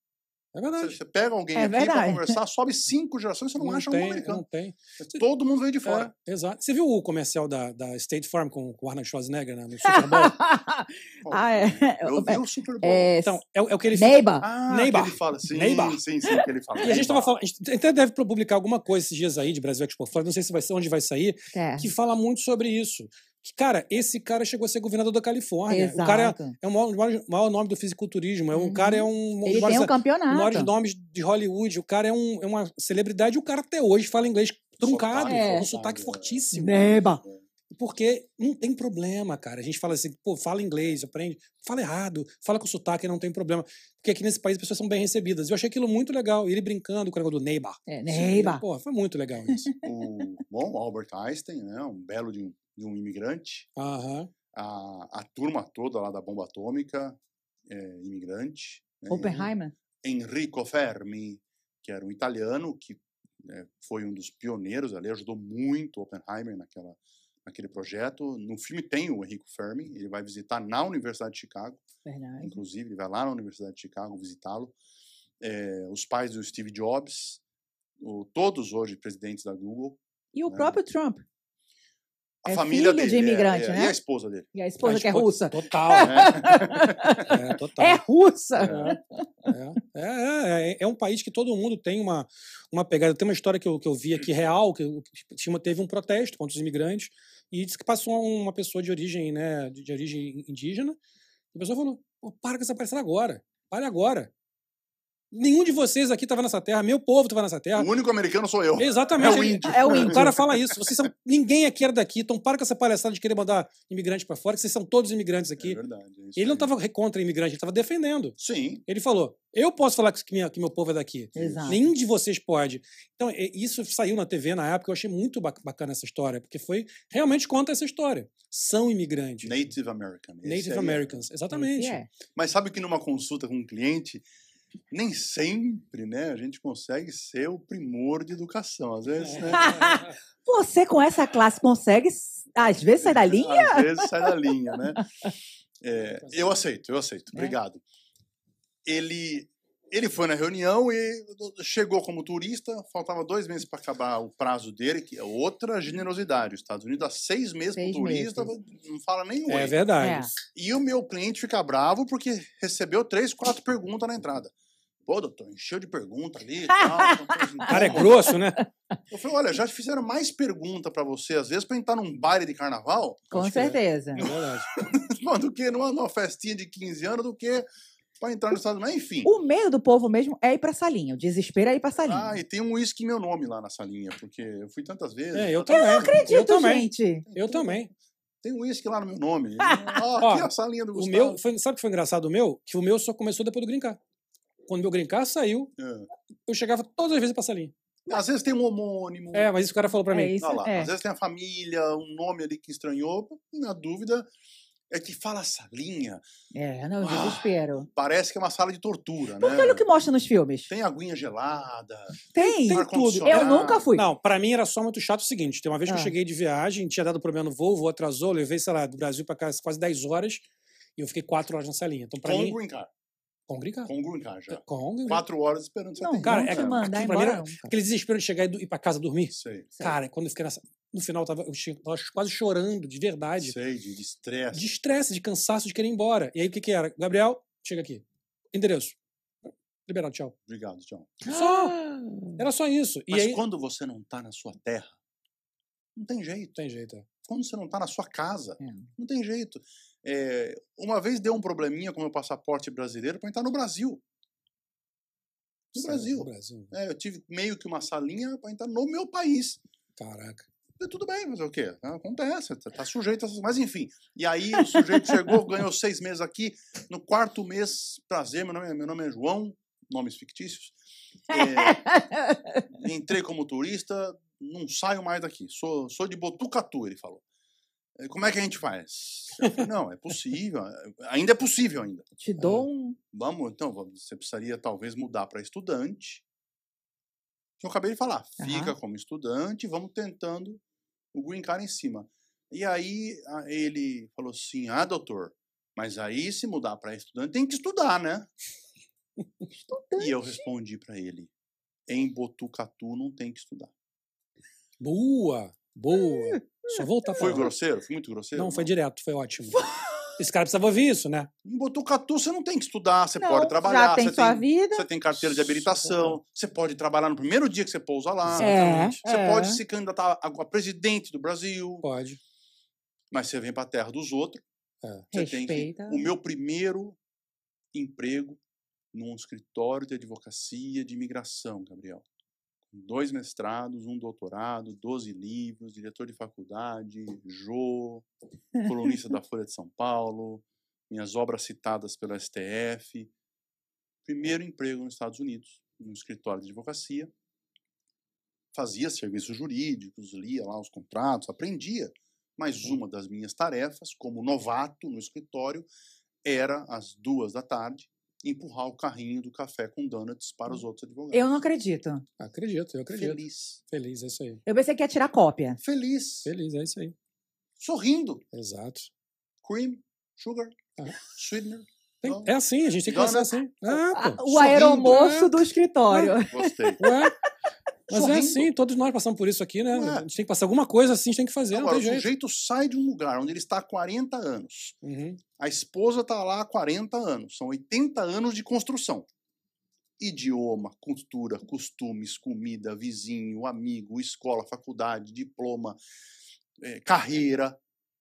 S1: É verdade.
S3: Você pega alguém
S2: É
S3: aqui pra
S2: verdade.
S3: conversar, sobe 5 gerações, você não acha um americano.
S1: Não tem.
S3: Todo mundo veio de fora.
S1: Exato. Você viu o comercial da State Farm com o Arnold Schwarzenegger, né, no Super Bowl?
S2: Ah, é.
S3: Eu vi o Super Bowl.
S1: Então, é o que ele
S2: Neighbor.
S3: Que ele fala. Sim,
S1: Neighbor.
S3: sim, que ele fala.
S1: E a gente tava falando, a gente até deve publicar alguma coisa esses dias aí de Brasil Expo Fora, não sei se vai ser onde vai sair,
S2: É.
S1: que fala muito sobre isso. Que, cara, esse cara chegou a ser governador da Califórnia.
S2: Exato.
S1: O cara é o maior nome do fisiculturismo. O cara é um
S2: Ele tem um campeonato.
S1: maiores nomes de Hollywood. O cara é uma celebridade e o cara até hoje fala inglês truncado,
S3: Sotaque,
S1: um sotaque fortíssimo.
S2: Neba.
S1: Porque não tem problema, cara. A gente fala assim, pô, fala inglês, aprende. Fala errado, fala com sotaque, não tem problema. Porque aqui nesse país as pessoas são bem recebidas. Eu achei aquilo muito legal. E ele brincando com o negócio do Neighbor.
S2: Neighbor.
S1: Pô, foi muito legal isso.
S3: O Albert Einstein, né, um belo de um imigrante.
S1: Aham.
S3: A turma toda lá da bomba atômica, imigrante. Né?
S2: Oppenheimer.
S3: Enrico Fermi, que era um italiano que foi um dos pioneiros ali, ajudou muito Oppenheimer naquele projeto. No filme tem o Enrico Fermi, ele vai visitar na Universidade de Chicago.
S2: Verdade.
S3: Inclusive, ele vai lá na Universidade de Chicago visitá-lo. Os pais do Steve Jobs, todos hoje presidentes da Google.
S2: E o próprio Trump.
S3: A
S2: É
S3: família
S2: filho
S3: dele,
S2: de imigrante, né?
S3: E a esposa dele.
S2: E a esposa que é russa.
S1: Total. Total.
S2: É russa.
S1: É um país que todo mundo tem uma pegada. Tem uma história que eu vi aqui real, que teve um protesto contra os imigrantes e disse que passou uma pessoa de origem, né, de origem indígena. E a pessoa falou, pô, para com essa palhaçada agora. Pare agora. Nenhum de vocês aqui estava nessa terra, meu povo estava nessa terra.
S3: O único americano sou eu.
S1: Exatamente.
S3: É o índio.
S2: É o índio.
S1: O cara fala isso. Ninguém aqui era daqui, então para com essa palhaçada de querer mandar imigrante para fora, que vocês são todos imigrantes aqui.
S3: É verdade.
S1: Ele não estava contra imigrante, ele estava defendendo.
S3: Sim.
S1: Ele falou, eu posso falar que meu povo é daqui.
S2: Exato.
S1: Nenhum de vocês pode. Então, isso saiu na TV na época, eu achei muito bacana essa história, porque foi realmente conta essa história. São imigrantes.
S3: Native American.
S1: Native Americans, exatamente.
S3: Mas sabe que numa consulta com um cliente, nem sempre, né, a gente consegue ser o primor de educação. Às vezes, né?
S2: Você com essa classe consegue, às vezes, sair da linha?
S3: Às vezes sai da linha, né? Eu aceito. Obrigado. Ele foi na reunião e chegou como turista, faltava 2 meses para acabar o prazo dele, que é outra generosidade. Os Estados Unidos dá 6 meses para o turista, não fala nem oi.
S1: É verdade.
S3: E o meu cliente fica bravo porque recebeu 3, 4 perguntas na entrada. Pô, doutor, encheu de pergunta ali.
S1: O cara é grosso, né?
S3: Eu falei, olha, já fizeram mais pergunta para você, às vezes, para entrar num baile de carnaval.
S2: Com certeza.
S1: É verdade.
S3: Do que numa festinha de 15 anos, do que para entrar no Estado Unidos. Mas, enfim.
S2: O medo do povo mesmo é ir pra salinha. O desespero é ir pra salinha.
S3: E tem um uísque em meu nome lá na salinha, porque eu fui tantas vezes.
S1: Eu também. Eu
S2: Acredito, gente.
S1: Eu também.
S3: Tem um uísque lá no meu nome. Aqui é a salinha do Gustavo.
S1: Sabe o que foi engraçado o meu? Que o meu só começou depois do Green Card. Quando o meu Green Card saiu, eu chegava todas as vezes pra salinha.
S3: Às vezes tem um homônimo.
S1: Mas isso o cara falou pra mim.
S2: Isso,
S3: Às vezes tem a família, um nome ali que estranhou. Na dúvida, é que fala salinha.
S2: Não, desespero.
S3: Parece que é uma sala de tortura,
S2: Porque
S3: né?
S2: olha o que mostra nos filmes.
S3: Tem aguinha gelada.
S2: Tem tudo.
S3: ar-condicionado.
S2: Eu nunca fui.
S1: Não, pra mim era só muito chato o seguinte: tem uma vez que eu cheguei de viagem, tinha dado problema no voo atrasou, levei, sei lá, do Brasil pra cá quase 10 horas e eu fiquei 4 horas na salinha. Então, pra mim.
S3: Green Card.
S1: Com Green Card.
S3: Com Green Card já.
S1: Com Green Card.
S3: 4 horas esperando você
S2: Não,
S3: ter.
S1: Cara,
S2: não te mandar
S1: pra mim
S2: embora
S1: era
S2: nunca.
S1: aquele desespero de chegar e ir pra casa dormir.
S3: Sei.
S1: Cara, quando eu fiquei no final, eu tava quase chorando, de verdade.
S3: Sei, de estresse.
S1: De estresse, de cansaço, de querer ir embora. E aí o que era? Gabriel, chega aqui. Endereço. Liberado, tchau.
S3: Obrigado, John.
S1: Era só isso.
S3: Mas
S1: e aí...
S3: quando você não tá na sua terra, não tem jeito.
S1: Tem jeito.
S3: Quando você não tá na sua casa, não tem jeito. Uma vez deu um probleminha com o meu passaporte brasileiro para entrar no Brasil. No Brasil. Eu tive meio que uma salinha para entrar no meu país.
S1: Caraca.
S3: Tudo bem, mas é o quê? Acontece, tá sujeito a... Mas enfim. E aí o sujeito chegou, ganhou 6 meses aqui. No 4º mês, prazer, meu nome é João, nomes fictícios. Entrei como turista, não saio mais daqui. Sou de Botucatu, ele falou. Como é que a gente faz? Eu falei, não, é possível. Ainda é possível ainda.
S2: Te dou um...
S3: Vamos, então, você precisaria talvez mudar para estudante. Eu acabei de falar, fica como estudante, vamos tentando o Green Card em cima. E aí ele falou assim, doutor, mas aí se mudar para estudante tem que estudar, né?
S2: Estudante.
S3: E eu respondi para ele, em Botucatu não tem que estudar.
S1: Boa! Só voltar pra
S3: Foi
S1: lá.
S3: grosseiro? Foi muito grosseiro?
S1: Não, foi direto, foi ótimo. Esse cara precisava ouvir isso, né?
S3: Em Botucatu você não tem que estudar, você
S2: Não,
S3: pode trabalhar,
S2: já tem
S3: você
S2: sua vida.
S3: você tem carteira de habilitação, você pode trabalhar no primeiro dia que você pousa lá,
S1: Exatamente.
S3: você pode se candidatar a presidente do Brasil,
S1: Pode.
S3: mas você vem para a terra dos outros, você tem que...
S2: Respeita.
S3: O meu primeiro emprego num escritório de advocacia de imigração, Gabriel. 2 mestrados, 1 doutorado, 12 livros, diretor de faculdade, colunista da Folha de São Paulo, minhas obras citadas pelo STF. Primeiro emprego nos Estados Unidos, num escritório de advocacia. Fazia serviços jurídicos, lia lá os contratos, aprendia. Mas uma das minhas tarefas, como novato no escritório, era, às 2 da tarde, empurrar o carrinho do café com donuts para os outros advogados.
S2: Eu não acredito.
S1: Acredito, eu acredito.
S3: Feliz.
S1: Feliz, é isso aí.
S2: Eu pensei que ia tirar cópia.
S3: Feliz.
S1: Feliz, é isso aí.
S3: Sorrindo.
S1: Exato.
S3: Cream, sugar,
S1: Ah.
S3: sweetener.
S1: É assim, a gente tem que pensar assim. Pô.
S2: O aeromoço
S1: é.
S2: do escritório.
S3: Gostei.
S1: Ué? Mas
S3: Sorrindo.
S1: é assim, todos nós passamos por isso aqui, né?
S3: Ué.
S1: A gente tem que passar alguma coisa assim, a gente tem que fazer,
S3: Agora,
S1: não
S3: o
S1: tem jeito.
S3: sujeito sai de um lugar onde ele está há 40 anos.
S1: Uhum.
S3: A esposa está lá há 40 anos. São 80 anos de construção. Idioma, cultura, costumes, comida, vizinho, amigo, escola, faculdade, diploma, carreira.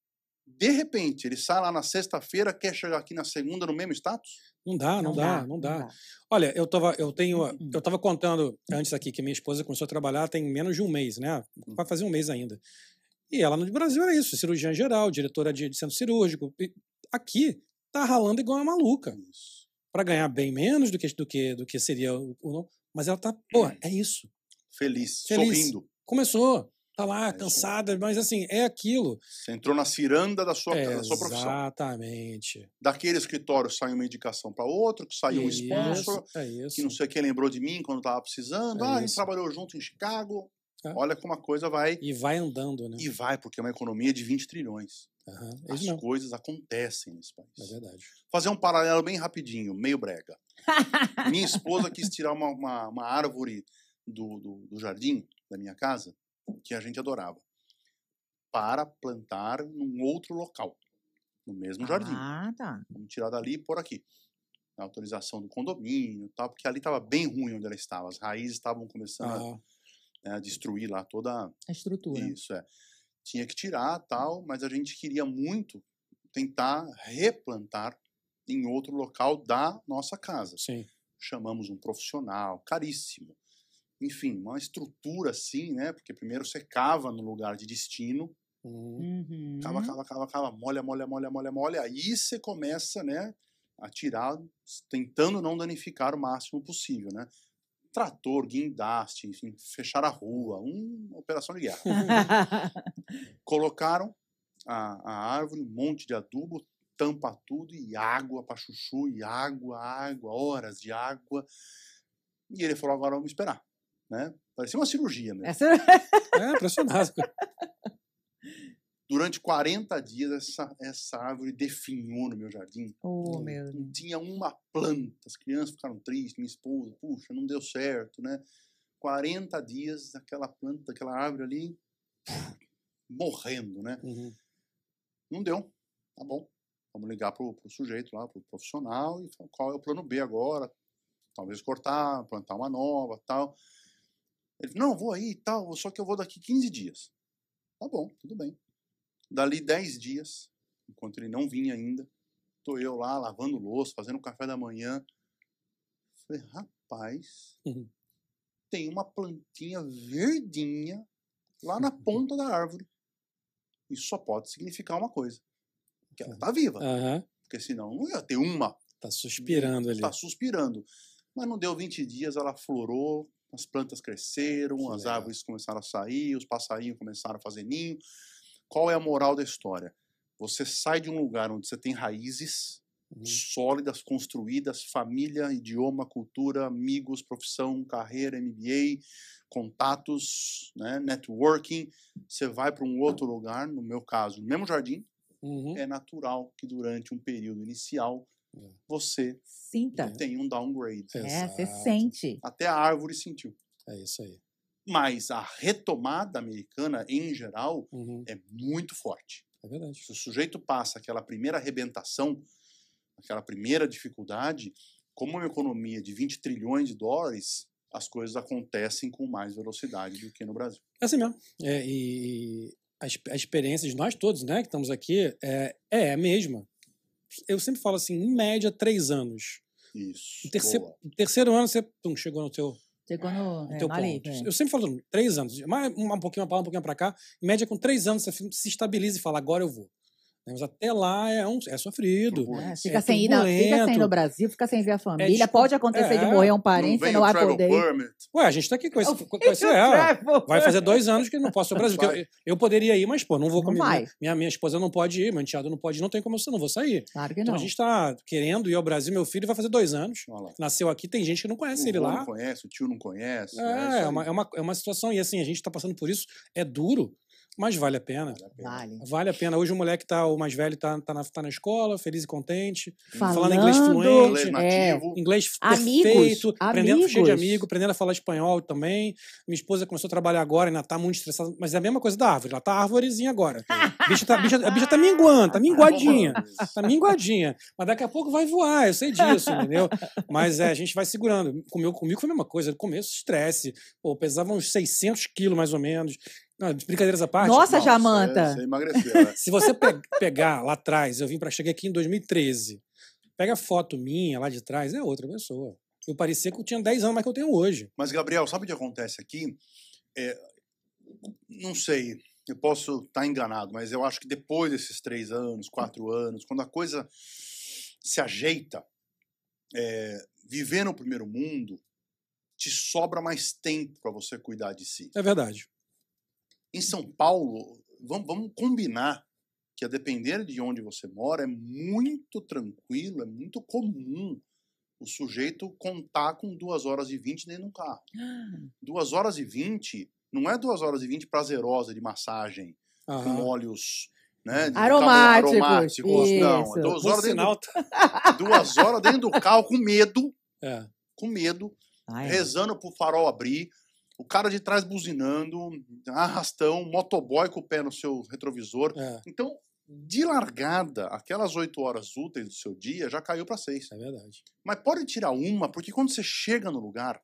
S3: De repente, ele sai lá na sexta-feira, quer chegar aqui na segunda no mesmo status?
S1: Não dá. Olha, eu tava contando antes aqui que minha esposa começou a trabalhar tem menos de um mês, né? Vai fazer um mês ainda. E ela no Brasil era isso, cirurgiã geral, diretora de centro cirúrgico. E aqui tá ralando igual uma maluca. Para ganhar bem menos do que seria o. Mas ela tá, é isso.
S3: Feliz,
S1: Feliz.
S3: sorrindo.
S1: Começou. Tá lá, cansada, mas assim, é aquilo.
S3: Você entrou na ciranda da sua profissão.
S1: Exatamente.
S3: Daquele escritório saiu uma indicação para outro, que saiu um sponsor, que não sei quem lembrou de mim quando estava precisando. A gente trabalhou junto em Chicago. Olha como a coisa vai...
S1: E vai andando, né?
S3: E vai, porque é uma economia de 20 trilhões. As
S1: não.
S3: coisas acontecem nesse país.
S1: É verdade.
S3: Fazer um paralelo bem rapidinho, meio brega. Minha esposa quis tirar uma árvore do jardim da minha casa, que a gente adorava, para plantar num outro local, no mesmo jardim.
S2: Tá.
S3: Vamos tirar dali e pôr aqui. A autorização do condomínio e tal, porque ali estava bem ruim onde ela estava. As raízes estavam começando a destruir lá toda
S2: a estrutura.
S3: Isso, Tinha que tirar tal, mas a gente queria muito tentar replantar em outro local da nossa casa.
S1: Sim.
S3: Chamamos um profissional, caríssimo. Enfim, uma estrutura assim, né? Porque primeiro você cava no lugar de destino, cava, molha, aí você começa, né, a tirar, tentando não danificar o máximo possível, né? Trator, guindaste, enfim, fechar a rua, uma operação de guerra. Colocaram a árvore, um monte de adubo, tampa tudo e água para chuchu, e água, horas de água. E ele falou, agora vamos esperar. Né? Parecia uma cirurgia mesmo.
S1: Impressionado.
S3: Durante 40 dias, essa árvore definhou no meu jardim.
S2: Oh, meu Deus.
S3: Tinha uma planta. As crianças ficaram tristes, minha esposa, puxa, não deu certo, né? 40 dias, aquela planta, aquela árvore ali, morrendo, né? Não deu. Tá bom. Vamos ligar pro sujeito lá, pro profissional, e falar, qual é o plano B agora? Talvez cortar, plantar uma nova, tal. Ele falou, não, vou aí e tal, só que eu vou daqui 15 dias. Tá bom, tudo bem. Dali 10 dias, enquanto ele não vinha ainda, tô eu lá lavando louça, fazendo café da manhã. Falei, rapaz, tem uma plantinha verdinha lá na ponta da árvore. Isso só pode significar uma coisa, que ela tá viva. Porque senão não ia ter uma.
S1: Tá suspirando ali.
S3: Tá suspirando. Mas não deu 20 dias, ela florou, as plantas cresceram, as árvores começaram a sair, os passarinhos começaram a fazer ninho. Qual é a moral da história? Você sai de um lugar onde você tem raízes sólidas, construídas, família, idioma, cultura, amigos, profissão, carreira, MBA, contatos, né, networking. Você vai para um outro lugar, no meu caso, no mesmo jardim. É natural que durante um período inicial você
S2: Sinta.
S3: tem um downgrade.
S2: Você
S1: Exato.
S2: sente.
S3: Até a árvore sentiu.
S1: É isso aí.
S3: Mas a retomada americana, em geral,
S1: Uhum.
S3: é muito forte.
S1: É verdade.
S3: Se o sujeito passa aquela primeira arrebentação, aquela primeira dificuldade, como uma economia de 20 trilhões de dólares, as coisas acontecem com mais velocidade do que no Brasil.
S1: É assim mesmo. E a experiência de nós todos, né, que estamos aqui, é a mesma. Eu sempre falo assim, em média, 3 anos.
S3: Isso.
S1: No
S3: Boa.
S1: terceiro ano, você chegou no teu
S2: Chegou no
S1: teu
S2: ali,
S1: ponto. Eu sempre falo 3 anos. Um pouquinho pra lá, um pouquinho pra cá. Em média, com 3 anos, você se estabiliza e fala, agora eu vou. Mas até lá é sofrido.
S2: Fica sem ir no Brasil, fica sem ver a família. Pode acontecer de morrer um parente, você não vai poder ir.
S1: Ué, a gente tá aqui com esse vai fazer 2 anos que não posso ir ao Brasil. Eu poderia ir, mas, pô, não vou comigo. Minha esposa não pode ir, meu enteado não pode ir, não tem como eu não vou sair.
S2: Claro que
S1: então
S2: não.
S1: a gente tá querendo ir ao Brasil, meu filho vai fazer 2 anos. Nasceu aqui, tem gente que não conhece ele lá.
S3: Não conhece, o tio não conhece.
S1: É uma situação, e assim, a gente tá passando por isso, é duro. Mas vale a pena. Vale a pena. Hoje o moleque o mais velho tá na escola, feliz e contente. Falando inglês fluente.
S3: Inglês nativo.
S1: Inglês
S2: perfeito.
S1: Cheio de amigo, aprendendo a falar espanhol também. Minha esposa começou a trabalhar agora, ainda tá muito estressada. Mas é a mesma coisa da árvore. Ela tá árvorezinha agora. A bicha tá minguando, tá minguadinha. Tá minguadinha. Mas daqui a pouco vai voar, eu sei disso, entendeu? Mas a gente vai segurando. Comigo foi a mesma coisa. No começo, estresse. Pô, pesava uns 600 quilos, mais ou menos. Não, brincadeiras à parte.
S2: Nossa, Jamanta!
S3: Você emagreceu, né?
S1: Se você pegar lá atrás, cheguei aqui em 2013. Pega a foto minha lá de trás, é outra pessoa. Eu parecia que eu tinha 10 anos mais que eu tenho hoje.
S3: Mas, Gabriel, sabe o que acontece aqui? Não sei, eu posso estar enganado, mas eu acho que depois desses 3 anos, 4 anos, quando a coisa se ajeita, viver no primeiro mundo te sobra mais tempo para você cuidar de si.
S1: É verdade.
S3: Em São Paulo, vamos combinar que, a depender de onde você mora, é muito tranquilo, é muito comum o sujeito contar com 2h20 dentro de um carro. 2h20 não é 2h20 prazerosa de massagem com óleos, né, aromáticos. Não, é 2 horas duas horas dentro do carro com medo, rezando pro farol abrir. O cara de trás buzinando, arrastão, motoboy com o pé no seu retrovisor. Então, de largada, aquelas 8 horas úteis do seu dia já caiu para 6.
S1: É verdade.
S3: Mas pode tirar uma, porque quando você chega no lugar...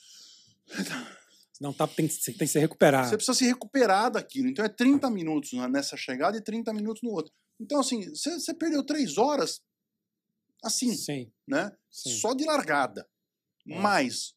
S1: Não, tem que se recuperar.
S3: Você precisa se recuperar daquilo. Então é 30 minutos nessa chegada e 30 minutos no outro. Então, assim, você perdeu 3 horas assim, né? Sim. Só de largada. Mas...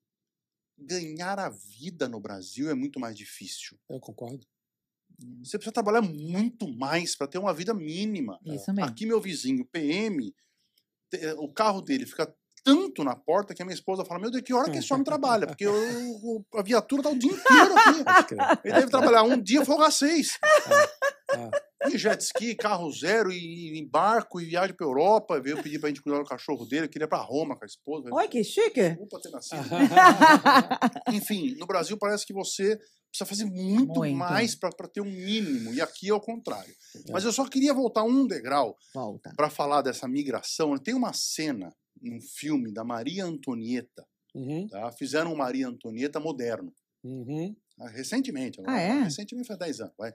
S3: ganhar a vida no Brasil é muito mais difícil.
S1: Eu concordo.
S3: Você precisa trabalhar muito mais para ter uma vida mínima.
S2: Isso mesmo.
S3: Aqui meu vizinho, PM, o carro dele fica tanto na porta que a minha esposa fala, meu Deus, que hora que esse homem trabalha? Porque a viatura tá o dia inteiro aqui. Ele deve trabalhar um dia, folga 6. E jet ski, carro zero, e barco, e viagem pra Europa. Veio pedir pra gente cuidar do cachorro dele, queria ir pra Roma com a esposa.
S2: Olha que chique!
S3: Desculpa ter nascido. Enfim, no Brasil parece que você precisa fazer muito mais pra ter um mínimo. E aqui é o contrário. Mas eu só queria voltar um degrau pra falar dessa migração. Tem uma cena num filme da Maria Antonieta. Tá? Fizeram um Maria Antonieta moderno. Recentemente. Recentemente faz 10 anos. Vai.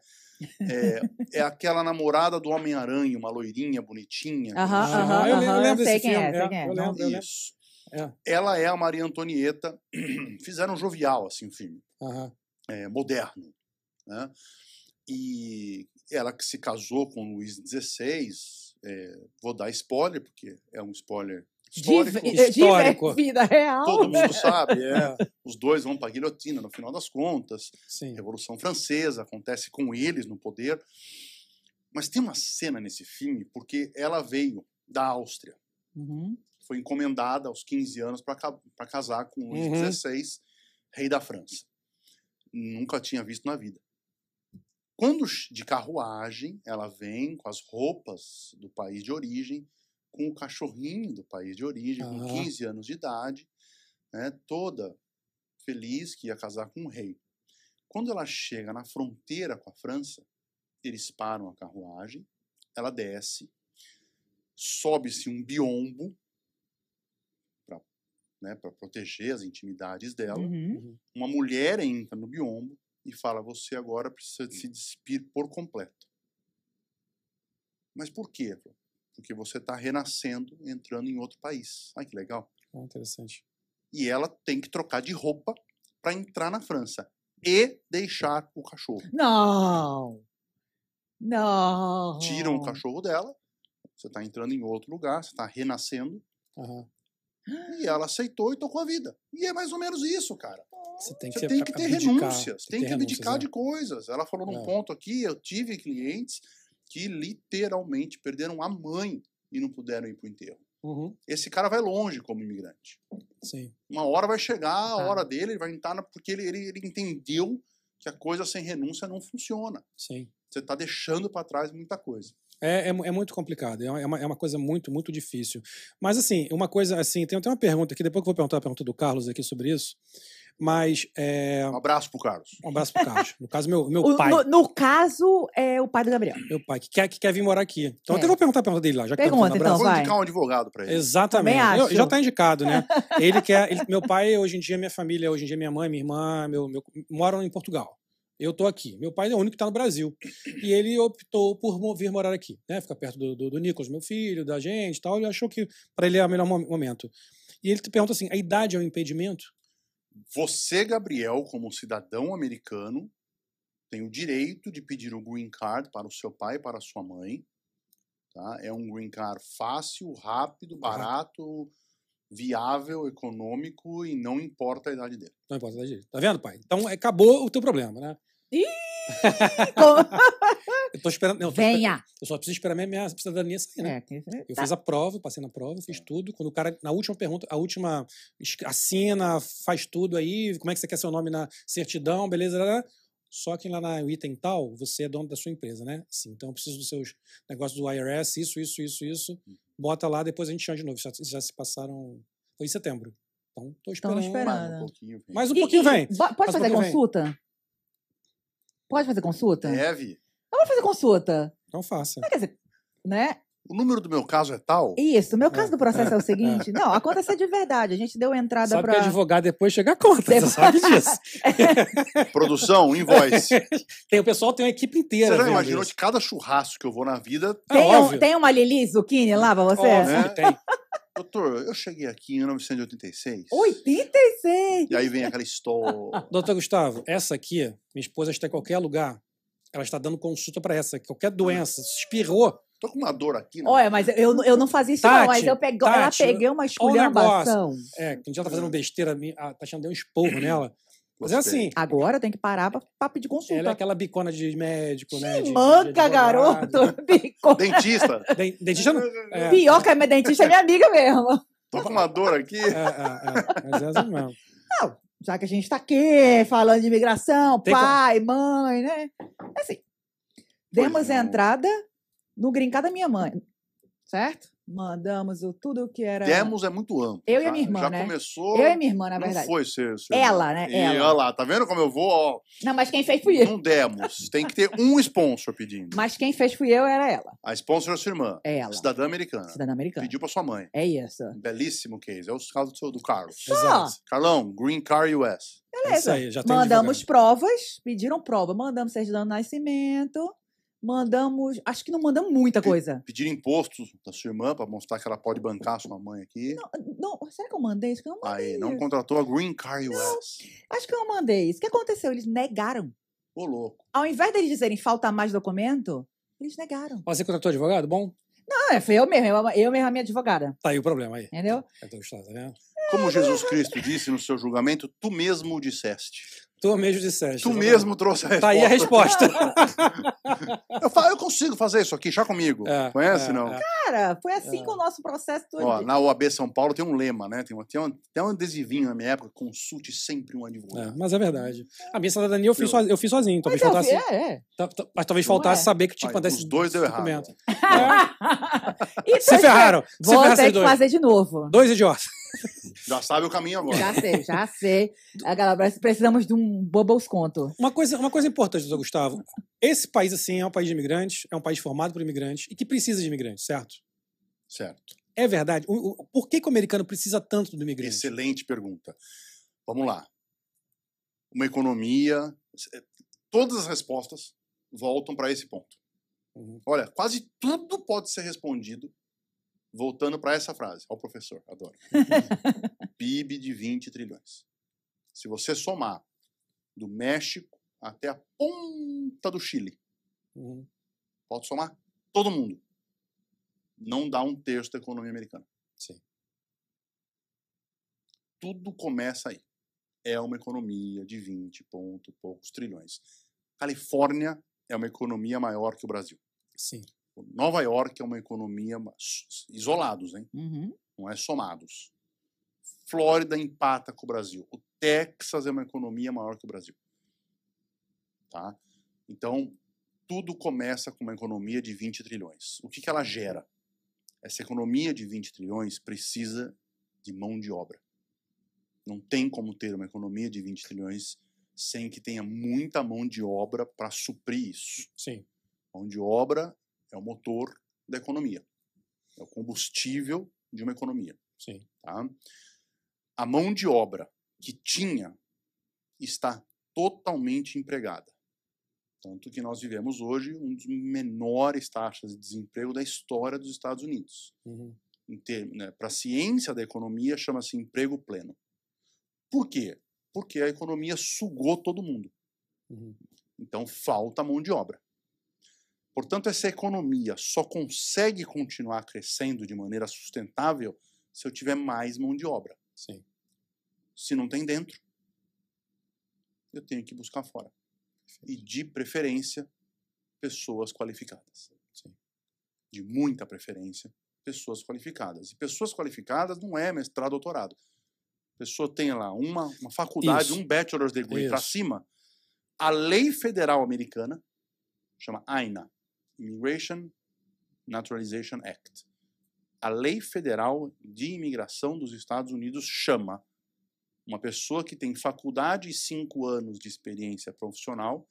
S3: É aquela namorada do Homem-Aranha, uma loirinha bonitinha.
S1: Eu lembro desse filme.
S2: Eu
S1: lembro.
S3: Isso. Ela é a Maria Antonieta. Fizeram jovial, assim, o filme. Moderno. Né? E ela que se casou com Luís XVI, vou dar spoiler, porque é um spoiler histórico.
S2: De vida real.
S3: Todo mundo sabe. Os dois vão para a guilhotina, no final das contas.
S1: Sim.
S3: Revolução Francesa acontece com eles no poder. Mas tem uma cena nesse filme, porque ela veio da Áustria. Foi encomendada aos 15 anos para casar com Luís XVI, rei da França. Nunca tinha visto na vida. Quando de carruagem, ela vem com as roupas do país de origem, com o cachorrinho do país de origem, com 15 anos de idade, né, toda feliz que ia casar com um rei. Quando ela chega na fronteira com a França, eles param a carruagem, ela desce, sobe-se um biombo para proteger as intimidades dela.
S2: Uhum.
S3: Uma mulher entra no biombo e fala: você agora precisa se despir por completo. Mas por quê? Porque você está renascendo, entrando em outro país. Ai, que legal.
S1: Interessante.
S3: E ela tem que trocar de roupa para entrar na França e deixar o cachorro.
S2: Não! Não!
S3: Tiram o cachorro dela, você está entrando em outro lugar, você está renascendo,
S1: Aham.
S3: e ela aceitou e tocou a vida. E é mais ou menos isso, cara.
S1: Você tem
S3: Você tem que ter
S1: abdicar,
S3: renúncias, tem que
S1: ter
S3: abdicar
S1: renúncias,
S3: de coisas. Ela falou num ponto aqui, eu tive clientes que literalmente perderam a mãe e não puderam ir pro enterro.
S1: Uhum.
S3: Esse cara vai longe como imigrante.
S1: Sim.
S3: Uma hora vai chegar a hora dele, ele vai entrar porque ele entendeu que a coisa sem renúncia não funciona.
S1: Sim.
S3: Você está deixando para trás muita coisa.
S1: É muito complicado, é uma coisa muito, muito difícil. Mas, assim, uma coisa, assim, tem uma pergunta aqui, depois que eu vou perguntar a pergunta do Carlos aqui sobre isso, mas...
S3: Um abraço pro Carlos.
S1: Um abraço pro Carlos. No caso, meu pai.
S2: No caso, é o pai do Gabriel.
S1: Meu pai, que quer vir morar aqui. Então, eu até vou perguntar a pergunta dele lá, já que
S2: Pergunta,
S1: tá
S2: então,
S3: Vou
S2: vai.
S3: indicar um advogado para ele.
S1: Exatamente.
S2: Também acho.
S1: Já tá indicado, né? Meu pai, hoje em dia, minha família, hoje em dia, minha mãe, minha irmã, moram em Portugal. Eu tô aqui. Meu pai é o único que tá no Brasil. E ele optou por vir morar aqui, né? Ficar perto do Nicolas, meu filho, da gente e tal. Ele achou que para ele é o melhor momento. E ele te pergunta assim, a idade é um impedimento?
S3: Você, Gabriel, como cidadão americano, tem o direito de pedir o green card para o seu pai e para a sua mãe. Tá? É um green card fácil, rápido, barato, viável, econômico e não importa a idade dele.
S1: Não importa a idade dele. Tá vendo, pai? Então acabou o teu problema, né?
S2: Ih!
S1: Eu tô esperando. Não,
S2: Venha!
S1: Eu só preciso esperar minha cidadania sair, né? Eu
S2: Tá.
S1: fiz a prova, passei na prova, fiz tudo. Quando o cara, na última pergunta, assina, faz tudo aí, como é que você quer seu nome na certidão, beleza? Só que lá na item tal, você é dono da sua empresa, né? Sim, então eu preciso dos seus negócios do IRS, isso. Bota lá, depois a gente chama de novo. Já se passaram. Foi em setembro. Então, tô esperando.
S3: Mais um pouquinho.
S1: Mais um pouquinho vem.
S2: Pode fazer consulta? Pode fazer consulta?
S3: Deve.
S2: Vamos fazer consulta.
S1: Então faça.
S2: Quer dizer, né?
S3: O número do meu caso é tal?
S2: Isso. O meu caso do processo é o seguinte. Não, aconteceu de verdade. A gente deu entrada
S1: Sabe
S2: pra...
S1: que advogado depois chega a conta, você sabe disso.
S3: Produção, invoice.
S1: O pessoal tem uma equipe inteira.
S3: Você já
S1: vendo
S3: imaginou
S1: isso.
S3: de cada churrasco que eu vou na vida?
S2: Tem uma Lili Zucchini lá pra você?
S1: Óbvio
S3: Né?
S1: que tem.
S3: Doutor, eu cheguei aqui em 1986.
S2: 86!
S3: E aí vem aquela história.
S1: Doutor Gustavo, essa aqui, minha esposa está em qualquer lugar, ela está dando consulta para essa. Qualquer doença, espirrou.
S3: Tô com uma dor aqui.
S2: Olha, mas eu não fazia isso não, mas ela peguei uma esculhambação.
S1: É, que um dia ela tá fazendo besteira, tá achando que deu um esporro nela. Mas é assim.
S2: Agora tem que parar pra pedir consulta.
S1: Ela é aquela bicona de médico, né?
S2: Que manca, garoto! Bicona.
S3: Dentista.
S1: Dentista não.
S2: Pior que a minha dentista é minha amiga mesmo.
S3: Tô com uma dor aqui.
S1: Mas é assim mesmo.
S2: Não, já que a gente tá aqui falando de imigração, pai, mãe, né? Assim, demos entrada no grincar da minha mãe, certo? Mandamos tudo o que era...
S3: Demos é muito amplo.
S2: Eu e a minha irmã, né?
S3: Já começou...
S2: Eu e a minha irmã, na verdade.
S3: Não foi ser...
S2: Ela, né?
S3: E
S2: Ela.
S3: olha lá, tá vendo como eu vou? Ó,
S2: não, mas quem fez fui eu.
S3: não demos. Tem que ter um sponsor pedindo.
S2: Mas quem fez fui eu, era ela.
S3: A sponsor é a sua irmã.
S2: É ela.
S3: Cidadã americana.
S2: Cidadã americana.
S3: Pediu pra sua mãe.
S2: É isso.
S3: Belíssimo case. É o caso do Carlos.
S1: Exato.
S3: Carlão, Green Card US.
S2: Beleza.
S1: É isso aí, já tem
S2: mandamos provas, pediram prova. Mandamos certidão de nascimento. Mandamos... Acho que não mandamos muita coisa.
S3: Pedir imposto da sua irmã pra mostrar que ela pode bancar a sua mãe aqui.
S2: Não, será que eu mandei isso? Que eu não mandei
S3: Aí, não
S2: isso.
S3: contratou a Green Card US.
S2: Acho que eu não mandei isso. O que aconteceu? Eles negaram.
S3: Ô, louco.
S2: Ao invés deles dizerem falta mais documento, eles negaram.
S1: Você contratou advogado? Bom?
S2: Não, foi eu mesmo. Eu mesmo a minha advogada.
S1: Tá aí o problema aí.
S2: Entendeu?
S1: Tá vendo?
S3: Como Jesus Cristo disse no seu julgamento, tu mesmo o disseste.
S1: Tu mesmo disseste.
S3: Tu mesmo trouxe a resposta.
S1: Tá aí a resposta.
S3: Eu consigo fazer isso aqui, já comigo. Conhece, não?
S2: Cara, foi assim com o nosso processo todo.
S3: Ó, na OAB São Paulo tem um lema, né? Tem um adesivinho na minha época, consulte sempre um advogado.
S1: Mas é verdade. A minha cidadania eu fiz sozinho. Talvez
S2: Mas
S1: faltasse.
S2: Mas
S1: talvez faltasse saber que tinha que mandar
S3: os dois deu errado.
S1: documento.
S2: Então,
S1: Se ferraram.
S2: Vou ter que fazer de novo.
S1: 2 idiotas.
S3: Já sabe o caminho agora.
S2: Já sei. A galera, precisamos de um bubbles conto.
S1: Uma coisa importante, doutor Gustavo. Esse país, assim, é um país de imigrantes, é um país formado por imigrantes e que precisa de imigrantes, certo?
S3: Certo.
S1: É verdade? Por que o americano precisa tanto do imigrante?
S3: Excelente pergunta. Vamos lá. Uma economia... Todas as respostas voltam para esse ponto.
S1: Uhum.
S3: Olha, quase tudo pode ser respondido voltando para essa frase. Ó, o professor, adoro. PIB de 20 trilhões. Se você somar do México até a ponta do Chile,
S1: Uhum.
S3: pode somar todo mundo. Não dá um terço da economia americana.
S1: Sim.
S3: Tudo começa aí. É uma economia de 20 e poucos trilhões. Califórnia é uma economia maior que o Brasil.
S1: Sim.
S3: Nova York é uma economia isolados, hein?
S2: Uhum.
S3: Não é somados. Flórida empata com o Brasil. O Texas é uma economia maior que o Brasil. Tá? Então, tudo começa com uma economia de 20 trilhões. O que ela gera? Essa economia de 20 trilhões precisa de mão de obra. Não tem como ter uma economia de 20 trilhões sem que tenha muita mão de obra para suprir isso.
S1: Sim.
S3: Mão de obra é o motor da economia. É o combustível de uma economia.
S1: Sim.
S3: Tá? A mão de obra que tinha está totalmente empregada. Tanto que nós vivemos hoje um dos menores taxas de desemprego da história dos Estados Unidos.
S1: Uhum.
S3: Né, para a ciência da economia, chama-se emprego pleno. Por quê? Porque a economia sugou todo mundo.
S1: Uhum.
S3: Então, falta mão de obra. Portanto, essa economia só consegue continuar crescendo de maneira sustentável se eu tiver mais mão de obra.
S1: Sim.
S3: Se não tem dentro, eu tenho que buscar fora. E, de preferência, pessoas qualificadas.
S1: Sim.
S3: De muita preferência, pessoas qualificadas. E pessoas qualificadas não é mestrado, doutorado. A pessoa tem lá uma faculdade,
S1: Isso.
S3: um bachelor's degree para
S1: Isso.
S3: cima. A lei federal americana chama INA, Immigration Naturalization Act. A lei federal de imigração dos Estados Unidos chama uma pessoa que tem faculdade e 5 anos de experiência profissional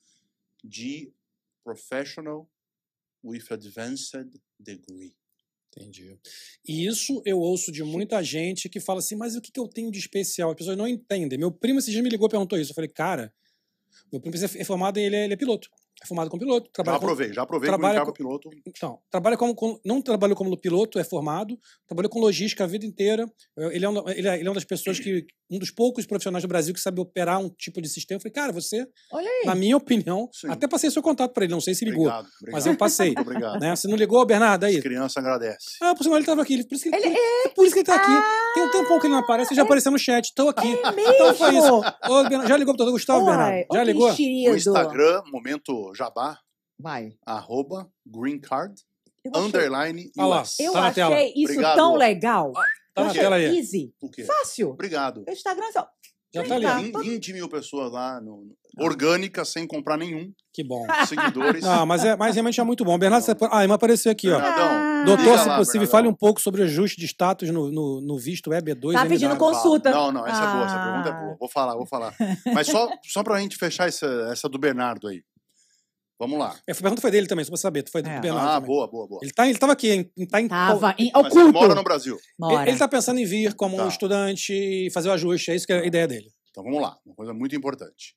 S3: de professional with advanced degree.
S1: Entendi. E isso eu ouço de muita gente que fala assim, mas o que eu tenho de especial? As pessoas não entendem. Meu primo esse dia me ligou e perguntou isso. Eu falei, cara, meu primo é formado e ele é piloto. É formado como piloto.
S3: Já aprovei como
S1: trabalha
S3: piloto.
S1: Então, trabalha não trabalhou como piloto, é formado, trabalhou com logística a vida inteira. Ele é uma das pessoas um dos poucos profissionais do Brasil que sabe operar um tipo de sistema. Eu falei, cara, você,
S2: Olha aí.
S1: na minha opinião,
S3: Sim.
S1: até passei seu contato para ele, não sei se ligou,
S3: Obrigado.
S1: mas eu passei.
S3: Muito obrigado.
S1: Né? Você não ligou, Bernardo, aí?
S3: As crianças agradecem.
S1: Ah, por sinal ele estava aqui. Por isso que ele tá aqui. Tem um tempão que ele não aparece, ele já apareceu no chat. Estou aqui. Então foi isso. Ô, Bernardo, já ligou para o Gustavo, Bernardo? Já ligou?
S3: O Instagram, momento jabá,
S2: Vai.
S3: @greencard,
S2: Eu achei,
S3: _US.
S1: Olha lá.
S2: eu
S1: Tá na tela.
S2: achei isso
S3: Obrigado.
S2: tão legal.
S1: Tá na tela aí.
S2: Easy.
S3: O quê?
S2: Fácil.
S3: Obrigado.
S2: O Instagram é só...
S1: Já tá ali.
S2: Tá.
S3: 20 mil pessoas lá, orgânicas, sem comprar nenhum.
S1: Que bom.
S3: Seguidores.
S1: Não, mas realmente é muito bom. Bernardo, você... me apareceu aqui, ó.
S3: Bernardão,
S1: Doutor,
S3: liga
S1: se
S3: lá,
S1: possível,
S3: Bernardão.
S1: fale um pouco sobre o ajuste de status no visto EB2.
S2: Tá pedindo
S1: MW.
S2: consulta.
S3: Não, essa é boa, essa pergunta é boa. Vou falar. Mas só pra gente fechar essa do Bernardo aí. Vamos lá.
S1: A pergunta foi dele também, só pra saber. Foi do Bernardo também.
S3: Boa.
S1: Ele tava aqui,
S2: Tava em
S3: Mas ele
S2: oculto.
S3: mora no Brasil.
S2: Mora.
S1: Ele tá pensando em vir como um
S3: Tá.
S1: estudante e fazer o ajuste. É isso que é a ideia dele.
S3: Então vamos lá, uma coisa muito importante.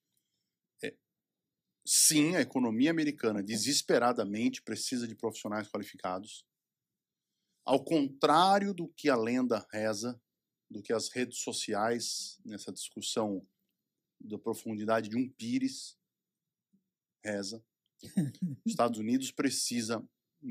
S3: Sim, a economia americana desesperadamente precisa de profissionais qualificados. Ao contrário do que a lenda reza, do que as redes sociais, nessa discussão da profundidade de um pires, reza, os Estados Unidos precisa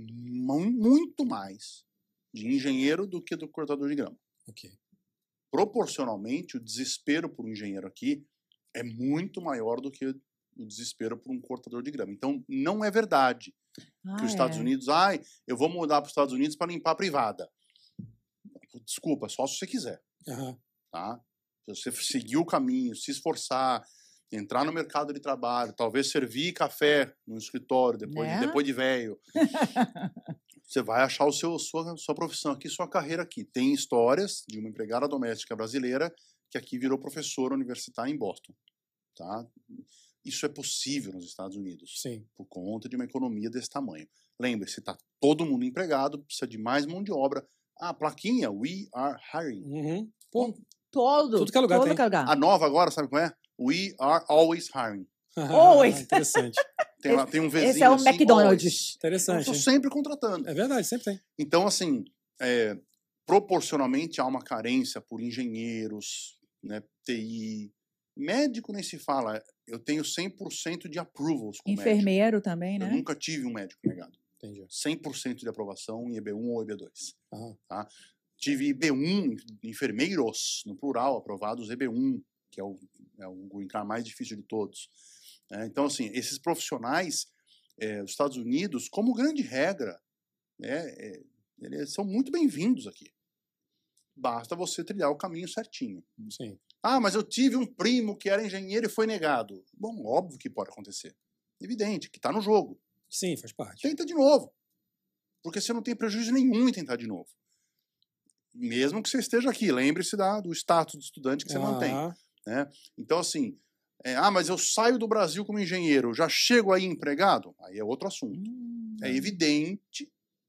S3: muito mais de engenheiro do que do cortador de grama.
S1: Ok.
S3: Proporcionalmente, o desespero por um engenheiro aqui é muito maior do que o desespero por um cortador de grama. Então, não é verdade que os Estados Unidos... eu vou mudar para os Estados Unidos para limpar a privada. Desculpa, só se você quiser.
S1: Uhum.
S3: Tá? Se você seguir o caminho, se esforçar, entrar no mercado de trabalho, talvez servir café no escritório depois de velho... Você vai achar sua profissão aqui, sua carreira aqui. Tem histórias de uma empregada doméstica brasileira que aqui virou professora universitária em Boston. Tá? Isso é possível nos Estados Unidos.
S1: Sim.
S3: Por conta de uma economia desse tamanho. Lembre-se, está todo mundo empregado, precisa de mais mão de obra, A plaquinha, we are hiring.
S1: Uhum. Pô,
S2: Tudo
S1: que é lugar
S2: todo
S1: tem.
S2: que é lugar.
S3: A nova agora, sabe qual é? We are always hiring.
S2: Always.
S1: Interessante.
S3: Tem um vizinho
S2: Esse é o
S3: assim,
S2: McDonald's.
S3: always. Eu
S1: Interessante.
S3: tô sempre contratando.
S1: É verdade, sempre tem.
S3: Então, assim, proporcionalmente há uma carência por engenheiros, né, TI. Médico nem se fala. Eu tenho 100% de approvals com médico.
S2: Enfermeiro também, né?
S3: Eu nunca tive um médico negado.
S1: Entendi.
S3: 100% de aprovação em EB1 ou EB2.
S1: Aham.
S3: Tá? Tive EB1, enfermeiros, no plural, aprovados EB1, que é o green card mais difícil de todos. Então, assim, esses profissionais, os Estados Unidos, como grande regra, eles são muito bem-vindos aqui. Basta você trilhar o caminho certinho.
S1: Sim.
S3: Ah, mas eu tive um primo que era engenheiro e foi negado. Bom, óbvio que pode acontecer. Evidente, que está no jogo.
S1: Sim, faz parte.
S3: Tenta de novo. Porque você não tem prejuízo nenhum em tentar de novo. Mesmo que você esteja aqui. Lembre-se do status de estudante que você mantém. Né? Então, assim, mas eu saio do Brasil como engenheiro, já chego aí empregado? Aí é outro assunto. É evidente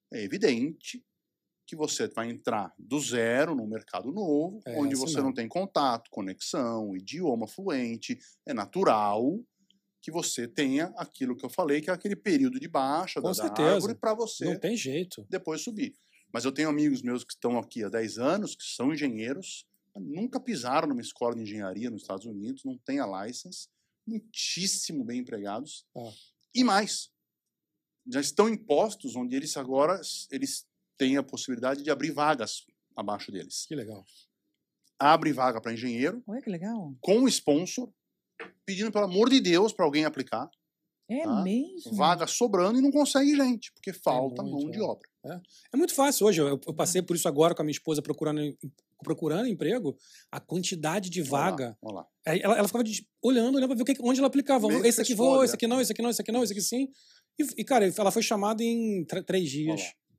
S3: que você vai entrar do zero num mercado novo, onde você não tem contato, conexão, idioma fluente. É natural que você tenha aquilo que eu falei, que é aquele período de baixa da árvore para você
S1: não tem jeito.
S3: Depois subir. Mas eu tenho amigos meus que estão aqui há 10 anos, que são engenheiros, nunca pisaram numa escola de engenharia nos Estados Unidos, não têm a license, muitíssimo bem empregados. E mais, já estão em postos onde eles agora têm a possibilidade de abrir vagas abaixo deles.
S1: Que legal.
S3: Abre vaga para engenheiro.
S2: Olha que legal.
S3: Com sponsor, pedindo, pelo amor de Deus, para alguém aplicar.
S2: É
S3: tá?
S2: mesmo?
S3: Vaga sobrando e não consegue gente, porque falta mão de obra.
S1: É muito fácil hoje. Eu passei por isso agora com a minha esposa procurando emprego. A quantidade de vaga.
S3: Olha lá.
S1: Ela ficava olhando para ver onde ela aplicava.
S3: Meio
S1: Esse aqui vou,
S3: pessoal,
S1: esse aqui não, esse aqui não, esse aqui não, esse aqui sim. E cara, ela foi chamada em 3 dias.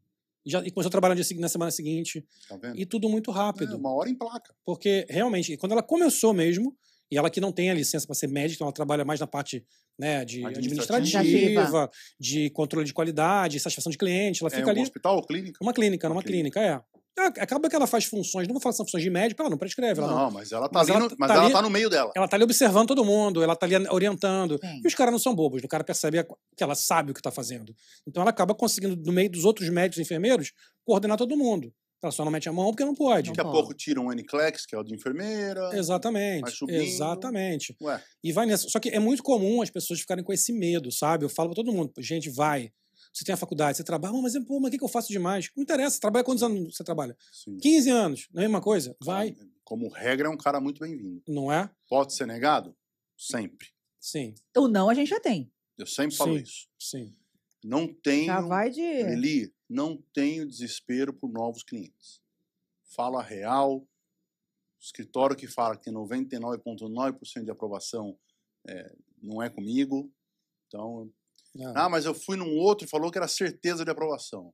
S1: E começou a trabalhar na semana seguinte.
S3: Tá vendo?
S1: E tudo muito rápido.
S3: Uma hora em placa.
S1: Porque, realmente, quando ela começou mesmo, e ela que não tem a licença para ser médica, então ela trabalha mais na parte, né, de administrativa, de controle de qualidade, satisfação de cliente. Ela fica ali.
S3: Hospital ou clínica?
S1: Uma clínica. Acaba que ela faz funções, não vou falar são funções de médico, ela não prescreve.
S3: Mas ela tá no meio dela.
S1: Ela tá ali observando todo mundo, ela tá ali orientando.
S2: Sim.
S1: E os caras não são bobos, o cara percebe que ela sabe o que tá fazendo. Então ela acaba conseguindo, no meio dos outros médicos e enfermeiros, coordenar todo mundo. Ela só não mete a mão porque não pode.
S3: Daqui a pouco tira um NCLEX, que é o de enfermeira.
S1: Exatamente.
S3: Vai subindo.
S1: Exatamente.
S3: Ué.
S1: E vai nessa. Só que é muito comum as pessoas ficarem com esse medo, sabe? Eu falo pra todo mundo, gente, vai. Você tem a faculdade, você trabalha, mas o que eu faço demais? Não interessa, trabalha quantos anos você trabalha?
S3: Sim.
S1: 15 anos, não é a mesma coisa? Vai.
S3: Como regra, é um cara muito bem-vindo.
S1: Não é?
S3: Pode ser negado? Sempre.
S1: Sim.
S2: O não a gente já tem.
S3: Eu sempre falo isso.
S1: Sim.
S3: Não tenho...
S2: Já vai de...
S3: Eli, não tenho desespero por novos clientes. Falo a real. O escritório que fala que tem 99,9% de aprovação não é comigo. Então... mas eu fui num outro e falou que era certeza de aprovação.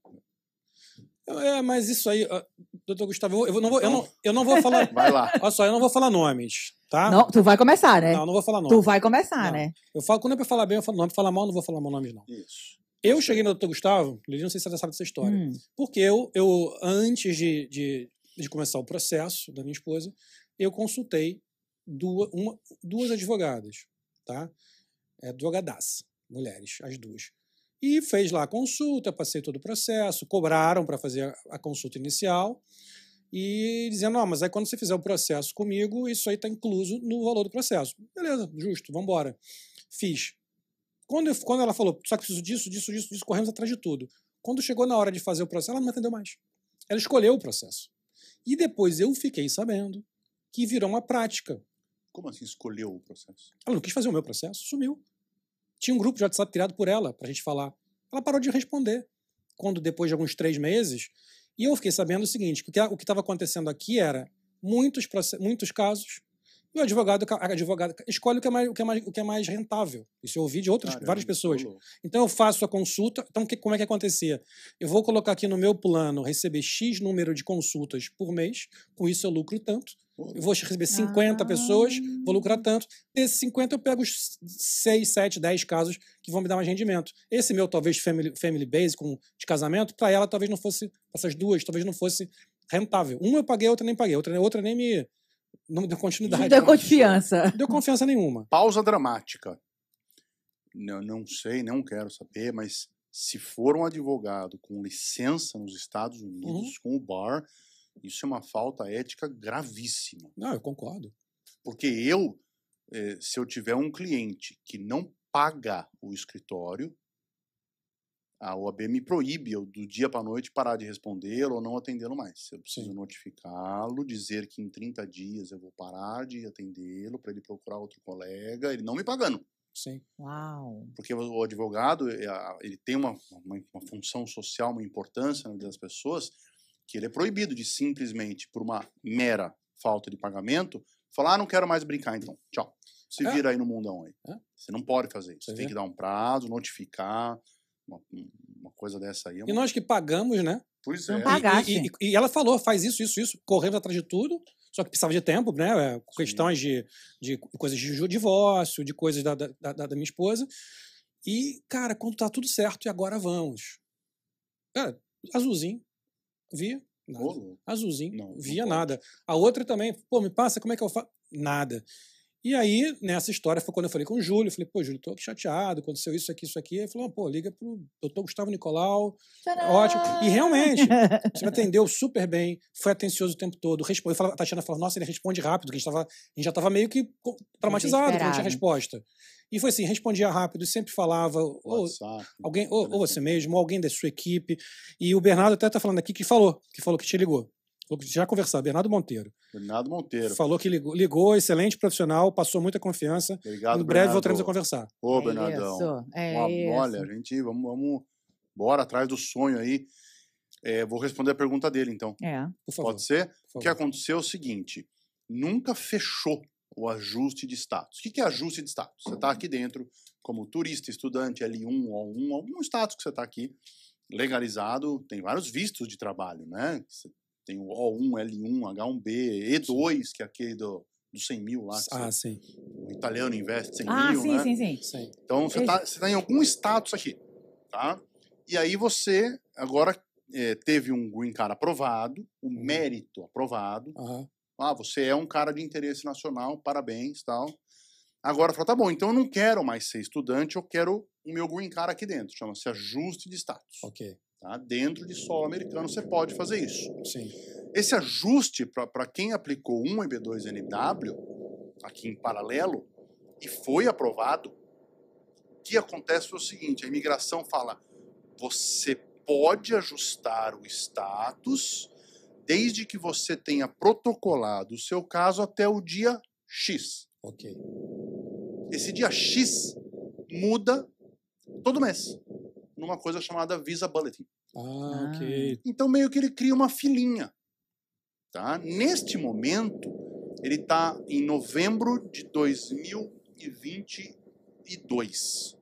S1: Mas isso aí, doutor Gustavo, eu não vou falar.
S3: Vai lá.
S1: Olha só, eu não vou falar nomes, tá?
S2: Não, tu vai começar, né?
S1: Não vou falar nomes.
S2: Tu vai começar, né?
S1: Eu falo, quando é pra falar bem, eu falo nome. Pra falar mal, não vou falar mal nomes, não.
S3: Isso.
S1: Eu cheguei no doutor Gustavo, ele não sei se você sabe dessa história, porque eu antes de começar o processo da minha esposa, eu consultei duas advogadas, tá? Advogadas, mulheres, as duas. E fez lá a consulta, passei todo o processo, cobraram para fazer a consulta inicial e dizendo, mas aí quando você fizer o processo comigo, isso aí está incluso no valor do processo. Beleza, justo, vamos embora. Fiz. Quando ela falou, só que preciso disso, corremos atrás de tudo. Quando chegou na hora de fazer o processo, ela não me atendeu mais. Ela escolheu o processo. E depois eu fiquei sabendo que virou uma prática.
S3: Como assim escolheu o processo?
S1: Ela não quis fazer o meu processo, sumiu. Tinha um grupo de WhatsApp criado por ela, pra gente falar. Ela parou de responder. Quando, depois de alguns 3 meses, e eu fiquei sabendo o seguinte, que o que estava acontecendo aqui era muitos casos E o advogado escolhe o que é mais rentável. Isso eu ouvi de várias pessoas. Então eu faço a consulta. Então como é que acontecia? Eu vou colocar aqui no meu plano receber X número de consultas por mês, com isso eu lucro tanto. Eu vou receber 50 pessoas, vou lucrar tanto. Desses 50 eu pego os 6, 7, 10 casos que vão me dar mais rendimento. Esse meu, talvez, family base, de casamento, para ela talvez não fosse, essas duas, talvez não fosse rentável. Uma eu paguei, outra nem paguei. Outra nem me... Não deu continuidade.
S2: Não deu confiança.
S1: Não deu confiança nenhuma.
S3: Pausa dramática. Não sei, não quero saber, mas se for um advogado com licença nos Estados Unidos, com o bar, isso é uma falta ética gravíssima.
S1: Não, eu concordo.
S3: Porque se eu tiver um cliente que não paga o escritório, a OAB me proíbe do dia para a noite parar de respondê-lo ou não atendê-lo mais. Eu preciso notificá-lo, dizer que em 30 dias eu vou parar de atendê-lo para ele procurar outro colega, ele não me pagando.
S1: Sim.
S2: Uau.
S3: Porque o advogado, ele tem uma função social, uma importância na vida das pessoas, que ele é proibido de simplesmente, por uma mera falta de pagamento, falar, não quero mais brincar então, tchau. Se vira aí no mundão aí. Você não pode fazer isso. Você tem que dar um prazo, notificar, uma coisa dessa aí.
S1: E nós que pagamos, né?
S3: Pois
S2: não
S3: é.
S2: pagasse.
S1: E ela falou, faz isso, corremos atrás de tudo, só que precisava de tempo, né? Questões de coisas de divórcio, de coisas da minha esposa. E, cara, quando tá tudo certo, e agora vamos. Cara, azulzinho. Via? Nada. Azulzinho. Não via nada. A outra também, pô, me passa, como é que eu faço? Nada. E aí, nessa história, foi quando eu falei com o Júlio. Eu falei, pô, Júlio, tô aqui chateado, aconteceu isso aqui. Ele falou, pô, liga pro doutor Gustavo Nicolau.
S2: Tcharam!
S1: Ótimo. E realmente, você me atendeu super bem, foi atencioso o tempo todo. A Tatiana falou, nossa, ele responde rápido, que a gente já tava meio que traumatizado, que não tinha resposta. E foi assim, respondia rápido, sempre falava, ou você mesmo, ou alguém da sua equipe. E o Bernardo até tá falando aqui que falou que te ligou. Já conversar, Bernardo Monteiro. Falou que ligou, excelente profissional, passou muita confiança.
S3: Obrigado,
S1: em breve
S3: Bernardo.
S1: voltaremos a conversar.
S3: Ô, Bernardão. Olha, a gente vamos bora atrás do sonho aí. Vou responder a pergunta dele, então.
S1: Por favor.
S3: Pode ser? O que aconteceu é o seguinte, nunca fechou o ajuste de status. O que é ajuste de status? Você está aqui dentro como turista, estudante, L1, O1, algum status que você está aqui legalizado, tem vários vistos de trabalho, né? Você tem o O1, L1, H1B, E2, que é aquele do 100 mil lá.
S1: Sim.
S3: O italiano investe 100 mil,
S2: sim,
S3: né?
S2: sim.
S3: Então, você tá em algum status aqui, tá? E aí você, agora, teve um green card aprovado, o mérito aprovado. Você é um cara de interesse nacional, parabéns, tal. Agora, fala, tá bom, então eu não quero mais ser estudante, eu quero o meu green card aqui dentro. Chama-se ajuste de status.
S1: Ok.
S3: Tá? Dentro de solo americano você pode fazer isso.
S1: Sim.
S3: Esse ajuste, para quem aplicou um EB2NW, aqui em paralelo, e foi aprovado, o que acontece foi o seguinte, a imigração fala, você pode ajustar o status desde que você tenha protocolado o seu caso até o dia X.
S1: Ok.
S3: Esse dia X muda todo mês, numa coisa chamada Visa Bulletin.
S1: Ok.
S3: Então, meio que ele cria uma filinha. Tá? Neste momento, ele está em novembro de 2022.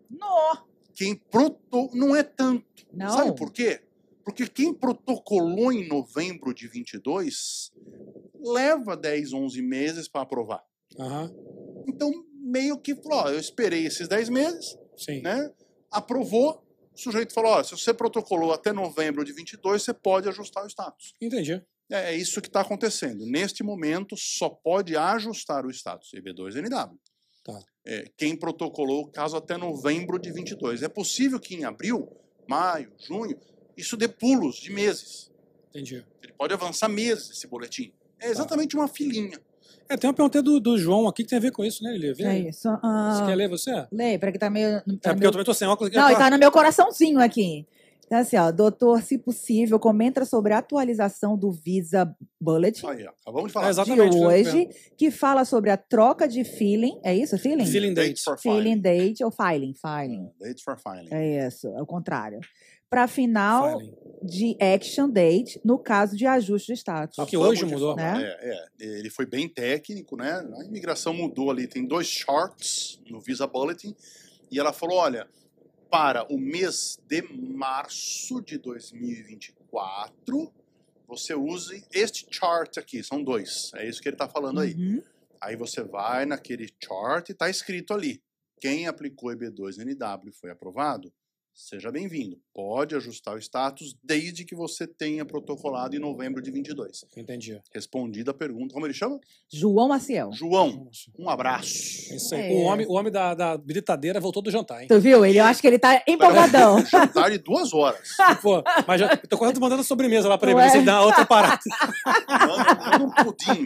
S3: Não é tanto.
S2: Não.
S3: Sabe por quê? Porque quem protocolou em novembro de 22 leva 10, 11 meses para aprovar. Então, meio que falou, eu esperei esses 10 meses, né? Aprovou, o sujeito falou, se você protocolou até novembro de 22, você pode ajustar o status.
S1: Entendi.
S3: É isso que está acontecendo. Neste momento, só pode ajustar o status, EB2NW.
S1: Tá.
S3: Quem protocolou o caso até novembro de 22. É possível que em abril, maio, junho, isso dê pulos de meses.
S1: Entendi.
S3: Ele pode avançar meses, esse boletim. É exatamente uma filinha.
S1: Tem uma pergunta do João aqui que tem a ver com isso, né, Lili?
S2: É isso.
S1: Você quer ler você?
S2: Lê, para que tá meio...
S1: porque eu também tô sem óculos aqui.
S2: Não, tá no meu coraçãozinho aqui. Então, assim, doutor, se possível, comenta sobre a atualização do Visa Bulletin
S3: acabamos de falar.
S2: de hoje, que fala sobre a troca de filing. É isso? Filing?
S1: Filing date.
S2: Filing date ou filing.
S3: Dates for filing.
S2: É isso, é o contrário. para final
S1: Falem.
S2: de action date no caso de ajuste de status.
S1: Só que hoje
S3: Vamos de
S1: mudou.
S3: falar,
S2: Né?
S3: Ele foi bem técnico, né? A imigração mudou ali, tem 2 charts no Visa Bulletin, e ela falou, olha, para o mês de março de 2024, você use este chart aqui, são 2, é isso que ele está falando aí.
S2: Uhum.
S3: Aí você vai naquele chart e está escrito ali, quem aplicou EB2NW e foi aprovado, seja bem-vindo. Pode ajustar o status desde que você tenha protocolado em novembro de 22.
S1: Entendi.
S3: Respondida a pergunta, como ele chama?
S2: João Maciel.
S3: João, um abraço.
S1: Isso aí.
S2: É.
S1: O homem da britadeira voltou do jantar, hein?
S2: Tu viu? Eu acho que ele tá empolgadão.
S3: Jantar de 2 horas.
S1: Pô, mas já, eu tô quase mandando a sobremesa lá pra ele,
S2: Não
S1: ver se
S2: é?
S1: ele dá outra parada.
S3: Manda um pudim.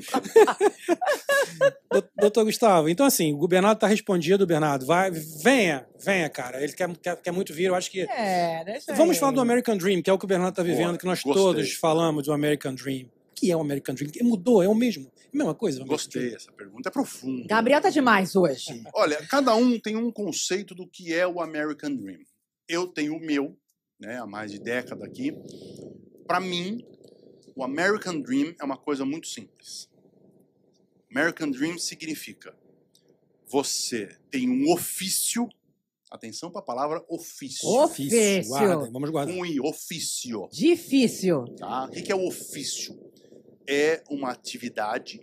S1: Doutor Gustavo, então assim, o Bernardo tá respondido, Bernardo. Venha, cara. Ele quer muito vir, eu acho que...
S2: Deixa
S1: Vamos
S2: aí.
S1: falar do American Dream, que é o que o Bernardo tá vivendo,
S3: Boa,
S1: que nós
S3: gostei.
S1: todos falamos do American Dream. O que é o American Dream? Mudou, é o mesmo? É a mesma coisa? o American
S3: Gostei,
S1: Dream?
S3: essa pergunta é profunda.
S2: Gabriel tá demais hoje.
S3: Olha, cada um tem um conceito do que é o American Dream. Eu tenho o meu, né, há mais de década aqui. Para mim, o American Dream é uma coisa muito simples. American Dream significa você tem um ofício, atenção para a palavra ofício.
S2: Ofício.
S1: Guarda, vamos guardar.
S3: Um I, ofício.
S2: Difícil.
S3: Tá? O que é o ofício? É uma atividade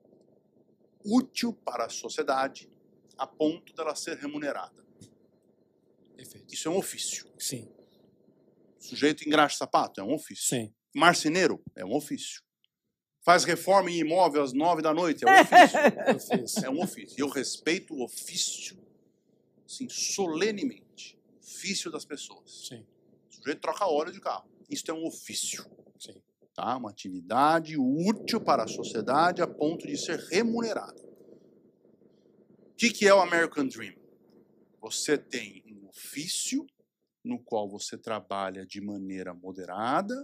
S3: útil para a sociedade a ponto dela ser remunerada.
S1: Perfeito.
S3: Isso é um ofício.
S1: Sim,
S3: Sujeito engraxa sapato é um ofício.
S1: sim.
S3: Marceneiro é um ofício. Faz reforma em imóvel às 9 da noite é um ofício.
S1: Eu fiz.
S3: É um ofício. E eu respeito o ofício, assim, solenemente. Ofício das pessoas.
S1: Sim,
S3: O sujeito troca óleo de carro. Isso é um ofício.
S1: sim.
S3: Tá? Uma atividade útil para a sociedade a ponto de ser remunerada. O que é o American Dream? Você tem um ofício no qual você trabalha de maneira moderada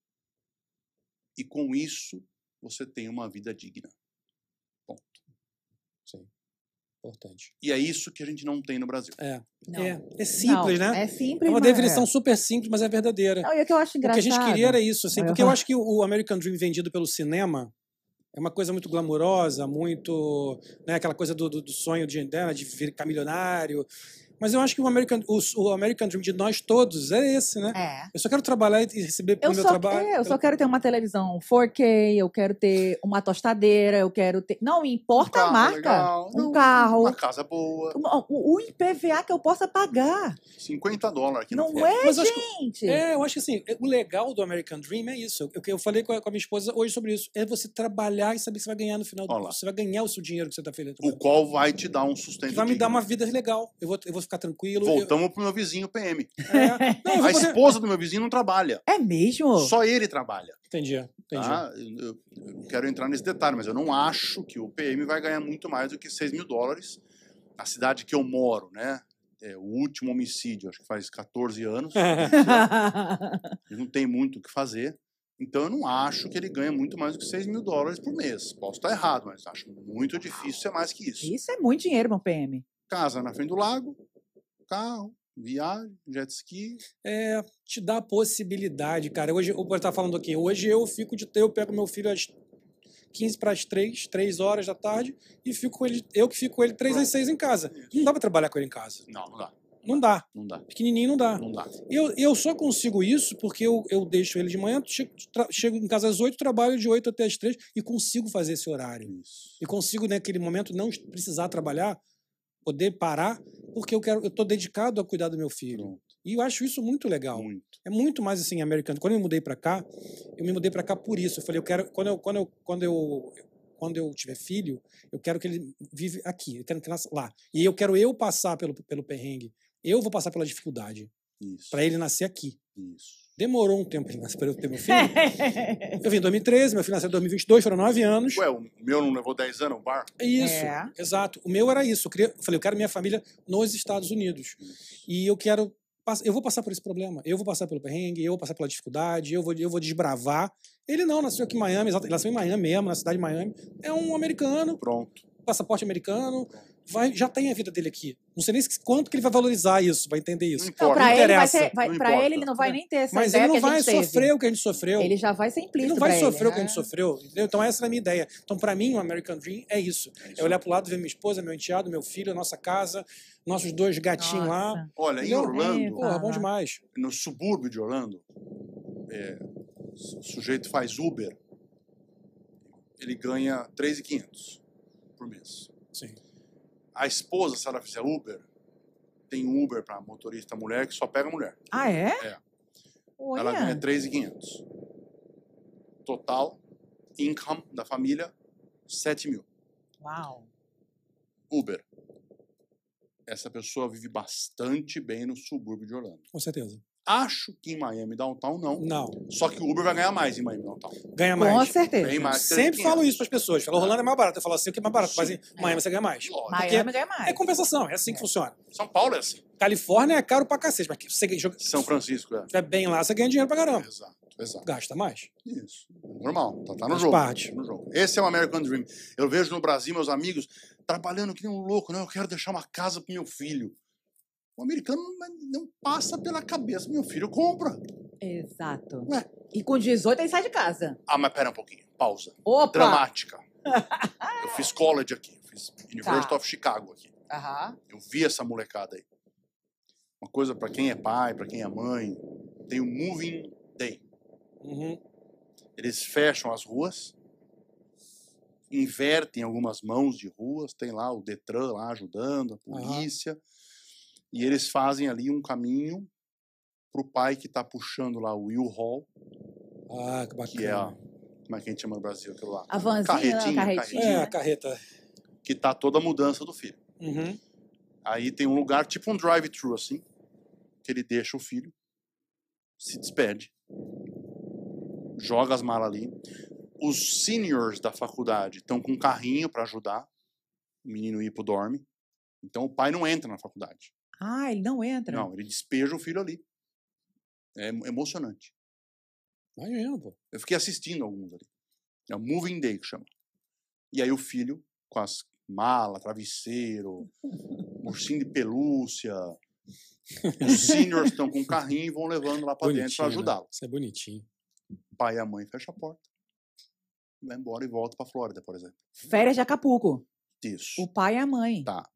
S3: e com isso você tem uma vida digna. Ponto.
S1: Sim. Importante.
S3: E é isso que a gente não tem no Brasil.
S2: Não.
S1: É simples,
S2: Não,
S1: né?
S2: É simples,
S1: É uma
S2: mas
S1: definição super simples, mas é verdadeira.
S2: Não, e o que eu acho
S1: O que a
S2: engraçado...
S1: gente queria era isso, assim,
S2: Eu
S1: porque
S2: ia
S1: eu
S2: falar.
S1: acho que o American Dream vendido pelo cinema é uma coisa muito glamurosa, muito, né, aquela coisa do sonho de ficar milionário. Mas eu acho que o American Dream de nós todos é esse, né?
S2: É.
S1: Eu só quero trabalhar e receber pelo meu trabalho.
S2: Eu só quero ter uma televisão 4K, eu quero ter uma tostadeira, eu quero ter... Não importa a marca.
S3: Legal,
S2: Um carro.
S3: Uma casa boa.
S2: O IPVA que eu possa pagar.
S3: $50 aqui
S2: Não
S3: no
S2: é,
S1: Mas acho
S2: gente?
S1: eu acho que assim, o legal do American Dream é isso. Eu falei com a minha esposa hoje sobre isso. É você trabalhar e saber que você vai ganhar no final do
S3: Olha lá.
S1: mês. Você vai ganhar o seu dinheiro que você está fazendo.
S3: O qual vai te dar um sustento
S1: Que vai me dar
S3: digno.
S1: uma vida legal. Eu vou ficar tranquilo.
S3: Voltamos pro meu vizinho PM.
S1: Não, eu vou
S3: A
S1: poder...
S3: esposa do meu vizinho não trabalha.
S2: É mesmo?
S3: Só ele trabalha.
S1: Entendi.
S3: Tá? Eu não quero entrar nesse detalhe, mas eu não acho que o PM vai ganhar muito mais do que $6.000. Na cidade que eu moro, né? O último homicídio, acho que faz 14 anos. Ele não tem muito o que fazer. Então eu não acho que ele ganha muito mais do que $6.000 por mês. Posso estar errado, mas acho muito difícil ser mais que isso.
S2: Isso é muito dinheiro, meu PM.
S3: Casa na frente do lago, carro, viagem, jet ski.
S1: Te dá a possibilidade, cara. Hoje, eu estava falando aqui, hoje eu pego meu filho às 15 para as 3 horas da tarde, e fico com ele, eu que fico com ele 3 às 6 em casa. Não dá para trabalhar com ele em casa.
S3: Não, não dá.
S1: Não dá.
S3: Não dá.
S1: Pequenininho não dá.
S3: Não dá.
S1: Eu só consigo isso porque eu deixo ele de manhã, chego em casa às 8, trabalho de 8 até as 3 e consigo fazer esse horário.
S3: Isso.
S1: E consigo, naquele momento, não precisar trabalhar, poder parar, porque eu estou dedicado a cuidar do meu filho.
S3: Pronto.
S1: E eu acho isso muito legal.
S3: Muito.
S1: É muito mais assim, americano. Quando eu me mudei para cá, eu me mudei para cá por isso. Eu falei, eu quero, quando eu tiver filho, eu quero que ele vive aqui, eu quero que ele nasça lá. E eu quero passar pelo perrengue. Eu vou passar pela dificuldade
S3: Isso.
S1: para ele nascer aqui.
S3: Isso.
S1: Demorou um tempo para eu ter meu filho. Eu vim em 2013, meu filho nasceu em 2022, foram 9 anos.
S3: Ué, o meu não levou 10 anos, o bar?
S1: Isso,
S2: É.
S1: exato. O meu era isso. Eu falei, eu quero minha família nos Estados Unidos. E eu vou passar por esse problema. Eu vou passar pelo perrengue, eu vou passar pela dificuldade, eu vou desbravar. Ele não, nasceu aqui em Miami, ele nasceu em Miami mesmo, na cidade de Miami. É um americano,
S3: Pronto.
S1: passaporte americano, já tem a vida dele aqui. Não sei nem quanto que ele vai valorizar isso, vai entender isso.
S3: Não
S2: Não,
S3: importa.
S2: pra ele,
S1: interessa.
S2: pra
S3: importa.
S2: ele, ele não vai nem ter essa
S1: Mas
S2: ideia
S1: ele não
S2: que a
S1: vai
S2: gente teve.
S1: sofrer o que a gente sofreu.
S2: Ele já vai ser
S1: Ele
S2: implícito
S1: não vai
S2: pra
S1: sofrer o que a
S2: ele.
S1: gente sofreu, entendeu? Então essa é a minha ideia. Então, pra mim, o American Dream é isso. É olhar pro lado, ver minha esposa, meu enteado, meu filho, a nossa casa, nossos 2 gatinhos lá.
S2: Nossa.
S3: Olha, em
S1: Entendeu?
S3: Orlando,
S1: Porra, bom demais.
S3: no subúrbio de Orlando, o sujeito faz Uber, ele ganha 3.500 por mês.
S1: Sim.
S3: A esposa, se ela fizer Uber, tem um Uber para motorista mulher que só pega mulher.
S2: Ah, é?
S3: É.
S2: Olha.
S3: Ela ganha 3.500. Total income da família, 7.000.
S2: Uau.
S3: Uber. Essa pessoa vive bastante bem no subúrbio de Orlando.
S1: Com certeza.
S3: Acho que em Miami Downtown não.
S1: Não.
S3: Só que o Uber vai ganhar mais em Miami Downtown.
S1: Ganha
S2: Com
S1: mais.
S2: certeza.
S3: Bem mais. que
S1: Sempre
S3: 3.500.
S1: falo isso pras pessoas. Falo, Orlando é mais barato. Eu falo assim, o que é mais barato? Mas em Miami você ganha mais.
S3: Lógico.
S2: Miami ganha mais.
S1: É compensação, é assim que funciona.
S3: São Paulo é assim.
S1: Califórnia é caro pra cacete, mas se você
S3: São Francisco é.
S1: estiver bem lá, você ganha dinheiro pra caramba.
S3: Exato.
S1: Gasta mais.
S3: Isso. Normal. Tá no
S1: Faz
S3: jogo.
S1: parte.
S3: Tá no jogo. Esse é o American Dream. Eu vejo no Brasil meus amigos trabalhando que nem um louco. Não, eu quero deixar uma casa pro meu filho. O americano não passa pela cabeça. Meu filho compra.
S2: Exato.
S3: Ué.
S2: E com 18 ele sai de casa.
S3: Ah, mas pera um pouquinho. Pausa.
S2: Opa!
S3: Dramática. Eu fiz college aqui. Fiz University
S2: Tá.
S3: of Chicago aqui.
S2: Aham.
S3: Eu vi essa molecada aí. Uma coisa pra quem é pai, pra quem é mãe. Tem o Moving Day.
S1: Uhum.
S3: Eles fecham as ruas, invertem algumas mãos de ruas, tem lá o Detran lá ajudando, a polícia, e eles fazem ali um caminho pro pai que tá puxando lá o U-Haul,
S1: Ah, que bacana.
S3: que é a... Como é que a gente chama no Brasil aquilo lá?
S2: A vanzinha,
S3: Carretinha,
S2: a carretinha.
S1: É, a carreta.
S3: Que tá toda a mudança do filho.
S1: Uhum.
S3: Aí tem um lugar, tipo um drive-thru assim, que ele deixa o filho, se despede, joga as malas ali. Os seniors da faculdade estão com um carrinho para ajudar o menino ir pro dorme. Então o pai não entra na faculdade.
S2: Ah, ele não entra?
S3: Não, ele despeja o filho ali. É emocionante.
S1: Imagina, pô.
S3: Eu fiquei assistindo alguns ali. É o Moving Day que chama. E aí o filho, com as malas, travesseiro, ursinho de pelúcia. Os seniors estão com um carrinho e vão levando lá para dentro para
S1: Bonitinho,
S3: ajudá-lo.
S1: né? Isso é bonitinho.
S3: O pai e a mãe fecham a porta. Vai embora e volta para Flórida, por exemplo.
S2: Férias de Acapulco.
S3: Isso.
S2: O pai e a mãe.
S3: Tá.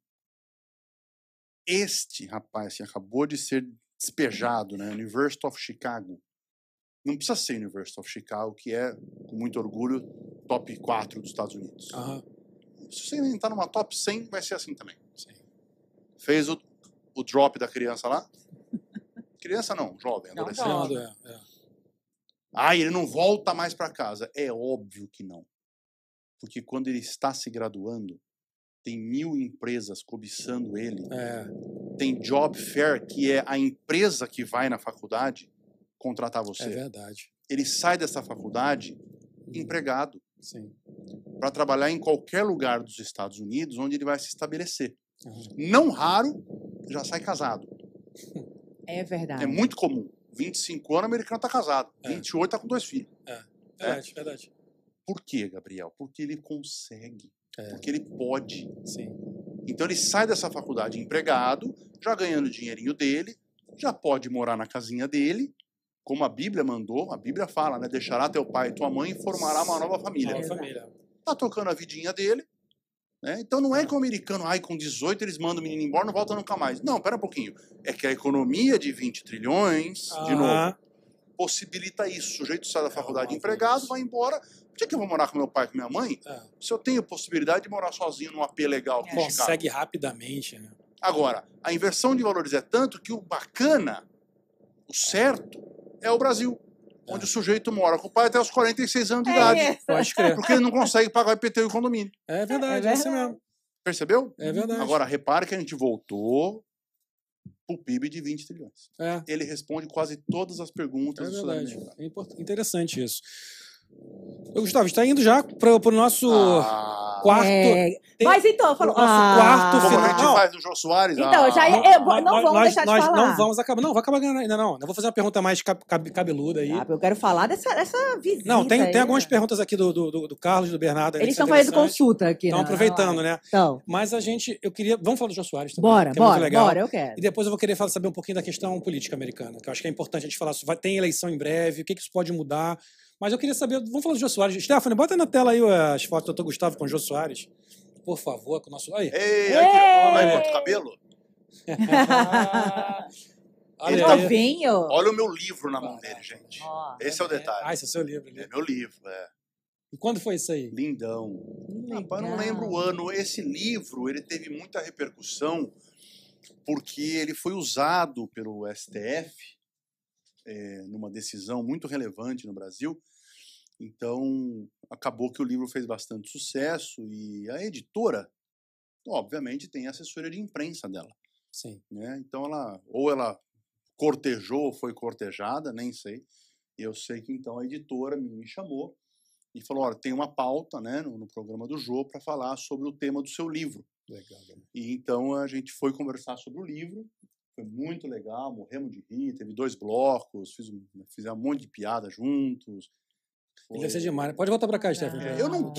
S3: Este rapaz assim, acabou de ser despejado, né? University of Chicago. Não precisa ser University of Chicago, que é, com muito orgulho, top 4 dos Estados Unidos.
S1: Aham.
S3: Se você entrar numa top 100, vai ser assim também.
S1: Sim.
S3: Fez o drop da criança lá? Criança não, jovem,
S2: Não,
S3: adolescente.
S2: jovem.
S1: É.
S3: Ah, ele não volta mais para casa. É óbvio que não. Porque quando ele está se graduando, tem 1.000 empresas cobiçando ele.
S1: É.
S3: Tem job fair, que é a empresa que vai na faculdade contratar
S1: É
S3: você.
S1: verdade.
S3: Ele sai dessa faculdade empregado
S1: Sim.
S3: para trabalhar em qualquer lugar dos Estados Unidos onde ele vai se estabelecer.
S1: Uhum.
S3: Não raro, já sai casado.
S2: É verdade.
S3: É muito comum. 25 anos, o americano está casado.
S1: É.
S3: 28 está com 2 filhos.
S1: Verdade.
S3: Por quê, Gabriel? Porque ele consegue.
S1: É.
S3: Porque ele pode.
S1: Sim.
S3: Então ele sai dessa faculdade empregado, já ganhando o dinheirinho dele, já pode morar na casinha dele, como a Bíblia mandou. A Bíblia fala, né? Deixará teu pai e tua mãe e formará uma nova família.
S1: Nova
S2: Exato.
S1: família.
S3: Tá tocando a vidinha dele. Né? Então não é que o americano, com 18 eles mandam o menino embora, não volta nunca mais. Não, pera um pouquinho. É que a economia de 20 trilhões, de novo, possibilita isso. O sujeito sai da faculdade empregado, vai embora. Por que eu vou morar com meu pai e com minha mãe?
S1: É.
S3: Se eu tenho possibilidade de morar sozinho num AP legal aqui em Chicago.
S1: Consegue rapidamente, né?
S3: Agora, a inversão de valores é tanto que o bacana, o certo, é o Brasil. Onde o sujeito mora com o pai até os 46 anos de idade.
S2: É isso.
S1: Pode crer.
S3: Porque ele não consegue pagar o IPTU e o condomínio.
S1: É verdade, é assim mesmo.
S3: Percebeu?
S1: É verdade.
S3: Agora, repare que a gente voltou pro PIB de 20 trilhões.
S1: É.
S3: Ele responde quase todas as perguntas
S1: É
S3: do
S1: verdade.
S3: cidadão.
S1: É interessante isso. Ô, Gustavo, está indo já para o nosso. quarto...
S2: Mas então, falou.
S1: O nosso quarto
S3: Como
S1: final...
S3: a gente
S1: Não,
S3: faz no Jô Soares.
S2: Então, já não vamos deixar de falar.
S1: Não vamos acabar... Não, vai acabar ganhando ainda não. Eu vou fazer uma pergunta mais cabeluda aí.
S2: Eu quero falar dessa visita.
S1: Não, tem
S2: aí,
S1: algumas perguntas aqui do Carlos e do Bernardo.
S2: Eles estão fazendo consulta aqui.
S1: Estão aproveitando, né?
S2: Então.
S1: Mas eu queria... Vamos falar do Jô Soares também. Bora,
S2: eu quero.
S1: E depois eu vou querer saber um pouquinho da questão política americana, que eu acho que é importante a gente falar. Tem eleição em breve, o que isso pode mudar. Mas eu queria saber... Vamos falar do Jô Soares. Stephanie, bota na tela aí as fotos do Dr. Gustavo com o Jô Soares. Por favor, com o nosso... Aí.
S3: Vai cortar o cabelo? Olha o meu livro na mão dele, gente. Esse é o detalhe.
S1: Esse é o seu livro.
S3: É meu livro,
S1: E quando foi isso aí?
S3: Lindão. Rapaz, eu não lembro o ano. Esse livro, ele teve muita repercussão porque ele foi usado pelo STF numa decisão muito relevante no Brasil. Então, acabou que o livro fez bastante sucesso e a editora, obviamente, tem a assessoria de imprensa dela.
S1: Sim.
S3: Né? Então, ela cortejou ou foi cortejada, nem sei. Eu sei que, então, a editora me chamou e falou, olha, tem uma pauta, né, no programa do Jô para falar sobre o tema do seu livro.
S1: Legal.
S3: E, então, a gente foi conversar sobre o livro. Foi muito legal, morremos de rir, teve 2 blocos, fizemos um monte de piada juntos.
S1: Ele deve ser demais. Pode voltar para cá, Stephanie.
S3: Eu não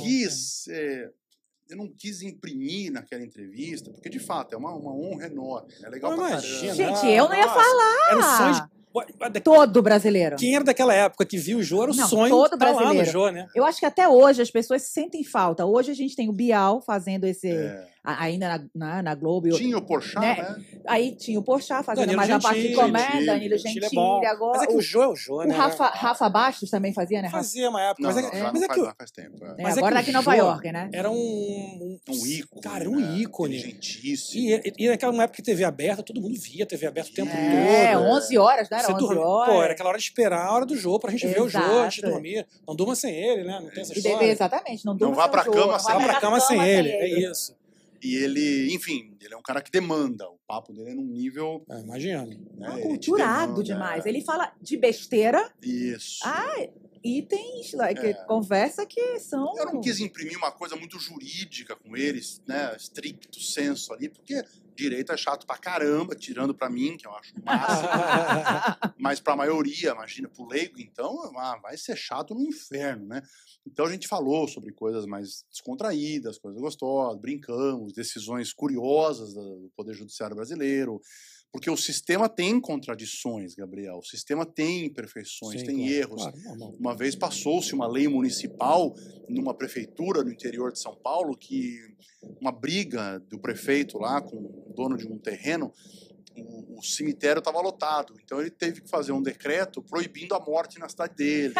S3: quis imprimir naquela entrevista, porque de fato é uma honra enorme. É legal pra caramba.
S2: Gente, eu não ia falar.
S1: Era o sonho
S2: todo brasileiro.
S1: Quem era daquela época que viu o Jô, era o sonho
S2: todo
S1: de estar lá
S2: brasileiro.
S1: no Jô, né?
S2: Eu acho que até hoje as pessoas sentem falta. Hoje a gente tem o Bial fazendo esse... Ainda na Globo.
S3: Tinha o Porchat, né?
S2: Aí tinha o Porchat fazendo
S1: Danilo
S2: mais a parte de comédia, Danilo
S1: Gentili
S2: Gentili. Agora,
S1: mas é que o Jô é o Jô, né?
S2: O Rafa Bastos também fazia, né?
S1: Fazia uma época.
S3: Não,
S1: mas
S3: faz tempo.
S1: Mas
S2: agora daqui em Nova York, né?
S1: Era um
S3: ícone.
S1: Cara, um ícone.
S3: Inteligentíssimo.
S1: E naquela época que TV aberta, todo mundo via TV aberta o tempo todo.
S2: 11 horas, né? Era 11 horas.
S1: Pô, era aquela hora de esperar a hora do Jô pra gente ver o Jô antes de dormir. Não durma sem ele, né? Não tem essa história.
S2: Exatamente. Não
S3: vá pra cama
S1: sem ele. Não vá pra cama sem ele. É isso.
S3: E ele, enfim, ele é um cara que demanda. O papo dele é num nível...
S1: Imagina.
S3: Né,
S2: culturado demais. Ele fala de besteira.
S3: Isso.
S2: Itens, conversa que são...
S3: Eu não quis imprimir uma coisa muito jurídica com eles, né? Stricto senso ali, porque direito é chato pra caramba, tirando pra mim, que eu acho massa. Mas pra maioria, imagina, pro leigo, então, vai ser chato no inferno, né? Então a gente falou sobre coisas mais descontraídas, coisas gostosas, brincamos, decisões curiosas do Poder Judiciário brasileiro, porque o sistema tem contradições, Gabriel, o sistema tem imperfeições, tem erros. Claro. Uma vez passou-se uma lei municipal numa prefeitura no interior de São Paulo que uma briga do prefeito lá com o dono de um terreno, o cemitério estava lotado, então ele teve que fazer um decreto proibindo a morte na cidade dele.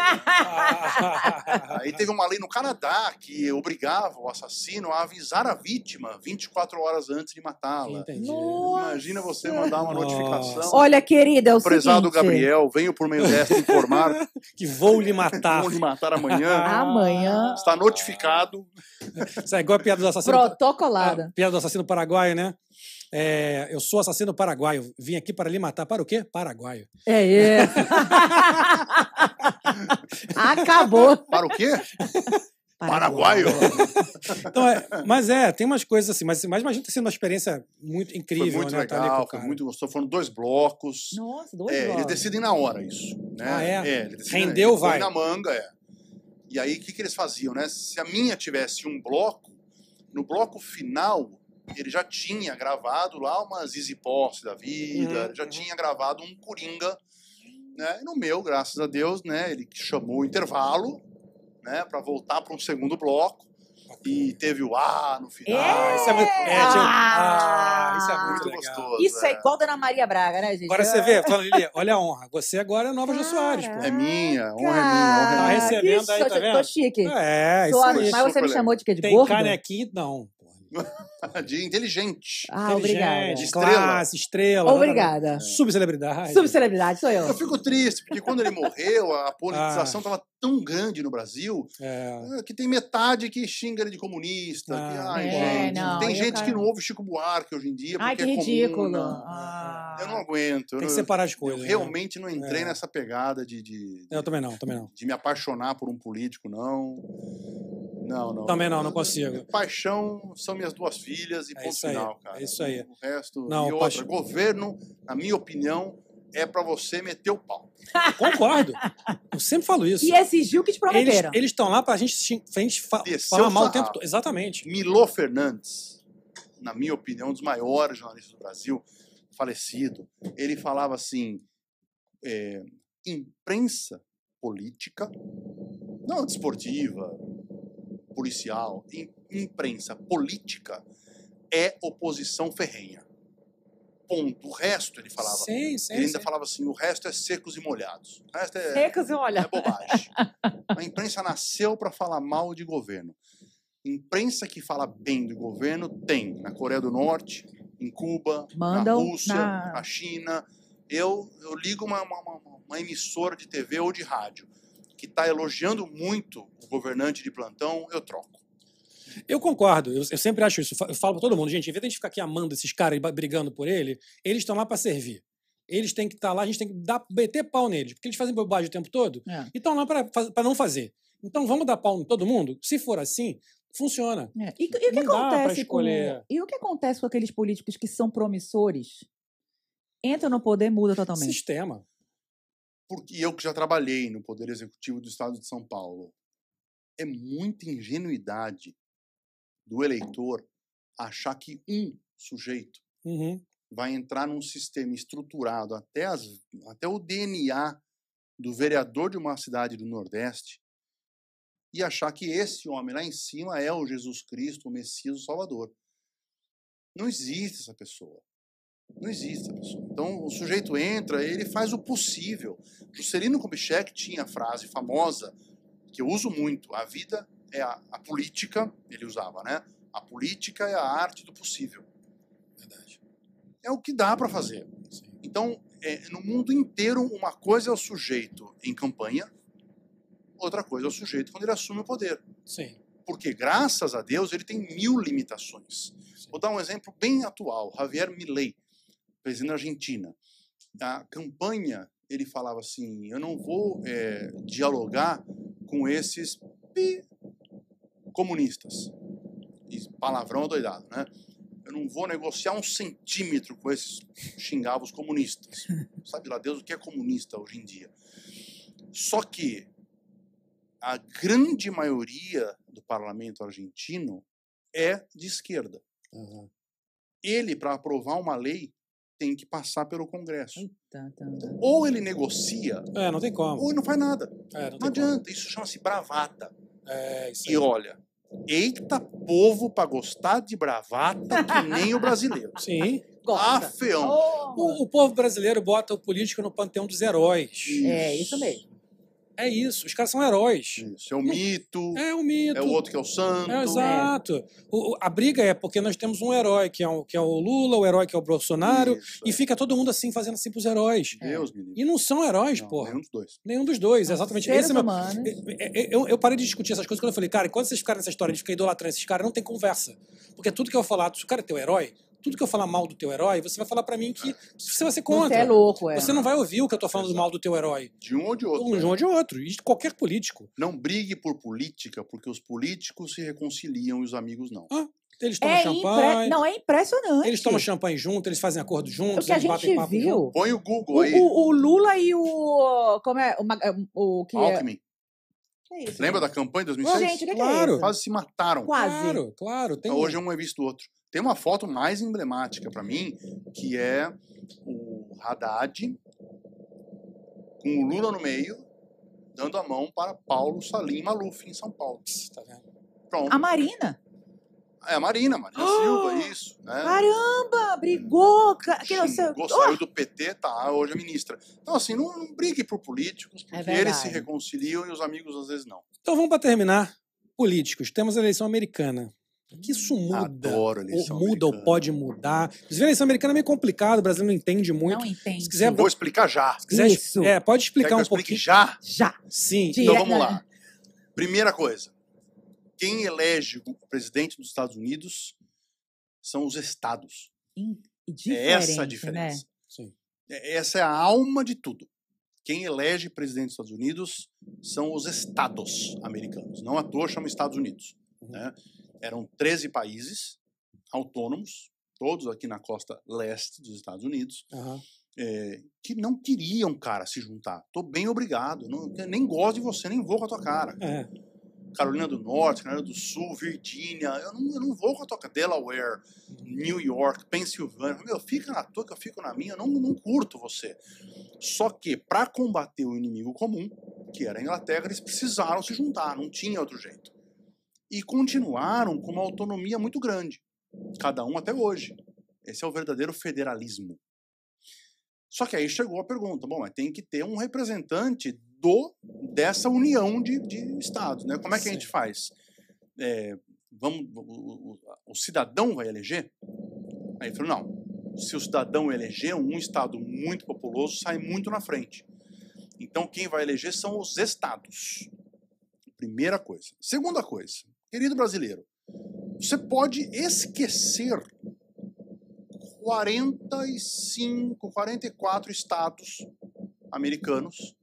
S3: Aí teve uma lei no Canadá que obrigava o assassino a avisar a vítima 24 horas antes de matá-la. Imagina você mandar uma notificação.
S2: Olha, querida, é o
S3: prezado
S2: seguinte...
S3: Gabriel, venho por meio desta informar
S1: que vou lhe matar.
S3: Vou lhe matar amanhã.
S2: Amanhã.
S3: Está notificado.
S1: Isso é igual a piada do assassino...
S2: Protocolada.
S1: Piada do assassino paraguaio, né? Eu sou assassino paraguaio. Vim aqui para lhe matar. Para o quê? Paraguaio.
S2: Acabou.
S3: Para o quê? Paraguaio.
S1: Então, tem umas coisas assim, mas imagina ter sido uma experiência muito incrível.
S3: Foi muito legal, foi muito gostoso. Foram 2 blocos.
S2: Nossa, 2 blocos.
S3: Eles decidem na hora isso. Né?
S1: Rendeu, vai.
S3: Põe na manga, E aí, o que eles faziam, né? Se a minha tivesse um bloco, no bloco final, ele já tinha gravado lá uma Zizi Posse da vida, já tinha gravado um Coringa, né? E no meu, graças a Deus, né? Ele chamou o intervalo, né? Para voltar para um segundo bloco. E teve o no final.
S1: Isso é muito, isso é muito
S3: gostoso.
S2: Isso é igual Dona Maria Braga, né, gente?
S1: Agora você vê, falando, Lili, olha a honra. Você agora é nova Jô Soares, pô.
S3: É minha, honra é minha.
S1: Tá recebendo aí, tá vendo?
S2: Tô chique.
S1: Isso aí.
S2: Mas você me chamou de quê? De
S1: tem
S2: gordo?
S1: canequinho, não.
S3: De inteligente.
S2: Obrigada.
S3: De
S1: classe, estrela.
S2: Obrigada.
S1: Subcelebridade.
S2: Subcelebridade, sou eu.
S3: Eu fico triste, porque quando ele morreu, a politização estava tão grande no Brasil que tem metade que xinga ele de comunista. Tem gente que não ouve Chico Buarque hoje em dia.
S2: Ai,
S3: porque
S2: que ridículo.
S3: Eu não aguento.
S1: Tem que separar as coisas.
S3: Eu realmente não entrei nessa pegada
S1: eu também não.
S3: De me apaixonar por um político, não. Não.
S1: Também não consigo.
S3: Paixão são minhas 2 filhas e
S1: É
S3: ponto
S1: isso aí,
S3: final, cara.
S1: é isso aí.
S3: O resto...
S1: Não,
S3: e outra,
S1: paixão.
S3: governo, na minha opinião, é pra você meter o pau.
S1: Concordo. Eu sempre falo isso.
S2: E exigiu o que te prometeram.
S1: Eles estão lá pra gente
S3: Descer
S1: falar
S3: o
S1: mal o
S3: sarrafo.
S1: tempo todo. Exatamente.
S3: Milô Fernandes, na minha opinião, um dos maiores jornalistas do Brasil, falecido, ele falava assim, imprensa política, não desportiva, policial, imprensa política é oposição ferrenha. Ponto. O resto, ele falava.
S1: Sim.
S3: Ele ainda falava assim, o resto é secos e molhados. O resto é,
S2: Secas e olha.
S3: é bobagem. A imprensa nasceu para falar mal de governo. Imprensa que fala bem do governo tem na Coreia do Norte, em Cuba,
S2: Mandam
S3: na Rússia,
S2: na-
S3: na China. Eu ligo uma emissora de TV ou de rádio que está elogiando muito o governante de plantão, eu troco.
S1: Eu concordo, eu sempre acho isso. Eu falo pra todo mundo, gente, em vez de a gente ficar aqui amando esses caras e brigando por eles estão lá pra servir. Eles têm que estar lá, a gente tem que meter pau neles, porque eles fazem bobagem o tempo todo
S2: É.
S1: e estão lá pra não fazer. Então vamos dar pau em todo mundo? Se for assim, funciona.
S2: É. E o que
S1: Não dá pra
S2: acontece com...
S1: escolher.
S2: E o que acontece com aqueles políticos que são promissores? Entra no poder, muda totalmente.
S1: Sistema.
S3: Porque eu que já trabalhei no Poder Executivo do Estado de São Paulo, é muita ingenuidade do eleitor achar que um sujeito
S1: Uhum.
S3: vai entrar num sistema estruturado até o DNA do vereador de uma cidade do Nordeste e achar que esse homem lá em cima é o Jesus Cristo, o Messias, o Salvador. Não existe essa pessoa. Não existe essa pessoa. Então, o sujeito entra, ele faz o possível. Juscelino Kubitschek tinha a frase famosa, que eu uso muito, a vida é a política, ele usava, né? A política é a arte do possível.
S1: Verdade.
S3: É o que dá para fazer.
S1: Sim.
S3: Então, no mundo inteiro, uma coisa é o sujeito em campanha, outra coisa é o sujeito quando ele assume o poder.
S1: Sim.
S3: Porque, graças a Deus, ele tem 1000 limitações. Vou dar um exemplo bem atual. Javier Milei, presidente da Argentina. A campanha, ele falava assim, eu não vou dialogar com esses comunistas. E palavrão adoidado, né? Eu não vou negociar 1 centímetro com esses, xingava os comunistas. Sabe lá Deus o que é comunista hoje em dia. Só que a grande maioria do parlamento argentino é de esquerda.
S1: Uhum.
S3: Ele, para aprovar uma lei, tem que passar pelo Congresso.
S2: Tá.
S3: Ou ele negocia,
S1: Não tem como.
S3: ou ele não faz nada.
S1: Não
S3: Não adianta, isso chama-se bravata.
S1: Isso
S3: E olha, eita povo para gostar de bravata que nem o brasileiro.
S1: Sim.
S3: Afeão.
S1: O povo brasileiro bota o político no panteão dos heróis.
S2: É isso mesmo.
S1: É isso. Os caras são heróis.
S3: Isso, é o mito,
S1: É o mito.
S3: é o outro que é o santo.
S1: Exato. A briga é porque nós temos um herói, que é o Lula, o herói que é o Bolsonaro,
S3: Isso,
S1: e fica todo mundo assim, fazendo assim pros heróis.
S3: Deus me livre.
S1: E não são heróis,
S3: Não,
S1: porra.
S3: nenhum dos dois.
S1: Nenhum dos dois, exatamente.
S2: Seres
S1: Esse é meu-
S2: humanos.
S1: Eu parei de discutir essas coisas quando eu falei, cara, quando vocês ficarem nessa história de ficar idolatrando esses caras, não tem conversa. Porque tudo que eu falar, se o cara é teu herói, tudo que eu falar mal do teu herói, você vai falar pra mim que você vai ser contra.
S2: Você é louco, é.
S1: Você não vai ouvir o que eu tô falando mal do teu herói.
S3: De um ou de outro.
S1: De um ou de outro. E de qualquer político.
S3: Não brigue por política, porque os políticos se reconciliam e os amigos não.
S1: Eles tomam champanhe.
S2: Não, é impressionante.
S1: Eles tomam champanhe junto, eles fazem acordo juntos,
S2: O que a
S1: eles batem
S2: gente
S1: papo junto.
S2: viu,
S3: Põe o Google aí,
S2: o Lula e o... Como é? O que é?
S3: Alckmin.
S2: Que é isso?
S3: Lembra da campanha de 2006?
S2: Gente, o que
S1: Claro.
S2: é isso?
S3: Quase se mataram.
S2: Quase.
S1: Claro. Tem...
S3: Hoje um é visto do outro. Tem uma foto mais emblemática para mim, que é o Haddad com o Lula no meio, dando a mão para Paulo Salim Maluf, em São Paulo.
S1: Tá vendo?
S3: Pronto.
S2: A Marina.
S3: É a Marina Silva, isso. Né?
S2: Caramba, brigou. Que não sei...
S3: Xingou, saiu do PT, tá, hoje é ministra. Então, assim, não brigue por políticos, porque
S2: verdade.
S3: eles se reconciliam e os amigos às vezes não.
S1: Então vamos para terminar. Políticos. Temos a eleição americana. Que isso muda.
S3: Adoro a eleição
S1: Ou muda ou
S3: americana.
S1: pode mudar. Inclusive, a eleição americana é meio complicado, o brasileiro não entende muito.
S2: Não entende.
S1: Se quiser,
S3: Vou explicar já.
S1: se quiser
S2: Isso.
S1: pode
S3: Quer
S1: explicar
S3: que eu
S1: um
S3: explique
S1: pouquinho.
S3: já?
S2: Já.
S1: Sim.
S2: De-
S3: Então vamos lá. Primeira coisa. Quem elege o presidente dos Estados Unidos são os estados.
S2: E
S3: É essa a
S2: diferente,
S3: diferença.
S1: Sim.
S3: Essa é a alma de tudo. Quem elege presidente dos Estados Unidos são os estados americanos. Não à toa chama Estados Unidos. Né? Eram 13 países autônomos, todos aqui na costa leste dos Estados Unidos, que não queriam, cara, se juntar. Tô bem obrigado. Eu nem gosto de você, nem vou com a tua cara. Carolina do Norte, Carolina do Sul, Virgínia, eu não vou com a tua cara. Delaware, New York, Pensilvânia. Meu, fica na tua que eu fico na minha, eu não curto você. Só que, para combater o inimigo comum, que era a Inglaterra, eles precisaram se juntar, não tinha outro jeito. E continuaram com uma autonomia muito grande. Cada um até hoje. Esse é o verdadeiro federalismo. Só que aí chegou a pergunta, bom, mas tem que ter um representante dessa união de estados, né? Como é que a gente faz? O cidadão vai eleger? Aí ele falou, não, se o cidadão eleger, um estado muito populoso sai muito na frente. Então quem vai eleger são os estados. Primeira coisa. Segunda coisa, querido brasileiro, você pode esquecer 45, 44 estados americanos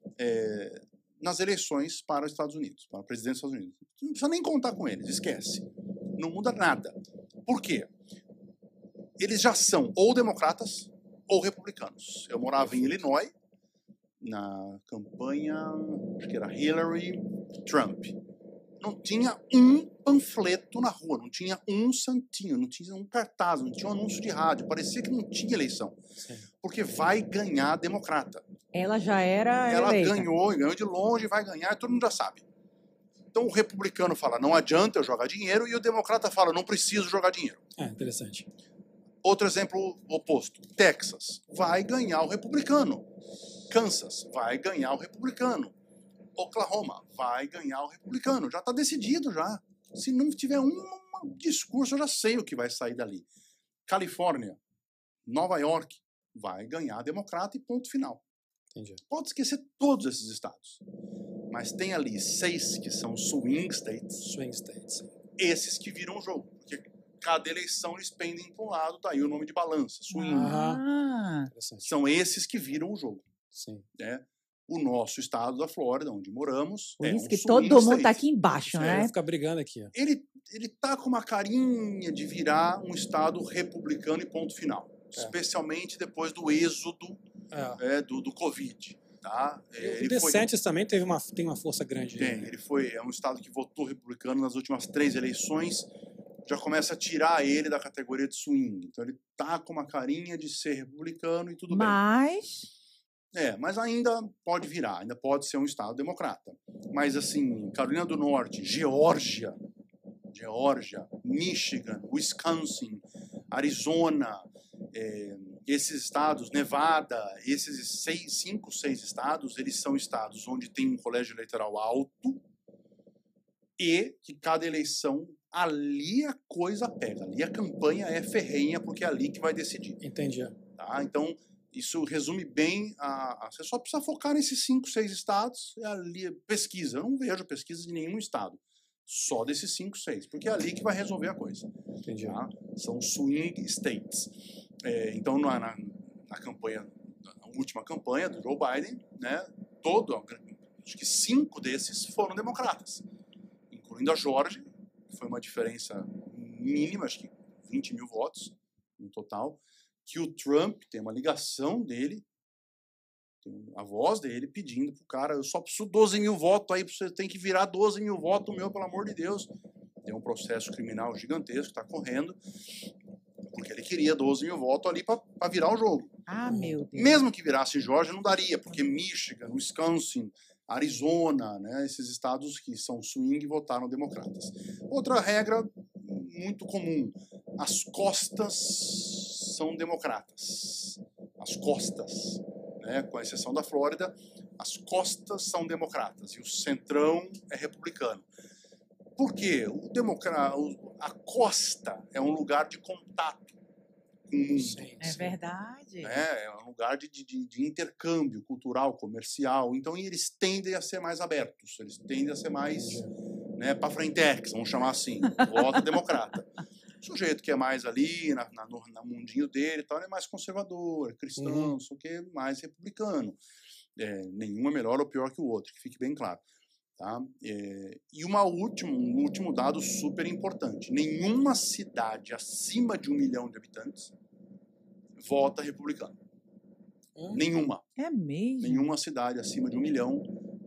S3: nas eleições para os Estados Unidos, para o presidente dos Estados Unidos. Não precisa nem contar com eles, esquece. Não muda nada. Por quê? Eles já são ou democratas ou republicanos. Eu morava em Illinois, na campanha, acho que era Hillary Trump. Não tinha um panfleto na rua, não tinha um santinho, não tinha um cartaz, não tinha um anúncio de rádio. Parecia que não tinha eleição. Sim. Porque vai ganhar democrata.
S2: Ela já era
S3: Ela
S2: eleita.
S3: ganhou de longe, vai ganhar, todo mundo já sabe. Então o republicano fala, não adianta eu jogar dinheiro, e o democrata fala, não preciso jogar dinheiro.
S1: Interessante.
S3: Outro exemplo oposto, Texas, vai ganhar o republicano. Kansas, vai ganhar o republicano. Oklahoma, vai ganhar o republicano. Já está decidido já. Se não tiver um discurso, eu já sei o que vai sair dali. Califórnia, Nova York, vai ganhar democrata e ponto final.
S1: Entendi.
S3: Pode esquecer todos esses estados. Mas tem ali 6 que são swing states.
S1: Swing states.
S3: Esses que viram o jogo. Porque cada eleição eles pendem para um lado, daí o nome de balança, swing. São esses que viram o jogo.
S1: Sim.
S3: O nosso estado da Flórida, onde moramos,
S2: por isso que todo mundo está aqui embaixo, né?
S1: Fica brigando aqui.
S3: Ele tá com uma carinha de virar um estado republicano e ponto final. Especialmente depois do êxodo do Covid. Tá?
S1: O DeSantis também tem uma força grande.
S3: É um estado que votou republicano nas últimas 3 eleições. Já começa a tirar ele da categoria de swing. Então ele tá com uma carinha de ser republicano e tudo bem. Mas ainda pode virar, ainda pode ser um estado democrata. Mas assim, Carolina do Norte, Geórgia, Michigan, Wisconsin, Arizona, esses estados, Nevada, esses 5, 6 estados, eles são estados onde tem um colégio eleitoral alto e que cada eleição, ali a coisa pega, ali a campanha é ferrenha porque é ali que vai decidir.
S1: Entendi.
S3: Tá? Então, isso resume bem você só precisa focar nesses 5, 6 estados, ali pesquisa. Eu não vejo pesquisa de nenhum estado, só desses 5, 6, porque é ali que vai resolver a coisa.
S1: Entendi.
S3: Tá? São swing states. Então, na campanha, na última campanha do Joe Biden, né, acho que 5 desses foram democratas, incluindo a Geórgia, que foi uma diferença mínima, acho que 20 mil votos no total, que o Trump tem uma ligação dele, tem a voz dele pedindo pro cara, eu só preciso 12 mil votos aí, você tem que virar 12 mil votos meu, pelo amor de Deus. Tem um processo criminal gigantesco que está correndo, porque ele queria 12 mil votos ali para virar o jogo.
S2: Meu Deus.
S3: Mesmo que virasse Geórgia, não daria, porque Michigan, Wisconsin, Arizona, né, esses estados que são swing votaram democratas. Outra regra muito comum, as costas são democratas. As costas, né, com exceção da Flórida, as costas são democratas e o centrão é republicano. Por quê? A costa é um lugar de contato com o mundo.
S1: Sim.
S2: É verdade.
S3: É um lugar de intercâmbio cultural, comercial. Então, eles tendem a ser mais abertos, eles tendem a ser mais para frentex, vamos chamar assim, voto democrata. O sujeito que é mais ali, no mundinho dele, tal, é mais conservador, é cristão, não sei o que, mais republicano. Nenhum é melhor ou pior que o outro, que fique bem claro. Tá? E um último dado super importante. Nenhuma cidade acima de 1 milhão de habitantes vota republicano. Nenhuma.
S2: É mesmo?
S3: Nenhuma cidade acima de 1 milhão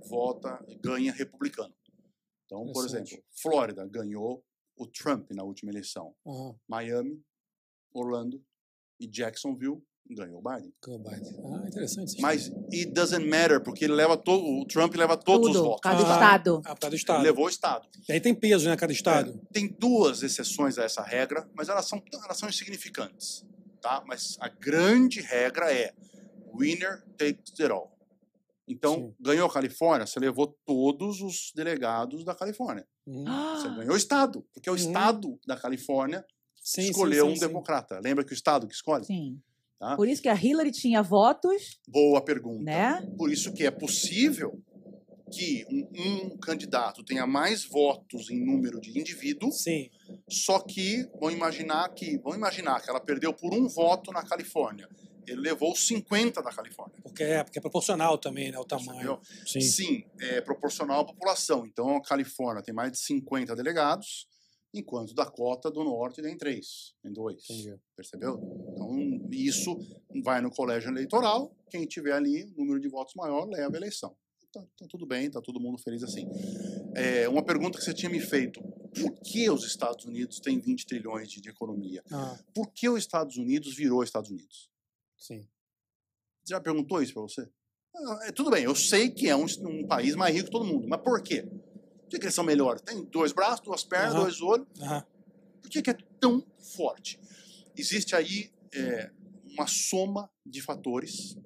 S3: ganha republicano. Então, por exemplo, Flórida ganhou o Trump na última eleição. Miami, Orlando e Jacksonville ganhou o Biden.
S1: Interessante.
S3: Mas it doesn't matter, porque o Trump leva todos os votos.
S2: Cada estado.
S1: Cada estado.
S3: Ele levou o estado.
S1: E aí tem peso, né, cada estado.
S3: Tem 2 exceções a essa regra, mas elas são insignificantes. Tá? Mas a grande regra é winner takes it all. Então, ganhou a Califórnia, você levou todos os delegados da Califórnia. Você ganhou o estado, porque o estado da Califórnia escolheu um democrata. Lembra que o estado que escolhe?
S2: Sim.
S3: Tá?
S2: Por isso que a Hillary tinha votos.
S3: Boa pergunta.
S2: Né?
S3: Por isso que é possível que um candidato tenha mais votos em número de indivíduos, só que vão imaginar que ela perdeu por 1 voto na Califórnia. Ele levou 50 da Califórnia.
S1: Porque é proporcional também, né, o tamanho.
S3: Sim, é proporcional à população. Então, a Califórnia tem mais de 50 delegados, enquanto Dakota do Norte tem 3, tem 2.
S1: Entendi.
S3: Percebeu? Então, isso vai no colégio eleitoral, quem tiver ali, o número de votos maior, leva a eleição. Então, tudo bem, tá todo mundo feliz assim. Uma pergunta que você tinha me feito. Por que os Estados Unidos têm 20 trilhões de economia? Por que os Estados Unidos virou Estados Unidos?
S1: Sim.
S3: Você já perguntou isso para você? Tudo bem, eu sei que é um país mais rico que todo mundo, mas por quê? Por que eles são melhores? Tem 2 braços, 2 pernas, 2 olhos. Por que é tão forte? Existe aí uma soma de fatores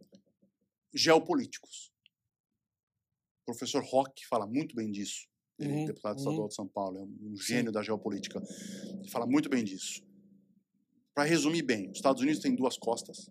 S3: geopolíticos. O professor Roque fala muito bem disso. Ele é deputado estadual de São Paulo, é um gênio da geopolítica. Ele fala muito bem disso. Para resumir bem, os Estados Unidos têm 2 costas,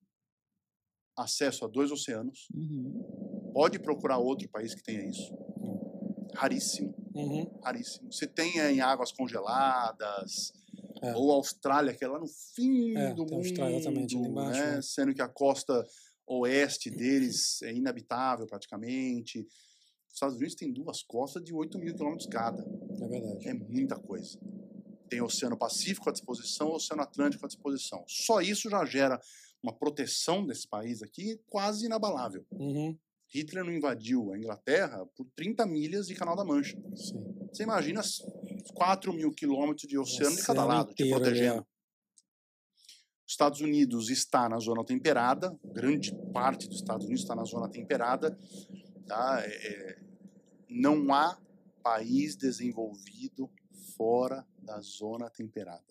S3: acesso a 2 oceanos. Pode procurar outro país que tenha isso. Raríssimo. Raríssimo. Se tem em águas congeladas, ou Austrália, que é lá no fim do mundo,
S1: Austrália, exatamente, ali embaixo,
S3: né? Sendo que a costa oeste deles é inabitável praticamente. Os Estados Unidos têm 2 costas de 8.000 quilômetros cada.
S1: É verdade.
S3: É muita coisa. Tem o Oceano Pacífico à disposição, o Oceano Atlântico à disposição. Só isso já gera uma proteção desse país aqui quase inabalável. Hitler não invadiu a Inglaterra por 30 milhas de Canal da Mancha. Você imagina 4.000 quilômetros de oceano de cada lado te protegendo. Os Estados Unidos está na zona temperada, grande parte dos Estados Unidos está na zona temperada. Tá? Não há país desenvolvido fora da zona temperada.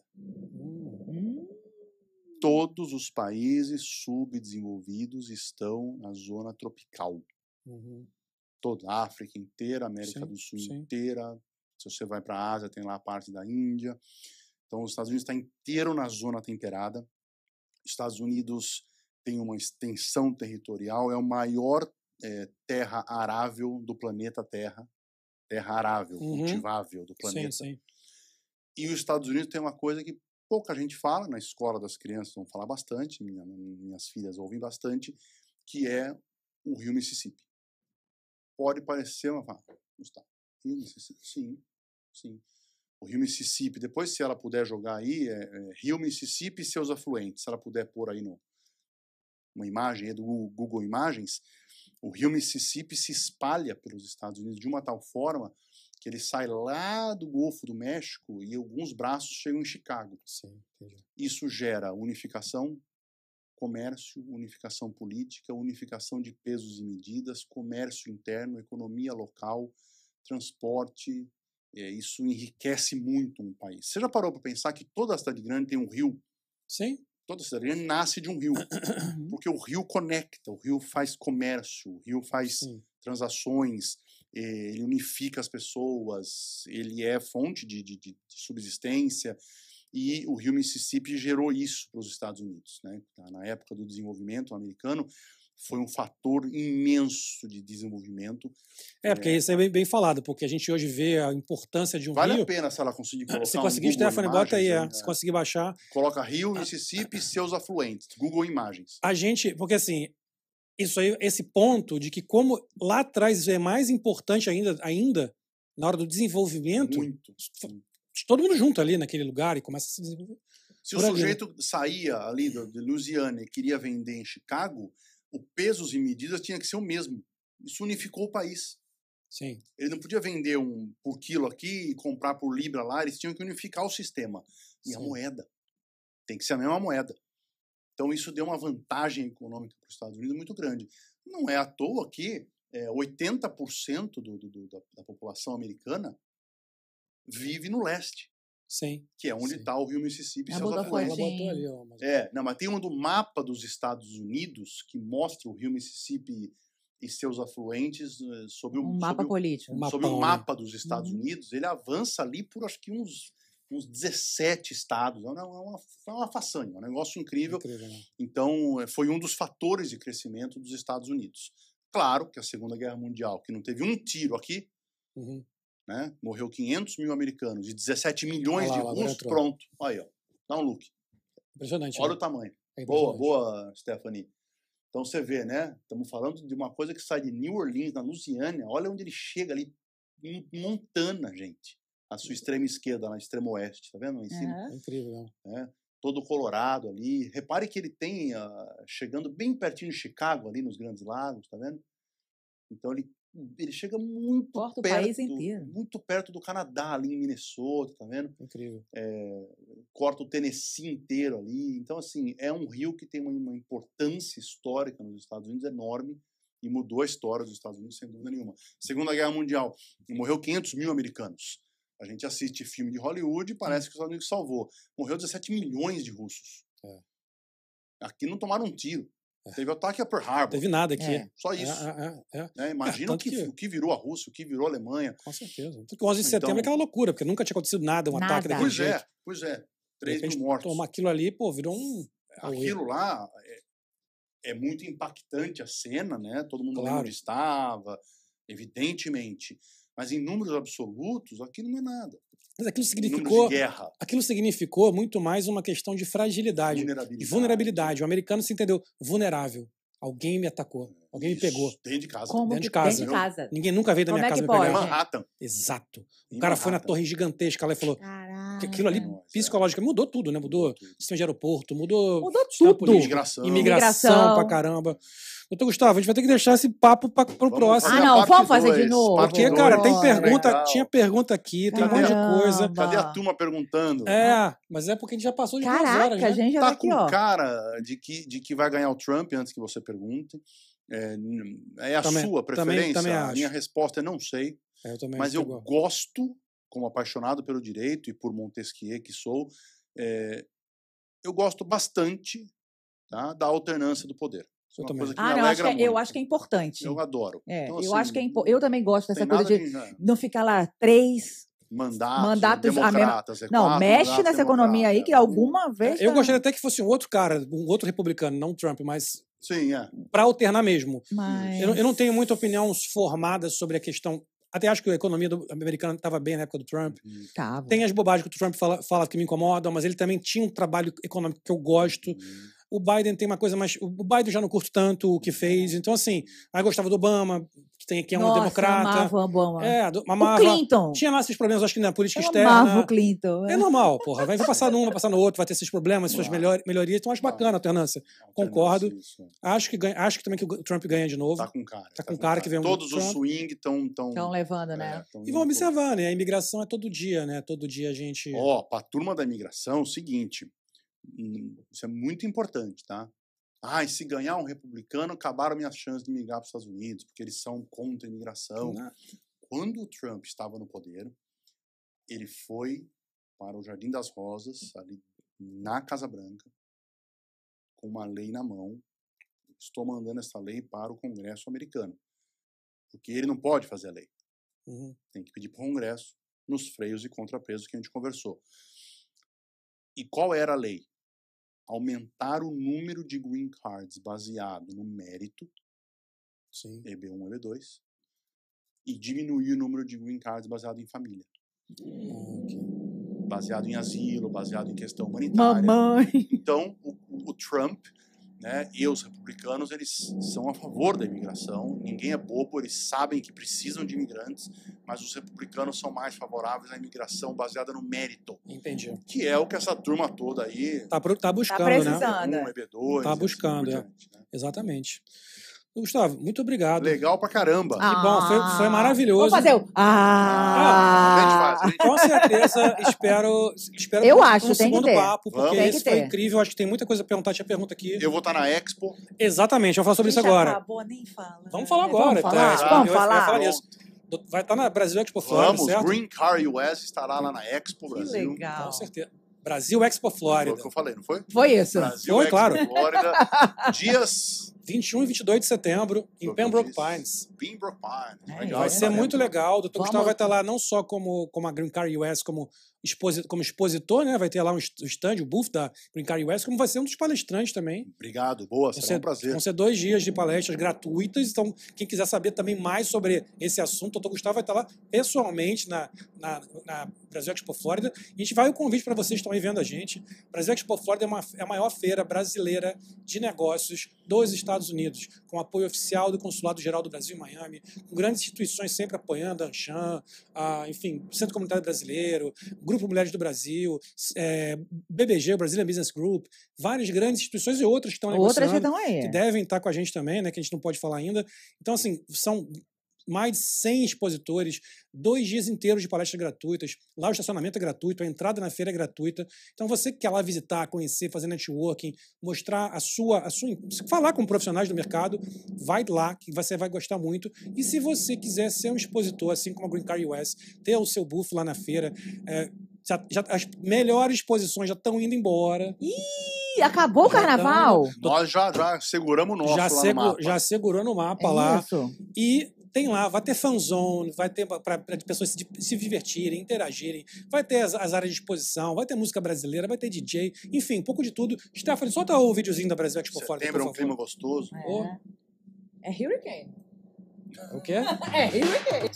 S3: Todos os países subdesenvolvidos estão na zona tropical. Toda a África inteira, a América do Sul inteira. Se você vai para a Ásia, tem lá a parte da Índia. Então, os Estados Unidos está inteiro na zona temperada. Os Estados Unidos tem uma extensão territorial, é o maior terra arável do planeta Terra. Terra arável, cultivável do planeta. E os Estados Unidos tem uma coisa que pouca gente fala, na escola das crianças vão falar bastante, minhas filhas ouvem bastante, que é o rio Mississippi. Pode parecer uma... Rio Mississippi? Sim. O rio Mississippi, depois se ela puder jogar aí, rio Mississippi e seus afluentes, se ela puder pôr aí uma imagem do Google Imagens, o rio Mississippi se espalha pelos Estados Unidos de uma tal forma que ele sai lá do Golfo do México e alguns braços chegam em Chicago. Isso gera unificação, comércio, unificação política, unificação de pesos e medidas, comércio interno, economia local, transporte. Isso enriquece muito um país. Você já parou para pensar que toda cidade grande tem um rio?
S1: Sim.
S3: Toda cidade grande nasce de um rio. Porque o rio conecta, o rio faz comércio, o rio faz transações, ele unifica as pessoas, ele é fonte de subsistência. E o rio Mississippi gerou isso para os Estados Unidos, né? Na época do desenvolvimento americano, foi um fator imenso de desenvolvimento.
S1: Porque isso é bem falado, porque a gente hoje vê a importância de um rio.
S3: Vale a pena se ela conseguir colocar
S1: se conseguir, Stephanie, bota aí, se conseguir baixar.
S3: Coloca rio, Mississippi e seus afluentes, Google Imagens.
S1: A gente, porque assim, isso aí, esse ponto de que como lá atrás isso é mais importante ainda na hora do desenvolvimento,
S3: Muito.
S1: todo mundo junto ali naquele lugar e começa a se desenvolver.
S3: Se o
S1: Por ali, né?
S3: sujeito saía ali de Louisiana e queria vender em Chicago, o pesos e medidas tinha que ser o mesmo. Isso unificou o país.
S1: Sim.
S3: Ele não podia vender por quilo aqui e comprar por libra lá, eles tinham que unificar o sistema. E a
S1: Sim.
S3: moeda. Tem que ser a mesma moeda. Então isso deu uma vantagem econômica para os Estados Unidos muito grande. Não é à toa que 80% da população americana vive no leste,
S1: Sim.
S3: que é onde
S1: Sim.
S3: está o rio Mississippi e
S2: A
S3: seus
S2: boca
S1: Ela
S3: afluentes.
S2: forte.
S1: botou ali, ó.
S3: Não, mas tem um do mapa dos Estados Unidos que mostra o rio Mississippi e seus afluentes sobre
S2: Um mapa político.
S3: sobre o
S1: mapão,
S3: mapa dos Estados
S2: Uhum.
S3: Unidos. Ele avança ali por acho que uns 17 estados. É uma façanha, é um negócio incrível.
S1: Incrível, né?
S3: Então, foi um dos fatores de crescimento dos Estados Unidos. Claro que a Segunda Guerra Mundial, que não teve um tiro aqui,
S1: Uhum.
S3: né? Morreu 500 mil americanos e 17 milhões
S1: Olha
S3: de
S1: lá, agora
S3: russos,
S1: entrou.
S3: pronto. Aí, ó. Dá um look.
S1: Impressionante.
S3: Olha
S1: né?
S3: o tamanho.
S1: É
S3: Boa,
S1: impressionante.
S3: boa, Stephanie. Então você vê, né? Estamos falando de uma coisa que sai de New Orleans, na Louisiana. Olha onde ele chega ali, em Montana, gente. A sua extrema esquerda, na extrema oeste, tá vendo? Lá em cima.
S2: Aham.
S1: É incrível, né?
S3: Todo Colorado ali. Repare que ele tem, chegando bem pertinho de Chicago, ali nos Grandes Lagos, tá vendo? Então ele chega muito
S2: Corta o
S3: perto,
S2: país inteiro.
S3: muito perto do Canadá, ali em Minnesota, tá vendo?
S1: Incrível.
S3: Corta o Tennessee inteiro ali. Então, assim, é um rio que tem uma importância histórica nos Estados Unidos enorme e mudou a história dos Estados Unidos, sem dúvida nenhuma. Segunda Guerra Mundial, morreu 500 mil americanos. A gente assiste filme de Hollywood e parece que os Estados Unidos salvou. Morreu 17 milhões de russos.
S1: É.
S3: Aqui não tomaram um tiro. Teve ataque a Pearl Harbor.
S1: Não teve nada aqui.
S2: É.
S3: Só isso. Né? Imagina
S1: tanto
S3: o que virou a Rússia, o que virou a Alemanha.
S1: Com certeza. Porque o 11 de setembro é
S3: Então-
S1: aquela loucura, porque nunca tinha acontecido nada, um ataque
S2: Nada.
S1: daquele jeito.
S3: Pois é.
S1: De
S3: 3
S1: repente,
S3: mil mortos.
S1: tomar aquilo ali, pô, virou um...
S3: Aquilo lá é muito impactante a cena, né? Todo mundo lembra
S1: Claro.
S3: onde estava, evidentemente. Mas em números absolutos, aquilo não é nada.
S1: Mas aquilo
S3: Em números
S1: significou,
S3: de guerra,
S1: aquilo significou muito mais uma questão de fragilidade, de vulnerabilidade. O americano se entendeu vulnerável. Alguém me atacou, alguém me
S3: Isso,
S1: pegou.
S3: Dentro de casa.
S2: Como
S1: Dentro
S2: que
S1: de casa.
S2: dentro de casa?
S1: Ninguém nunca veio da
S2: Como
S1: minha
S2: é
S1: casa
S2: que
S1: me
S2: pode?
S1: pegar.
S3: Manhattan.
S1: Exato.
S3: Em
S1: O cara foi na
S3: Manhattan.
S1: torre gigantesca lá e falou
S2: Caraca.
S1: que aquilo ali,
S3: Nossa,
S1: psicologicamente, mudou tudo, né? Mudou
S3: tudo.
S1: sistema de aeroporto, mudou
S2: Mudou
S1: sistema
S2: tudo.
S1: político,
S3: Imigração.
S1: imigração pra caramba. Doutor Gustavo, a gente vai ter que deixar esse papo pro próximo.
S3: fazer
S2: Ah,
S3: a
S2: não,
S3: parte
S2: vamos fazer de
S3: dois,
S2: novo.
S3: parte
S1: Porque,
S3: dois.
S1: cara, tem
S2: Bora.
S1: pergunta,
S3: Legal.
S1: tinha pergunta aqui, tem um monte de coisa.
S3: Cadê a turma perguntando?
S1: Mas é porque a gente já passou de 2 horas,
S2: Caraca,
S1: né?
S2: a gente já tá
S3: Tá
S2: aqui,
S3: com
S2: ó.
S3: cara de que vai ganhar o Trump antes que você pergunte. É a
S1: Também-
S3: sua preferência?
S1: também
S3: A
S1: acho.
S3: minha resposta é não sei.
S1: Eu também
S3: Mas
S1: acho
S3: eu
S1: igual.
S3: gosto, como apaixonado pelo direito e por Montesquieu que sou, eu gosto bastante, tá, da alternância do poder.
S1: Eu
S3: Uma
S1: também.
S3: coisa que
S2: Ah,
S3: me
S2: não,
S3: alegra
S2: eu
S3: muito.
S2: acho que é importante.
S3: Eu adoro.
S2: É,
S3: Então,
S2: eu
S3: assim,
S2: acho que eu também gosto dessa
S3: tem
S2: coisa
S3: nada
S2: de não ficar lá 3 mandatos,
S3: democratas.
S2: Não,
S3: 4
S2: mexe
S3: mandatos
S2: nessa economia aí que
S3: democratas,
S2: alguma vez.
S1: Eu
S2: tá-
S1: gostaria até que fosse um outro cara, um outro republicano, não Trump, mas
S3: Sim,
S1: pra alternar mesmo.
S2: Mas...
S1: Eu não tenho muita opinião formada sobre a questão. Até acho que a economia americana estava bem na época do Trump.
S2: Tava.
S1: Tem as bobagens que o Trump fala que me incomodam, mas ele também tinha um trabalho econômico que eu gosto. O Biden tem uma coisa mais. O Biden já não curto tanto o que fez. Então, assim, aí gostava do Obama, que é um
S2: Nossa,
S1: democrata.
S2: amava o Obama.
S1: Amava.
S2: O Clinton.
S1: Tinha lá esses problemas, acho que na política
S2: Eu
S1: externa.
S2: amava o Clinton.
S1: É normal, porra. Vai passar num, vai passar no outro, vai ter esses problemas, suas
S3: Claro.
S1: melhorias. Então, acho bacana a alternância. Concordo. Acho que também que o Trump ganha de novo.
S3: Tá com cara.
S1: Tá com cara que vem um
S3: Todos os
S1: Trump.
S3: swing estão
S2: Estão levando, né?
S1: E vamos observar, né? A imigração é todo dia, né? Todo dia a gente.
S3: Para a turma da imigração, é o seguinte, isso é muito importante, tá? E se ganhar um republicano, acabaram minhas chances de migrar para os Estados Unidos, porque eles são contra a imigração.
S1: Né?
S3: Quando o Trump estava no poder, ele foi para o Jardim das Rosas, ali na Casa Branca, com uma lei na mão. Estou mandando essa lei para o Congresso americano. Porque ele não pode fazer a lei.
S1: Uhum.
S3: Tem que pedir para o Congresso nos freios e contrapesos que a gente conversou. E qual era a lei? Aumentar o número de green cards baseado no mérito,
S1: Sim.
S3: EB1, EB2, e diminuir o número de green cards baseado em família.
S1: Ok.
S3: Baseado em asilo, baseado em questão humanitária.
S2: Mamãe.
S3: Então, o Trump né? E os republicanos, eles são a favor da imigração. Ninguém é bobo, eles sabem que precisam de imigrantes, mas os republicanos são mais favoráveis à imigração baseada no mérito.
S1: Entendi.
S3: Que é o que essa turma toda aí...
S1: Tá buscando,
S2: precisando.
S1: né?
S3: EB2...
S1: Tá buscando,
S3: assim por diante, né?
S1: Exatamente. Gustavo, muito obrigado.
S3: Legal pra caramba.
S1: Que bom, foi maravilhoso.
S2: Vamos fazer o...
S3: A gente faz.
S1: Com certeza, espero
S2: Eu acho,
S1: um
S2: tem que
S1: segundo
S2: ter.
S1: papo, porque
S2: Tem
S1: esse
S2: que
S1: foi
S2: ter.
S1: incrível. Acho que tem muita coisa a perguntar. Tinha pergunta aqui.
S3: Eu vou estar na Expo.
S1: Exatamente, vamos falar sobre isso agora.
S2: Acabou, nem fala.
S1: Vamos falar agora.
S2: Vamos falar?
S1: tá?
S2: Vamos
S1: Eu ia
S2: falar?
S1: falar nisso. Vai estar na Brasil Expo Florida,
S3: Vamos,
S1: certo?
S3: Green Car US estará lá na Expo
S2: Que
S3: Brasil.
S2: legal.
S1: Com certeza. Brasil Expo
S3: Foi
S1: Florida.
S3: o que eu falei, não foi?
S2: Foi isso.
S3: Brasil
S1: Foi,
S3: Expo
S1: claro.
S3: Florida. Dias
S1: 21 e 22 de setembro, em
S3: Foi o que eu
S1: Pembroke
S3: disse.
S1: Pines.
S3: Pembroke Pines.
S2: É,
S3: Legal,
S1: Vai
S3: pra
S1: ser
S3: caramba.
S1: muito legal. O Dr.
S2: Vamos.
S1: Gustavo vai estar lá não só como a Green Car US, como expositor, né? Vai ter lá o stand, o booth da Green Car US, como vai ser um dos palestrantes também.
S3: Obrigado, boa, será um prazer.
S1: Vão ser 2 dias de palestras gratuitas. Então, quem quiser saber também mais sobre esse assunto, o Dr. Gustavo vai estar lá pessoalmente na Brasil Expo Florida. E a gente vai o convite para vocês que estão aí vendo a gente. Brasil Expo Florida é a maior feira brasileira de negócios dos Estados Unidos, com apoio oficial do Consulado Geral do Brasil em Miami, com grandes instituições sempre apoiando, a Anshan, enfim, Centro Comunitário Brasileiro, Grupo Mulheres do Brasil, BBG, o Brazilian Business Group, várias grandes instituições e outras que estão
S2: Outras
S1: negociando,
S2: que estão aí.
S1: que devem estar com a gente também, né, que a gente não pode falar ainda. Então, assim, são mais de 100 expositores, 2 dias inteiros de palestras gratuitas, lá o estacionamento é gratuito, a entrada na feira é gratuita. Então, você que quer lá visitar, conhecer, fazer networking, mostrar a sua falar com profissionais do mercado, vai lá, que você vai gostar muito. E se você quiser ser um expositor, assim como a Green Car US, ter o seu booth lá na feira, as melhores exposições já estão indo embora.
S2: Ih, acabou o carnaval?
S3: Nós já seguramos o nosso lá no mapa.
S1: Já segurou no mapa lá.
S2: Isso.
S1: E tem lá, vai ter fanzone, vai ter para pessoas se divertirem, interagirem, vai ter as áreas de exposição, vai ter música brasileira, vai ter DJ, enfim, um pouco de tudo. Stephanie, solta o videozinho da Brasil Expo Florida,
S3: Setembro é
S1: por
S3: um clima
S1: favor.
S3: gostoso.
S2: É Hurricane.
S1: O quê?
S2: É Hurricane.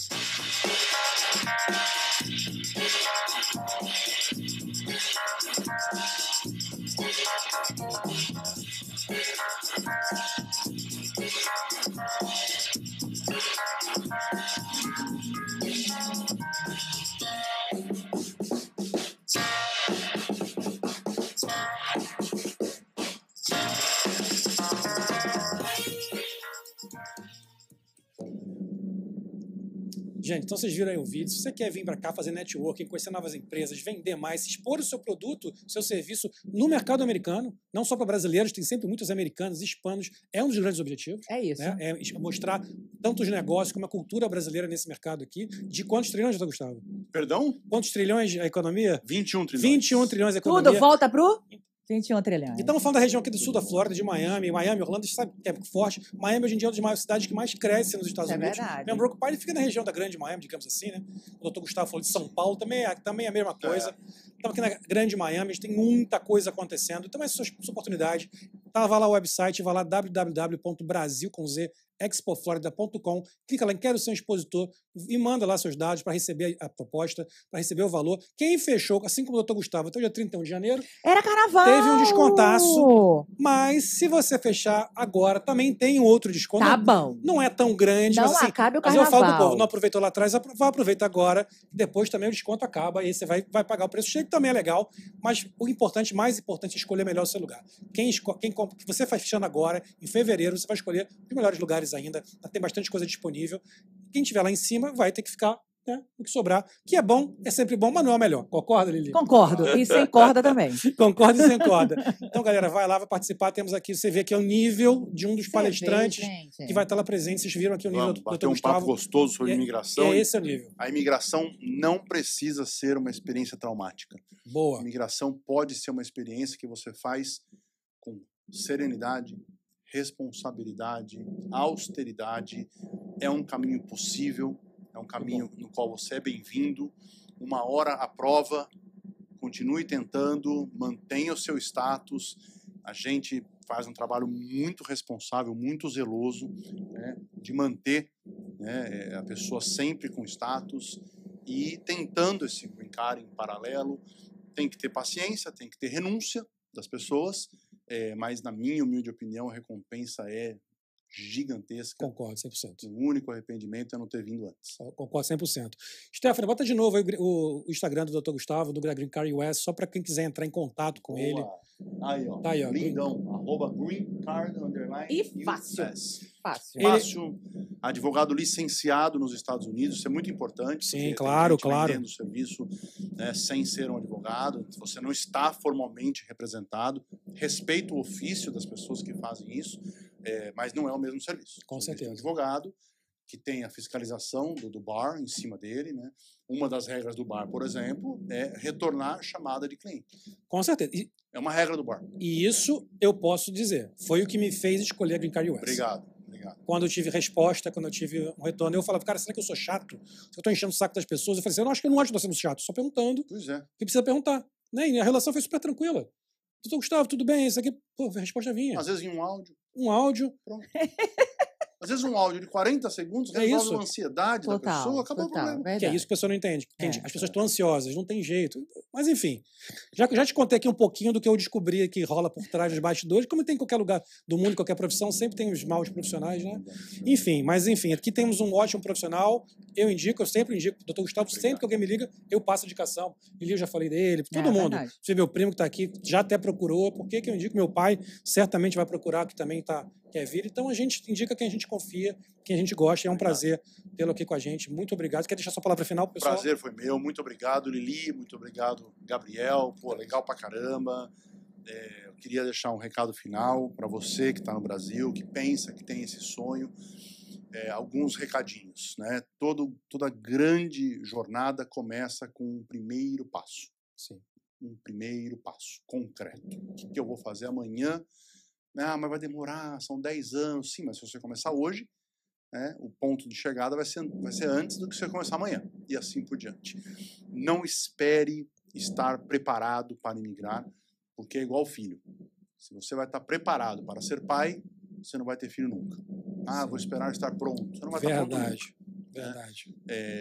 S1: Gente, então vocês viram aí o vídeo. Se você quer vir para cá fazer networking, conhecer novas empresas, vender mais, expor o seu produto, seu serviço no mercado americano, não só para brasileiros, tem sempre muitos americanos, hispanos, é um dos grandes objetivos.
S2: É isso.
S1: Né? É mostrar tanto os negócios como a cultura brasileira nesse mercado aqui. De quantos trilhões, doutor Gustavo?
S3: Perdão?
S1: Quantos trilhões a economia?
S3: 21 trilhões.
S1: 21 trilhões a economia.
S2: Tudo volta pro 21 trilhões.
S1: E estamos falando da região aqui do sul da Flórida, de Miami, Orlando, sabe que é forte. Miami hoje em dia é uma das maiores cidades que mais cresce nos Estados
S2: É
S1: Unidos.
S2: verdade.
S1: Pembroke Pines fica na região da Grande Miami, digamos assim, né? O doutor Gustavo falou de São Paulo, também é a mesma coisa. Estamos aqui na Grande Miami, a gente tem muita coisa acontecendo. Então é sua oportunidade. Tá, vai lá o website, vai lá www.brasil.expoflorida.com, clica lá em Quero Ser um Expositor e manda lá seus dados para receber a proposta, para receber o valor. Quem fechou, assim como o doutor Gustavo, até o dia 31 de janeiro,
S2: Era carnaval!
S1: teve um descontaço. Mas se você fechar agora, também tem um outro desconto.
S2: Tá bom.
S1: Não é tão grande,
S2: Não
S1: mas assim,
S2: acabe o
S1: mas eu falo pro
S2: carnaval.
S1: povo, não aproveitou lá atrás, vai aproveitar agora, depois também o desconto acaba, e aí você vai pagar o preço cheio, que também é legal, mas o importante, mais importante, é escolher melhor o seu lugar. Quem compra, que você faz fechando agora, em fevereiro, você vai escolher os melhores lugares ainda, tem bastante coisa disponível. Quem estiver lá em cima vai ter que ficar, né, o que sobrar, que é bom, é sempre bom, mas não é o melhor. Concorda, Lili?
S2: Concordo. E sem corda também.
S1: Concorda e sem corda. Então, galera, vai lá, vai participar. Temos aqui, você vê aqui é o nível de um dos palestrantes que vai estar lá presente. Vocês viram aqui o nível
S3: Vamos
S1: do
S3: bater
S1: Dr.
S3: um
S1: Gustavo.
S3: papo gostoso sobre imigração.
S1: É esse o nível.
S3: A imigração não precisa ser uma experiência traumática. A
S1: Boa.
S3: imigração pode ser uma experiência que você faz com serenidade, responsabilidade, austeridade. É um caminho possível, é um caminho no qual você é bem-vindo. Uma hora à prova, continue tentando, mantenha o seu status. A gente faz um trabalho muito responsável, muito zeloso, né, de manter, né, a pessoa sempre com status e tentando esse green card em paralelo. Tem que ter paciência, tem que ter renúncia das pessoas, mas, na minha humilde opinião, a recompensa é gigantesca.
S1: Concordo, 100%.
S3: O único arrependimento é não ter vindo antes.
S1: Concordo 100%. Stephanie, bota de novo aí o Instagram do Dr. Gustavo, do Green Card US, só para quem quiser entrar em contato com ele.
S3: Aí, ó.
S1: Tá aí, ó.
S3: Lindão. @greencard_.
S2: E fácil.
S3: US.
S2: Fácil.
S3: Fácil. Advogado licenciado nos Estados Unidos, isso é muito importante.
S1: Sim,
S3: porque
S1: claro,
S3: tem gente
S1: claro.
S3: vendendo o serviço, né, sem ser um advogado. Você não está formalmente representado. Respeito o ofício das pessoas que fazem isso, mas não é o mesmo serviço.
S1: Com certeza.
S3: Um advogado que tem a fiscalização do bar em cima dele, né? Uma das regras do bar, por exemplo, é retornar a chamada de cliente.
S1: Com certeza.
S3: É uma regra do bar.
S1: E isso eu posso dizer. Foi o que me fez escolher a Green Card US.
S3: Obrigado.
S1: Quando eu tive resposta, quando eu tive um retorno, eu falava, cara, será que eu sou chato? Se eu estou enchendo o saco das pessoas, eu falei assim, eu não acho que eu estou sendo chato, só perguntando.
S3: Pois é.
S1: Que precisa perguntar. Né? E a relação foi super tranquila. Doutor Gustavo, tudo bem? Isso aqui, pô, a resposta vinha.
S3: Às vezes em um áudio.
S1: Um áudio.
S3: Pronto. Às vezes um áudio de 40 segundos resolve uma ansiedade da pessoa, acabou o problema.
S2: Verdade.
S1: Que é isso que a pessoa não entende. As pessoas estão ansiosas, não tem jeito. Mas, enfim, já te contei aqui um pouquinho do que eu descobri que rola por trás dos bastidores, como tem em qualquer lugar do mundo, em qualquer profissão, sempre tem os maus profissionais, né? Enfim, aqui temos um ótimo profissional, eu sempre indico, o doutor Gustavo, sempre que alguém me liga, eu passo a indicação. Eu já falei dele, todo mundo.
S2: Verdade.
S1: Você, meu primo que está aqui, já até procurou, por que eu indico? Meu pai certamente vai procurar, que também quer vir. Então, a gente indica quem a gente confia, quem a gente gosta, e é um prazer tê-lo aqui com a gente. Muito obrigado. Quer deixar sua palavra final, pessoal?
S3: O prazer foi meu. Muito obrigado, Lili. Muito obrigado, Gabriel. Pô, legal pra caramba. Eu queria deixar um recado final para você que está no Brasil, que pensa, que tem esse sonho. Alguns recadinhos, né? Toda grande jornada começa com um primeiro passo.
S1: Sim.
S3: Um primeiro passo concreto. O que eu vou fazer amanhã? Mas vai demorar, são 10 anos. Sim, mas se você começar hoje, né, o ponto de chegada vai ser antes do que você começar amanhã. E assim por diante. Não espere estar preparado para imigrar, porque é igual filho. Se você vai estar preparado para ser pai, você não vai ter filho nunca. Vou esperar estar pronto. Você não vai estar pronto nunca.
S1: Verdade.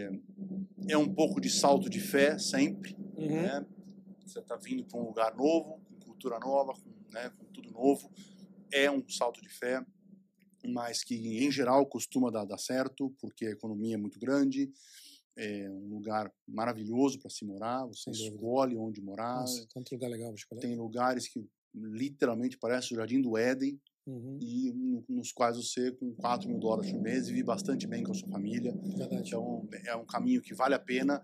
S3: É um pouco de salto de fé sempre.
S1: Uhum.
S3: Né? Você está vindo para um lugar novo, com cultura nova, com tudo novo. É um salto de fé, mas que, em geral, costuma dar certo, porque a economia é muito grande, é um lugar maravilhoso para se morar, você escolhe onde morar.
S1: Nossa, tanto lugar legal para escolher.
S3: Tem lugares que literalmente parece o Jardim do Éden, e nos quais você, com $4 mil por mês, vive bastante bem com a sua família.
S1: Verdade.
S3: Então, é um caminho que vale a pena,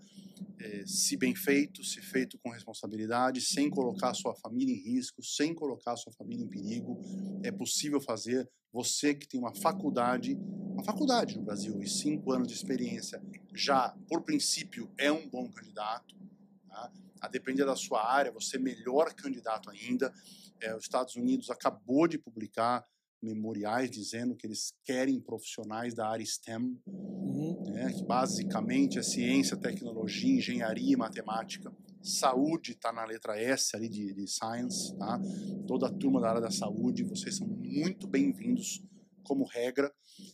S3: se bem feito, se feito com responsabilidade, sem colocar a sua família em risco, sem colocar a sua família em perigo. É possível fazer. Você que tem uma faculdade no Brasil e 5 anos de experiência, já, por princípio, é um bom candidato. Tá? A depender da sua área, você é melhor candidato ainda. Os Estados Unidos acabou de publicar memoriais dizendo que eles querem profissionais da área STEM, né, que basicamente é ciência, tecnologia, engenharia e matemática. Saúde está na letra S ali de Science, tá? Toda a turma da área da saúde, vocês são muito bem-vindos como regra.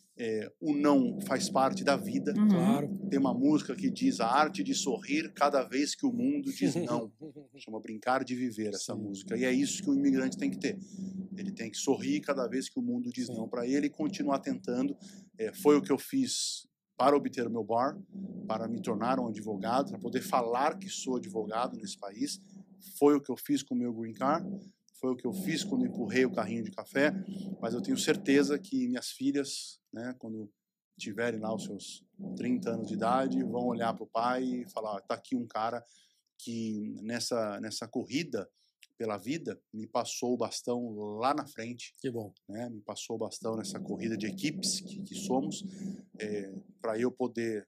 S3: O não faz parte da vida.
S1: Claro.
S3: Tem uma música que diz a arte de sorrir cada vez que o mundo diz não. Chama Brincar de Viver essa música. E é isso que o imigrante tem que ter. Ele tem que sorrir cada vez que o mundo diz não para ele e continuar tentando. Foi o que eu fiz para obter o meu bar, para me tornar um advogado, para poder falar que sou advogado nesse país. Foi o que eu fiz com o meu Green Card. Foi o que eu fiz quando empurrei o carrinho de café, mas eu tenho certeza que minhas filhas, né, quando tiverem lá os seus 30 anos de idade, vão olhar para o pai e falar, tá aqui um cara que nessa corrida pela vida me passou o bastão lá na frente.
S1: Que bom.
S3: Né, me passou o bastão nessa corrida de equipes que somos, para eu poder,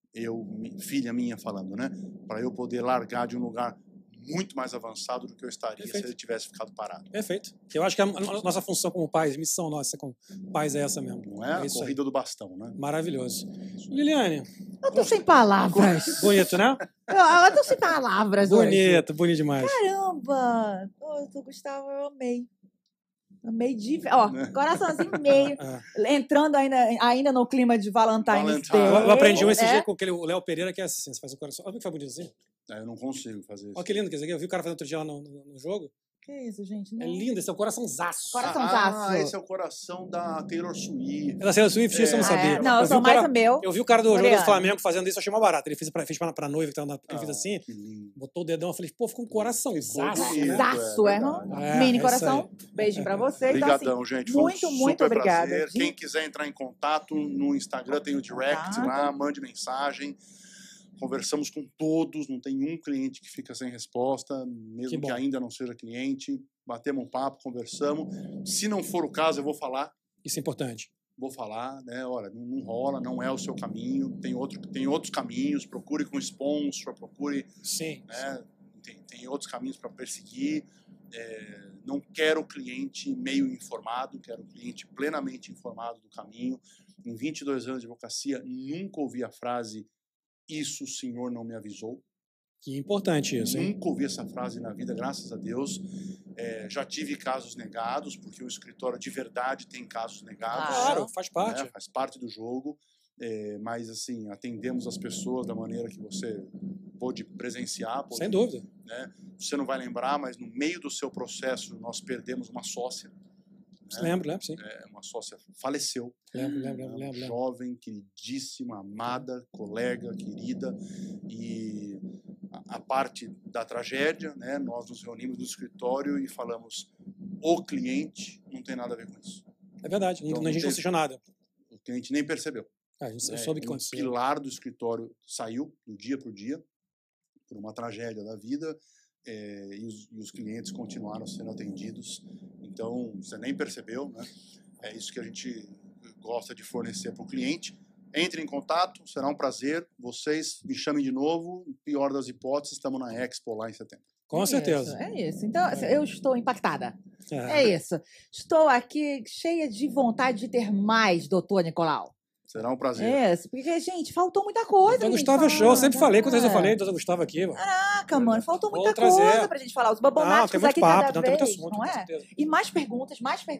S3: filha minha falando, né, para eu poder largar de um lugar muito mais avançado do que eu estaria se ele tivesse ficado parado.
S1: Perfeito. Eu acho que a nossa função como pais, missão nossa como pais é essa mesmo.
S3: Não é a corrida do bastão, né?
S1: Maravilhoso. Liliane.
S2: Eu tô sem palavras.
S1: Bonito, né?
S2: Eu tô sem palavras
S1: bonito,
S2: hoje.
S1: Bonito demais.
S2: Caramba! Gustavo, eu amei. Amei de... coraçãozinho meio. Entrando ainda no clima de Valentine's Day.
S1: Eu aprendi esse dia com o Léo Pereira, que é assim, você faz o coração. Olha que foi bonito assim.
S3: Eu não consigo fazer isso.
S1: Olha que lindo que esse aqui. Eu vi o cara fazendo outro dia lá no jogo.
S2: Que isso, gente?
S1: É lindo, esse é o coraçãozaço.
S2: Coraçãozaço.
S3: Esse é o coração da Taylor Swift.
S1: Da Taylor Swift, isso eu não sabia.
S2: Não, eu
S1: vi
S2: sou
S1: o cara-
S2: mais o meu.
S1: Eu vi o cara do jogo do
S2: Mariana.
S1: Flamengo fazendo isso, eu achei mais barato. Ele fez pra noiva que tava ele fez assim,
S3: Que lindo.
S1: botou o dedão, eu falei, pô, ficou um coraçãozaço,
S3: Ficou
S1: né?
S2: Zaço, é,
S3: verdade.
S2: não?
S1: É,
S2: Mini
S1: é
S2: coração. Beijinho pra você.
S3: Obrigadão,
S2: Então, assim,
S3: gente. Foi
S2: muito,
S3: um
S2: muito
S3: super
S2: obrigada.
S3: prazer. Quem quiser entrar em contato no Instagram, tem o direct lá, mande mensagem. Conversamos com todos, não tem um cliente que fica sem resposta, mesmo que ainda não seja cliente. Batemos um papo, conversamos. Se não for o caso, eu vou falar.
S1: Isso é importante.
S3: Vou falar, né? Olha, não rola, não é o seu caminho. Tem outros caminhos. Procure com sponsor, procure.
S1: Sim.
S3: Né? Tem outros caminhos para perseguir. Não quero o cliente meio informado, quero o cliente plenamente informado do caminho. Em 22 anos de advocacia, nunca ouvi a frase "isso o senhor não me avisou".
S1: Que importante isso, hein?
S3: Nunca ouvi essa frase na vida, graças a Deus. Já tive casos negados, porque o escritório de verdade tem casos negados.
S1: Claro, faz parte.
S3: Né? Faz parte do jogo. Mas, assim, atendemos as pessoas da maneira que você pôde presenciar.
S1: Sem dúvida.
S3: Né? Você não vai lembrar, mas no meio do seu processo nós perdemos uma sócia. Né?
S1: Lembro, sim.
S3: Uma sócia faleceu.
S1: Lembro.
S3: Jovem, queridíssima, amada, colega, querida. E a parte da tragédia, né? Nós nos reunimos no escritório e falamos: o cliente não tem nada a ver com isso.
S1: É verdade,
S3: Então,
S1: a gente não assistiu nada.
S3: O cliente nem percebeu.
S1: A gente soube o que
S3: O
S1: aconteceu.
S3: pilar do escritório saiu do dia para o dia, por uma tragédia da vida, e os clientes continuaram sendo atendidos. Então, você nem percebeu, né? É isso que a gente gosta de fornecer para o cliente. Entre em contato, será um prazer. Vocês me chamem de novo. Pior das hipóteses, estamos na Expo lá em setembro.
S1: Com certeza.
S2: É isso. Então, eu estou impactada. É isso. Estou aqui cheia de vontade de ter mais, doutor Nicolau.
S3: Será um prazer.
S2: É isso. Porque, gente, faltou muita coisa.
S1: Doutor Gustavo é show. Eu sempre falei, quantas vezes eu falei, doutor Gustavo aqui.
S2: Caraca, mano. Faltou
S1: Vou
S2: muita
S1: trazer.
S2: coisa pra gente falar. Os babonáticos
S1: tem muito
S2: aqui
S1: papo,
S2: cada
S1: tem muito
S2: vez,
S1: assunto,
S2: não
S1: com
S2: é?
S1: certeza.
S2: E mais perguntas.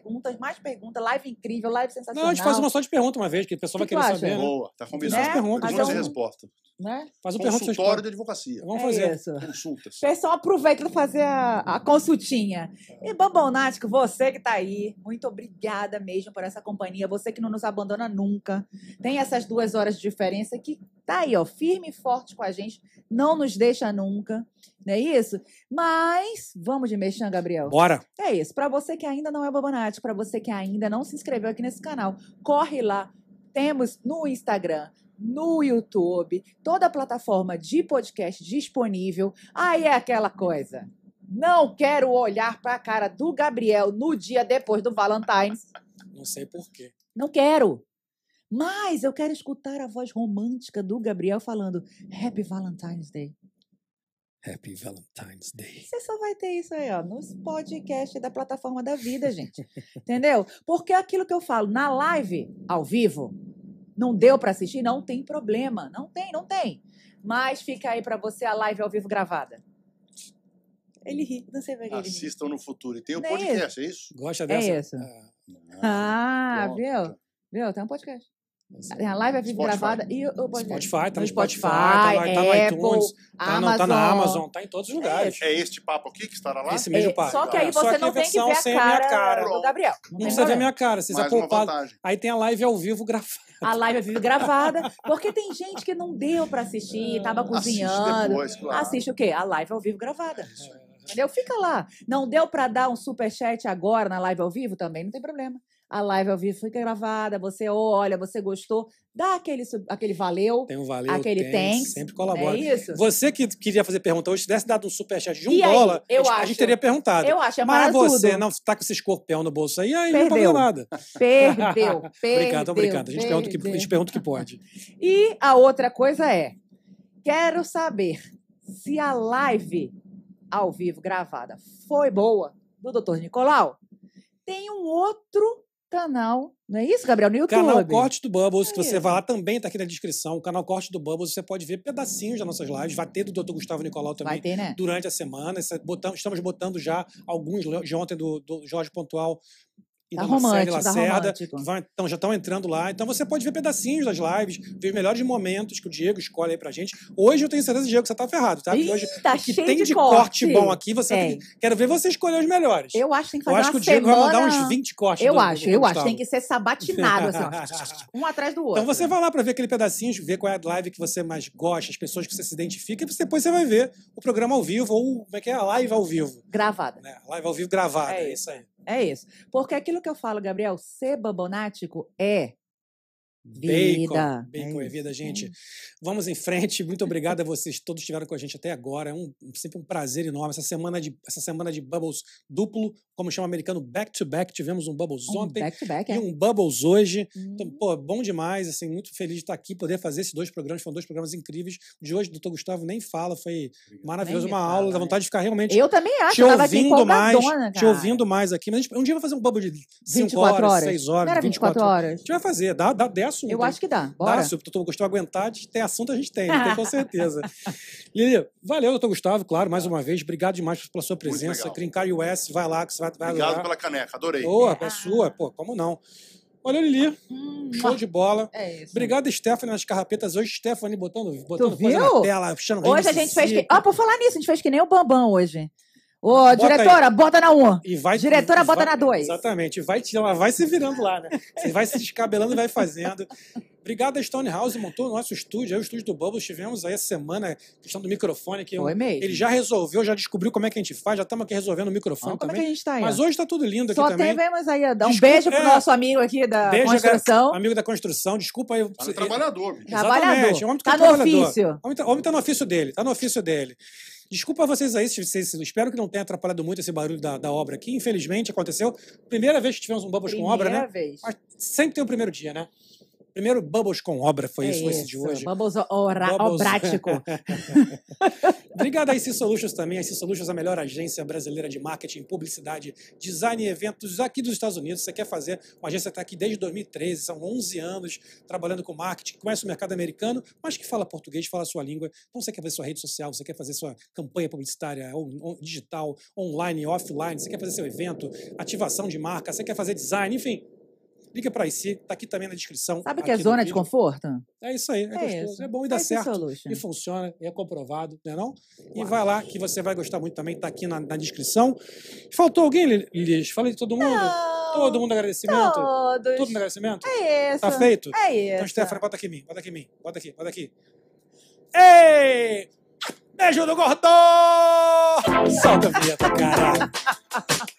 S2: Live incrível, live sensacional.
S1: Não, a gente faz uma só de pergunta uma vez, que o pessoal vai
S2: Que
S1: querer
S2: tu acha?
S1: saber, né?
S3: Boa, tá combinado.
S1: Né? Perguntas,
S3: Perguntas e
S1: então-
S3: respostas.
S2: Né?
S1: Faz uma pergunta.
S3: Consultório de advocacia.
S1: Vamos
S2: É
S1: fazer.
S2: isso.
S3: Consultas.
S2: Pessoal, aproveita para fazer a consultinha. E Babonático, você que tá aí, muito obrigada mesmo por essa companhia. Você que não nos abandona nunca. Tem essas 2 horas de diferença que tá aí, ó, firme e forte com a gente. Não nos deixa nunca. Não é isso? Mas vamos de mexer, Gabriel.
S1: Bora.
S2: É isso. Para você que ainda não é Babonático, para você que ainda não se inscreveu aqui nesse canal, corre lá. Temos no Instagram, no YouTube, toda a plataforma de podcast disponível. Aí é aquela coisa. Não quero olhar para a cara do Gabriel no dia depois do Valentine's.
S1: Não sei por quê.
S2: Não quero. Mas eu quero escutar a voz romântica do Gabriel falando Happy Valentine's Day.
S1: Happy Valentine's Day.
S2: Você só vai ter isso aí, ó, nos podcasts da plataforma da vida, gente. Entendeu? Porque é aquilo que eu falo, na live, ao vivo, não deu para assistir, não tem problema. Não tem. Mas fica aí para você a live ao vivo gravada. Ele ri, não sei por que ele ri.
S3: Assistam no futuro. E tem o
S2: Não é
S3: podcast, é isso?
S1: Gosta
S2: É
S1: dessa?
S2: isso. Ah,
S3: pronto.
S2: viu? Viu? Tem um podcast. Tem a live ao vivo
S3: Spotify.
S2: gravada e o podcast.
S1: Spotify, tá no Spotify,
S2: Spotify,
S1: tá no
S2: Apple,
S1: iTunes, tá na Amazon, tá em todos os lugares.
S3: É este papo aqui que estará lá?
S1: Esse mesmo papo.
S2: Só que aí
S1: Só
S2: você
S1: que
S2: não
S1: a
S2: tem que
S1: versão
S2: ver a
S1: sem a minha
S2: cara,
S1: cara.
S2: do Gabriel.
S1: Não
S2: tem
S1: precisa ver
S2: problema.
S1: minha cara, vocês
S3: Mais uma
S1: poupados.
S3: vantagem.
S1: Aí tem a live ao vivo gravada.
S2: A live ao vivo gravada, porque tem gente que não deu pra assistir, tava
S3: Assiste
S2: cozinhando.
S3: depois, claro.
S2: Assiste o quê? A live ao vivo gravada. Entendeu? Fica lá. Não deu pra dar um superchat agora na live ao vivo? Também não tem problema. A live ao vivo fica gravada, você olha, você gostou, dá aquele valeu,
S1: Tem um valeu,
S2: aquele thanks.
S1: sempre colabora.
S2: É isso?
S1: Você que queria fazer pergunta hoje, se tivesse dado um superchat de
S2: E aí?
S1: $1,
S2: Eu
S1: a
S2: acho.
S1: gente teria perguntado.
S2: Eu acho, é
S1: Mas
S2: para
S1: você
S2: tudo.
S1: não tá com esse escorpião no bolso aí não vai
S2: Perdeu.
S1: fazer nada.
S2: Perdeu.
S1: Tô brincando. A gente pergunta o que pode.
S2: E a outra coisa é, quero saber se a live ao vivo gravada foi boa do Dr. Nicolau. Tem um outro canal, não é isso, Gabriel? No YouTube.
S1: Canal Corte do Bubbles, que
S2: É
S1: você
S2: isso.
S1: vai lá também, tá aqui na descrição. O canal Corte do Bubbles, você pode ver pedacinhos das nossas lives. Vai ter do Dr. Gustavo Nicolau também
S2: Vai ter, né?
S1: durante a semana. Estamos botando já alguns de ontem do Jorge Pontual e
S2: Tá
S1: da Marcele
S2: romântico, tá
S1: Lacerda,
S2: romântico.
S1: que então, já estão entrando lá. Então você pode ver pedacinhos das lives, ver os melhores momentos que o Diego escolhe aí pra gente. Hoje eu tenho certeza, Diego, que você tá ferrado, tá? Porque hoje
S2: Tá
S1: o que
S2: cheio
S1: tem
S2: de
S1: de corte bom aqui, você
S2: Tem.
S1: quero ver você escolher os melhores.
S2: Eu acho que tem que
S1: Eu
S2: fazer
S1: acho que
S2: uma
S1: o Diego
S2: semana...
S1: vai mandar uns 20 cortes.
S2: Eu
S1: do
S2: acho.
S1: Gustavo.
S2: Tem que ser sabatinado, assim, ó, um atrás do outro.
S1: Então você vai lá pra ver aquele pedacinho, ver qual é a live que você mais gosta, as pessoas que você se identifica, e depois você vai ver o programa ao vivo, ou como é que é? A live ao vivo.
S2: Gravada.
S1: Né? A live ao vivo gravada,
S2: É
S1: é isso aí.
S2: É isso. Porque aquilo que eu falo, Gabriel, ser babonático é
S1: Bacon.
S2: vida.
S1: Bacon é
S2: isso,
S1: vida, gente.
S2: é isso.
S1: Vamos em frente. Muito obrigado a vocês todos que estiveram com a gente até agora. É sempre um prazer enorme. Essa semana de Bubbles duplo, como chama o americano, back-to-back. Tivemos um Bubbles ontem
S2: Back-to-back,
S1: e um Bubbles hoje. Então, pô, bom demais. Assim, muito feliz de estar aqui, poder fazer esses dois programas. Foram dois programas incríveis. O de hoje, doutor Gustavo, nem fala. Foi maravilhoso.
S2: Nem
S1: Uma
S2: me
S1: aula.
S2: fala,
S1: Dá vontade de ficar realmente
S2: Eu também acho.
S1: te
S2: Eu tava aqui
S1: ouvindo mais.
S2: empolgadona,
S1: Te
S2: cara.
S1: ouvindo mais aqui. Mas a gente, um dia vai fazer um Bubble de 5
S2: 24
S1: horas, 6 horas,
S2: Não era 24 horas?
S1: A gente vai fazer. Dá 10 assuntos.
S2: Eu acho que dá. Bora.
S1: Dá, se o doutor Gustavo aguentar, tem assunto, a gente tem com certeza. Lili, valeu, doutor Gustavo, claro, mais uma vez. Obrigado demais pela sua presença.
S3: legal.
S1: Green Card US, vai lá que você vai
S3: Obrigado
S1: adorar.
S3: pela caneca, adorei.
S1: Boa, é sua, pô, como não? Olha, Lili, show de bola.
S2: É isso.
S1: Obrigado, Stephanie, nas carrapetas hoje. Stephanie botando coisa
S2: viu?
S1: na tela, puxando
S2: Hoje a gente fez que... Ah, por falar nisso, a gente fez que nem o Bambam hoje. Ô,
S1: Bota
S2: diretora, bota na 1.
S1: E vai,
S2: Diretora,
S1: e
S2: bota
S1: vai-
S2: na 2.
S1: Exatamente. Ela vai se virando lá, né? Você vai se descabelando e vai fazendo. Obrigado a Stonehouse, montou o nosso estúdio. Aí o estúdio do Bubbles tivemos aí essa semana a questão do microfone. Que
S2: Foi mesmo.
S1: ele já resolveu, já descobriu como é que a gente faz. Já estamos aqui resolvendo o microfone
S2: Olha como é
S1: também.
S2: que a gente tá aí.
S1: Mas
S2: ó.
S1: hoje está tudo lindo aqui
S2: Só
S1: também.
S2: tivemos aí, ó, dar um
S1: Desculpa,
S2: beijo pro nosso amigo aqui da
S1: Beijo,
S2: construção.
S1: amigo da construção. Desculpa aí.
S3: Tá no trabalhador, bicho.
S2: Trabalhador.
S1: Exatamente, o homem
S2: Tá no
S1: trabalhador.
S2: ofício.
S1: O homem tá no ofício dele, tá no ofício dele. Desculpa vocês aí, espero que não tenha atrapalhado muito esse barulho da obra aqui. Infelizmente aconteceu. Primeira vez que tivemos um Bubbles com obra, né?
S2: Primeira vez.
S1: Mas sempre tem o primeiro dia, né? Primeiro Bubbles com obra foi esse de hoje.
S2: Bubbles
S1: Bubbles.
S2: obrático.
S1: Obrigado a IC Solutions também. A IC Solutions é a melhor agência brasileira de marketing, publicidade, design e eventos aqui dos Estados Unidos. Você quer fazer, uma agência está aqui desde 2013, são 11 anos trabalhando com marketing, conhece o mercado americano, mas que fala português, fala a sua língua. Então você quer fazer sua rede social, você quer fazer sua campanha publicitária digital, online, offline, você quer fazer seu evento, ativação de marca, você quer fazer design, enfim. Liga para a IC, tá aqui também na descrição.
S2: Sabe o que é
S1: aqui do
S2: zona de
S1: vídeo.
S2: conforto?
S1: É isso aí, é gostoso,
S2: isso.
S1: é bom e dá
S2: IC
S1: certo.
S2: Solution.
S1: E funciona, e é comprovado, né não? E vai lá que você vai gostar muito também, tá aqui na descrição. Faltou alguém, Lilis? Falei de todo mundo?
S2: Não,
S1: Todo mundo agradecimento?
S2: Todos.
S1: Todo mundo agradecimento?
S2: É isso.
S1: Tá feito?
S2: É isso.
S1: Então, Stephanie, bota aqui em mim, bota aqui em mim, bota aqui, bota aqui. Ei! Beijo do Gordô! Solta a vinheta, caralho!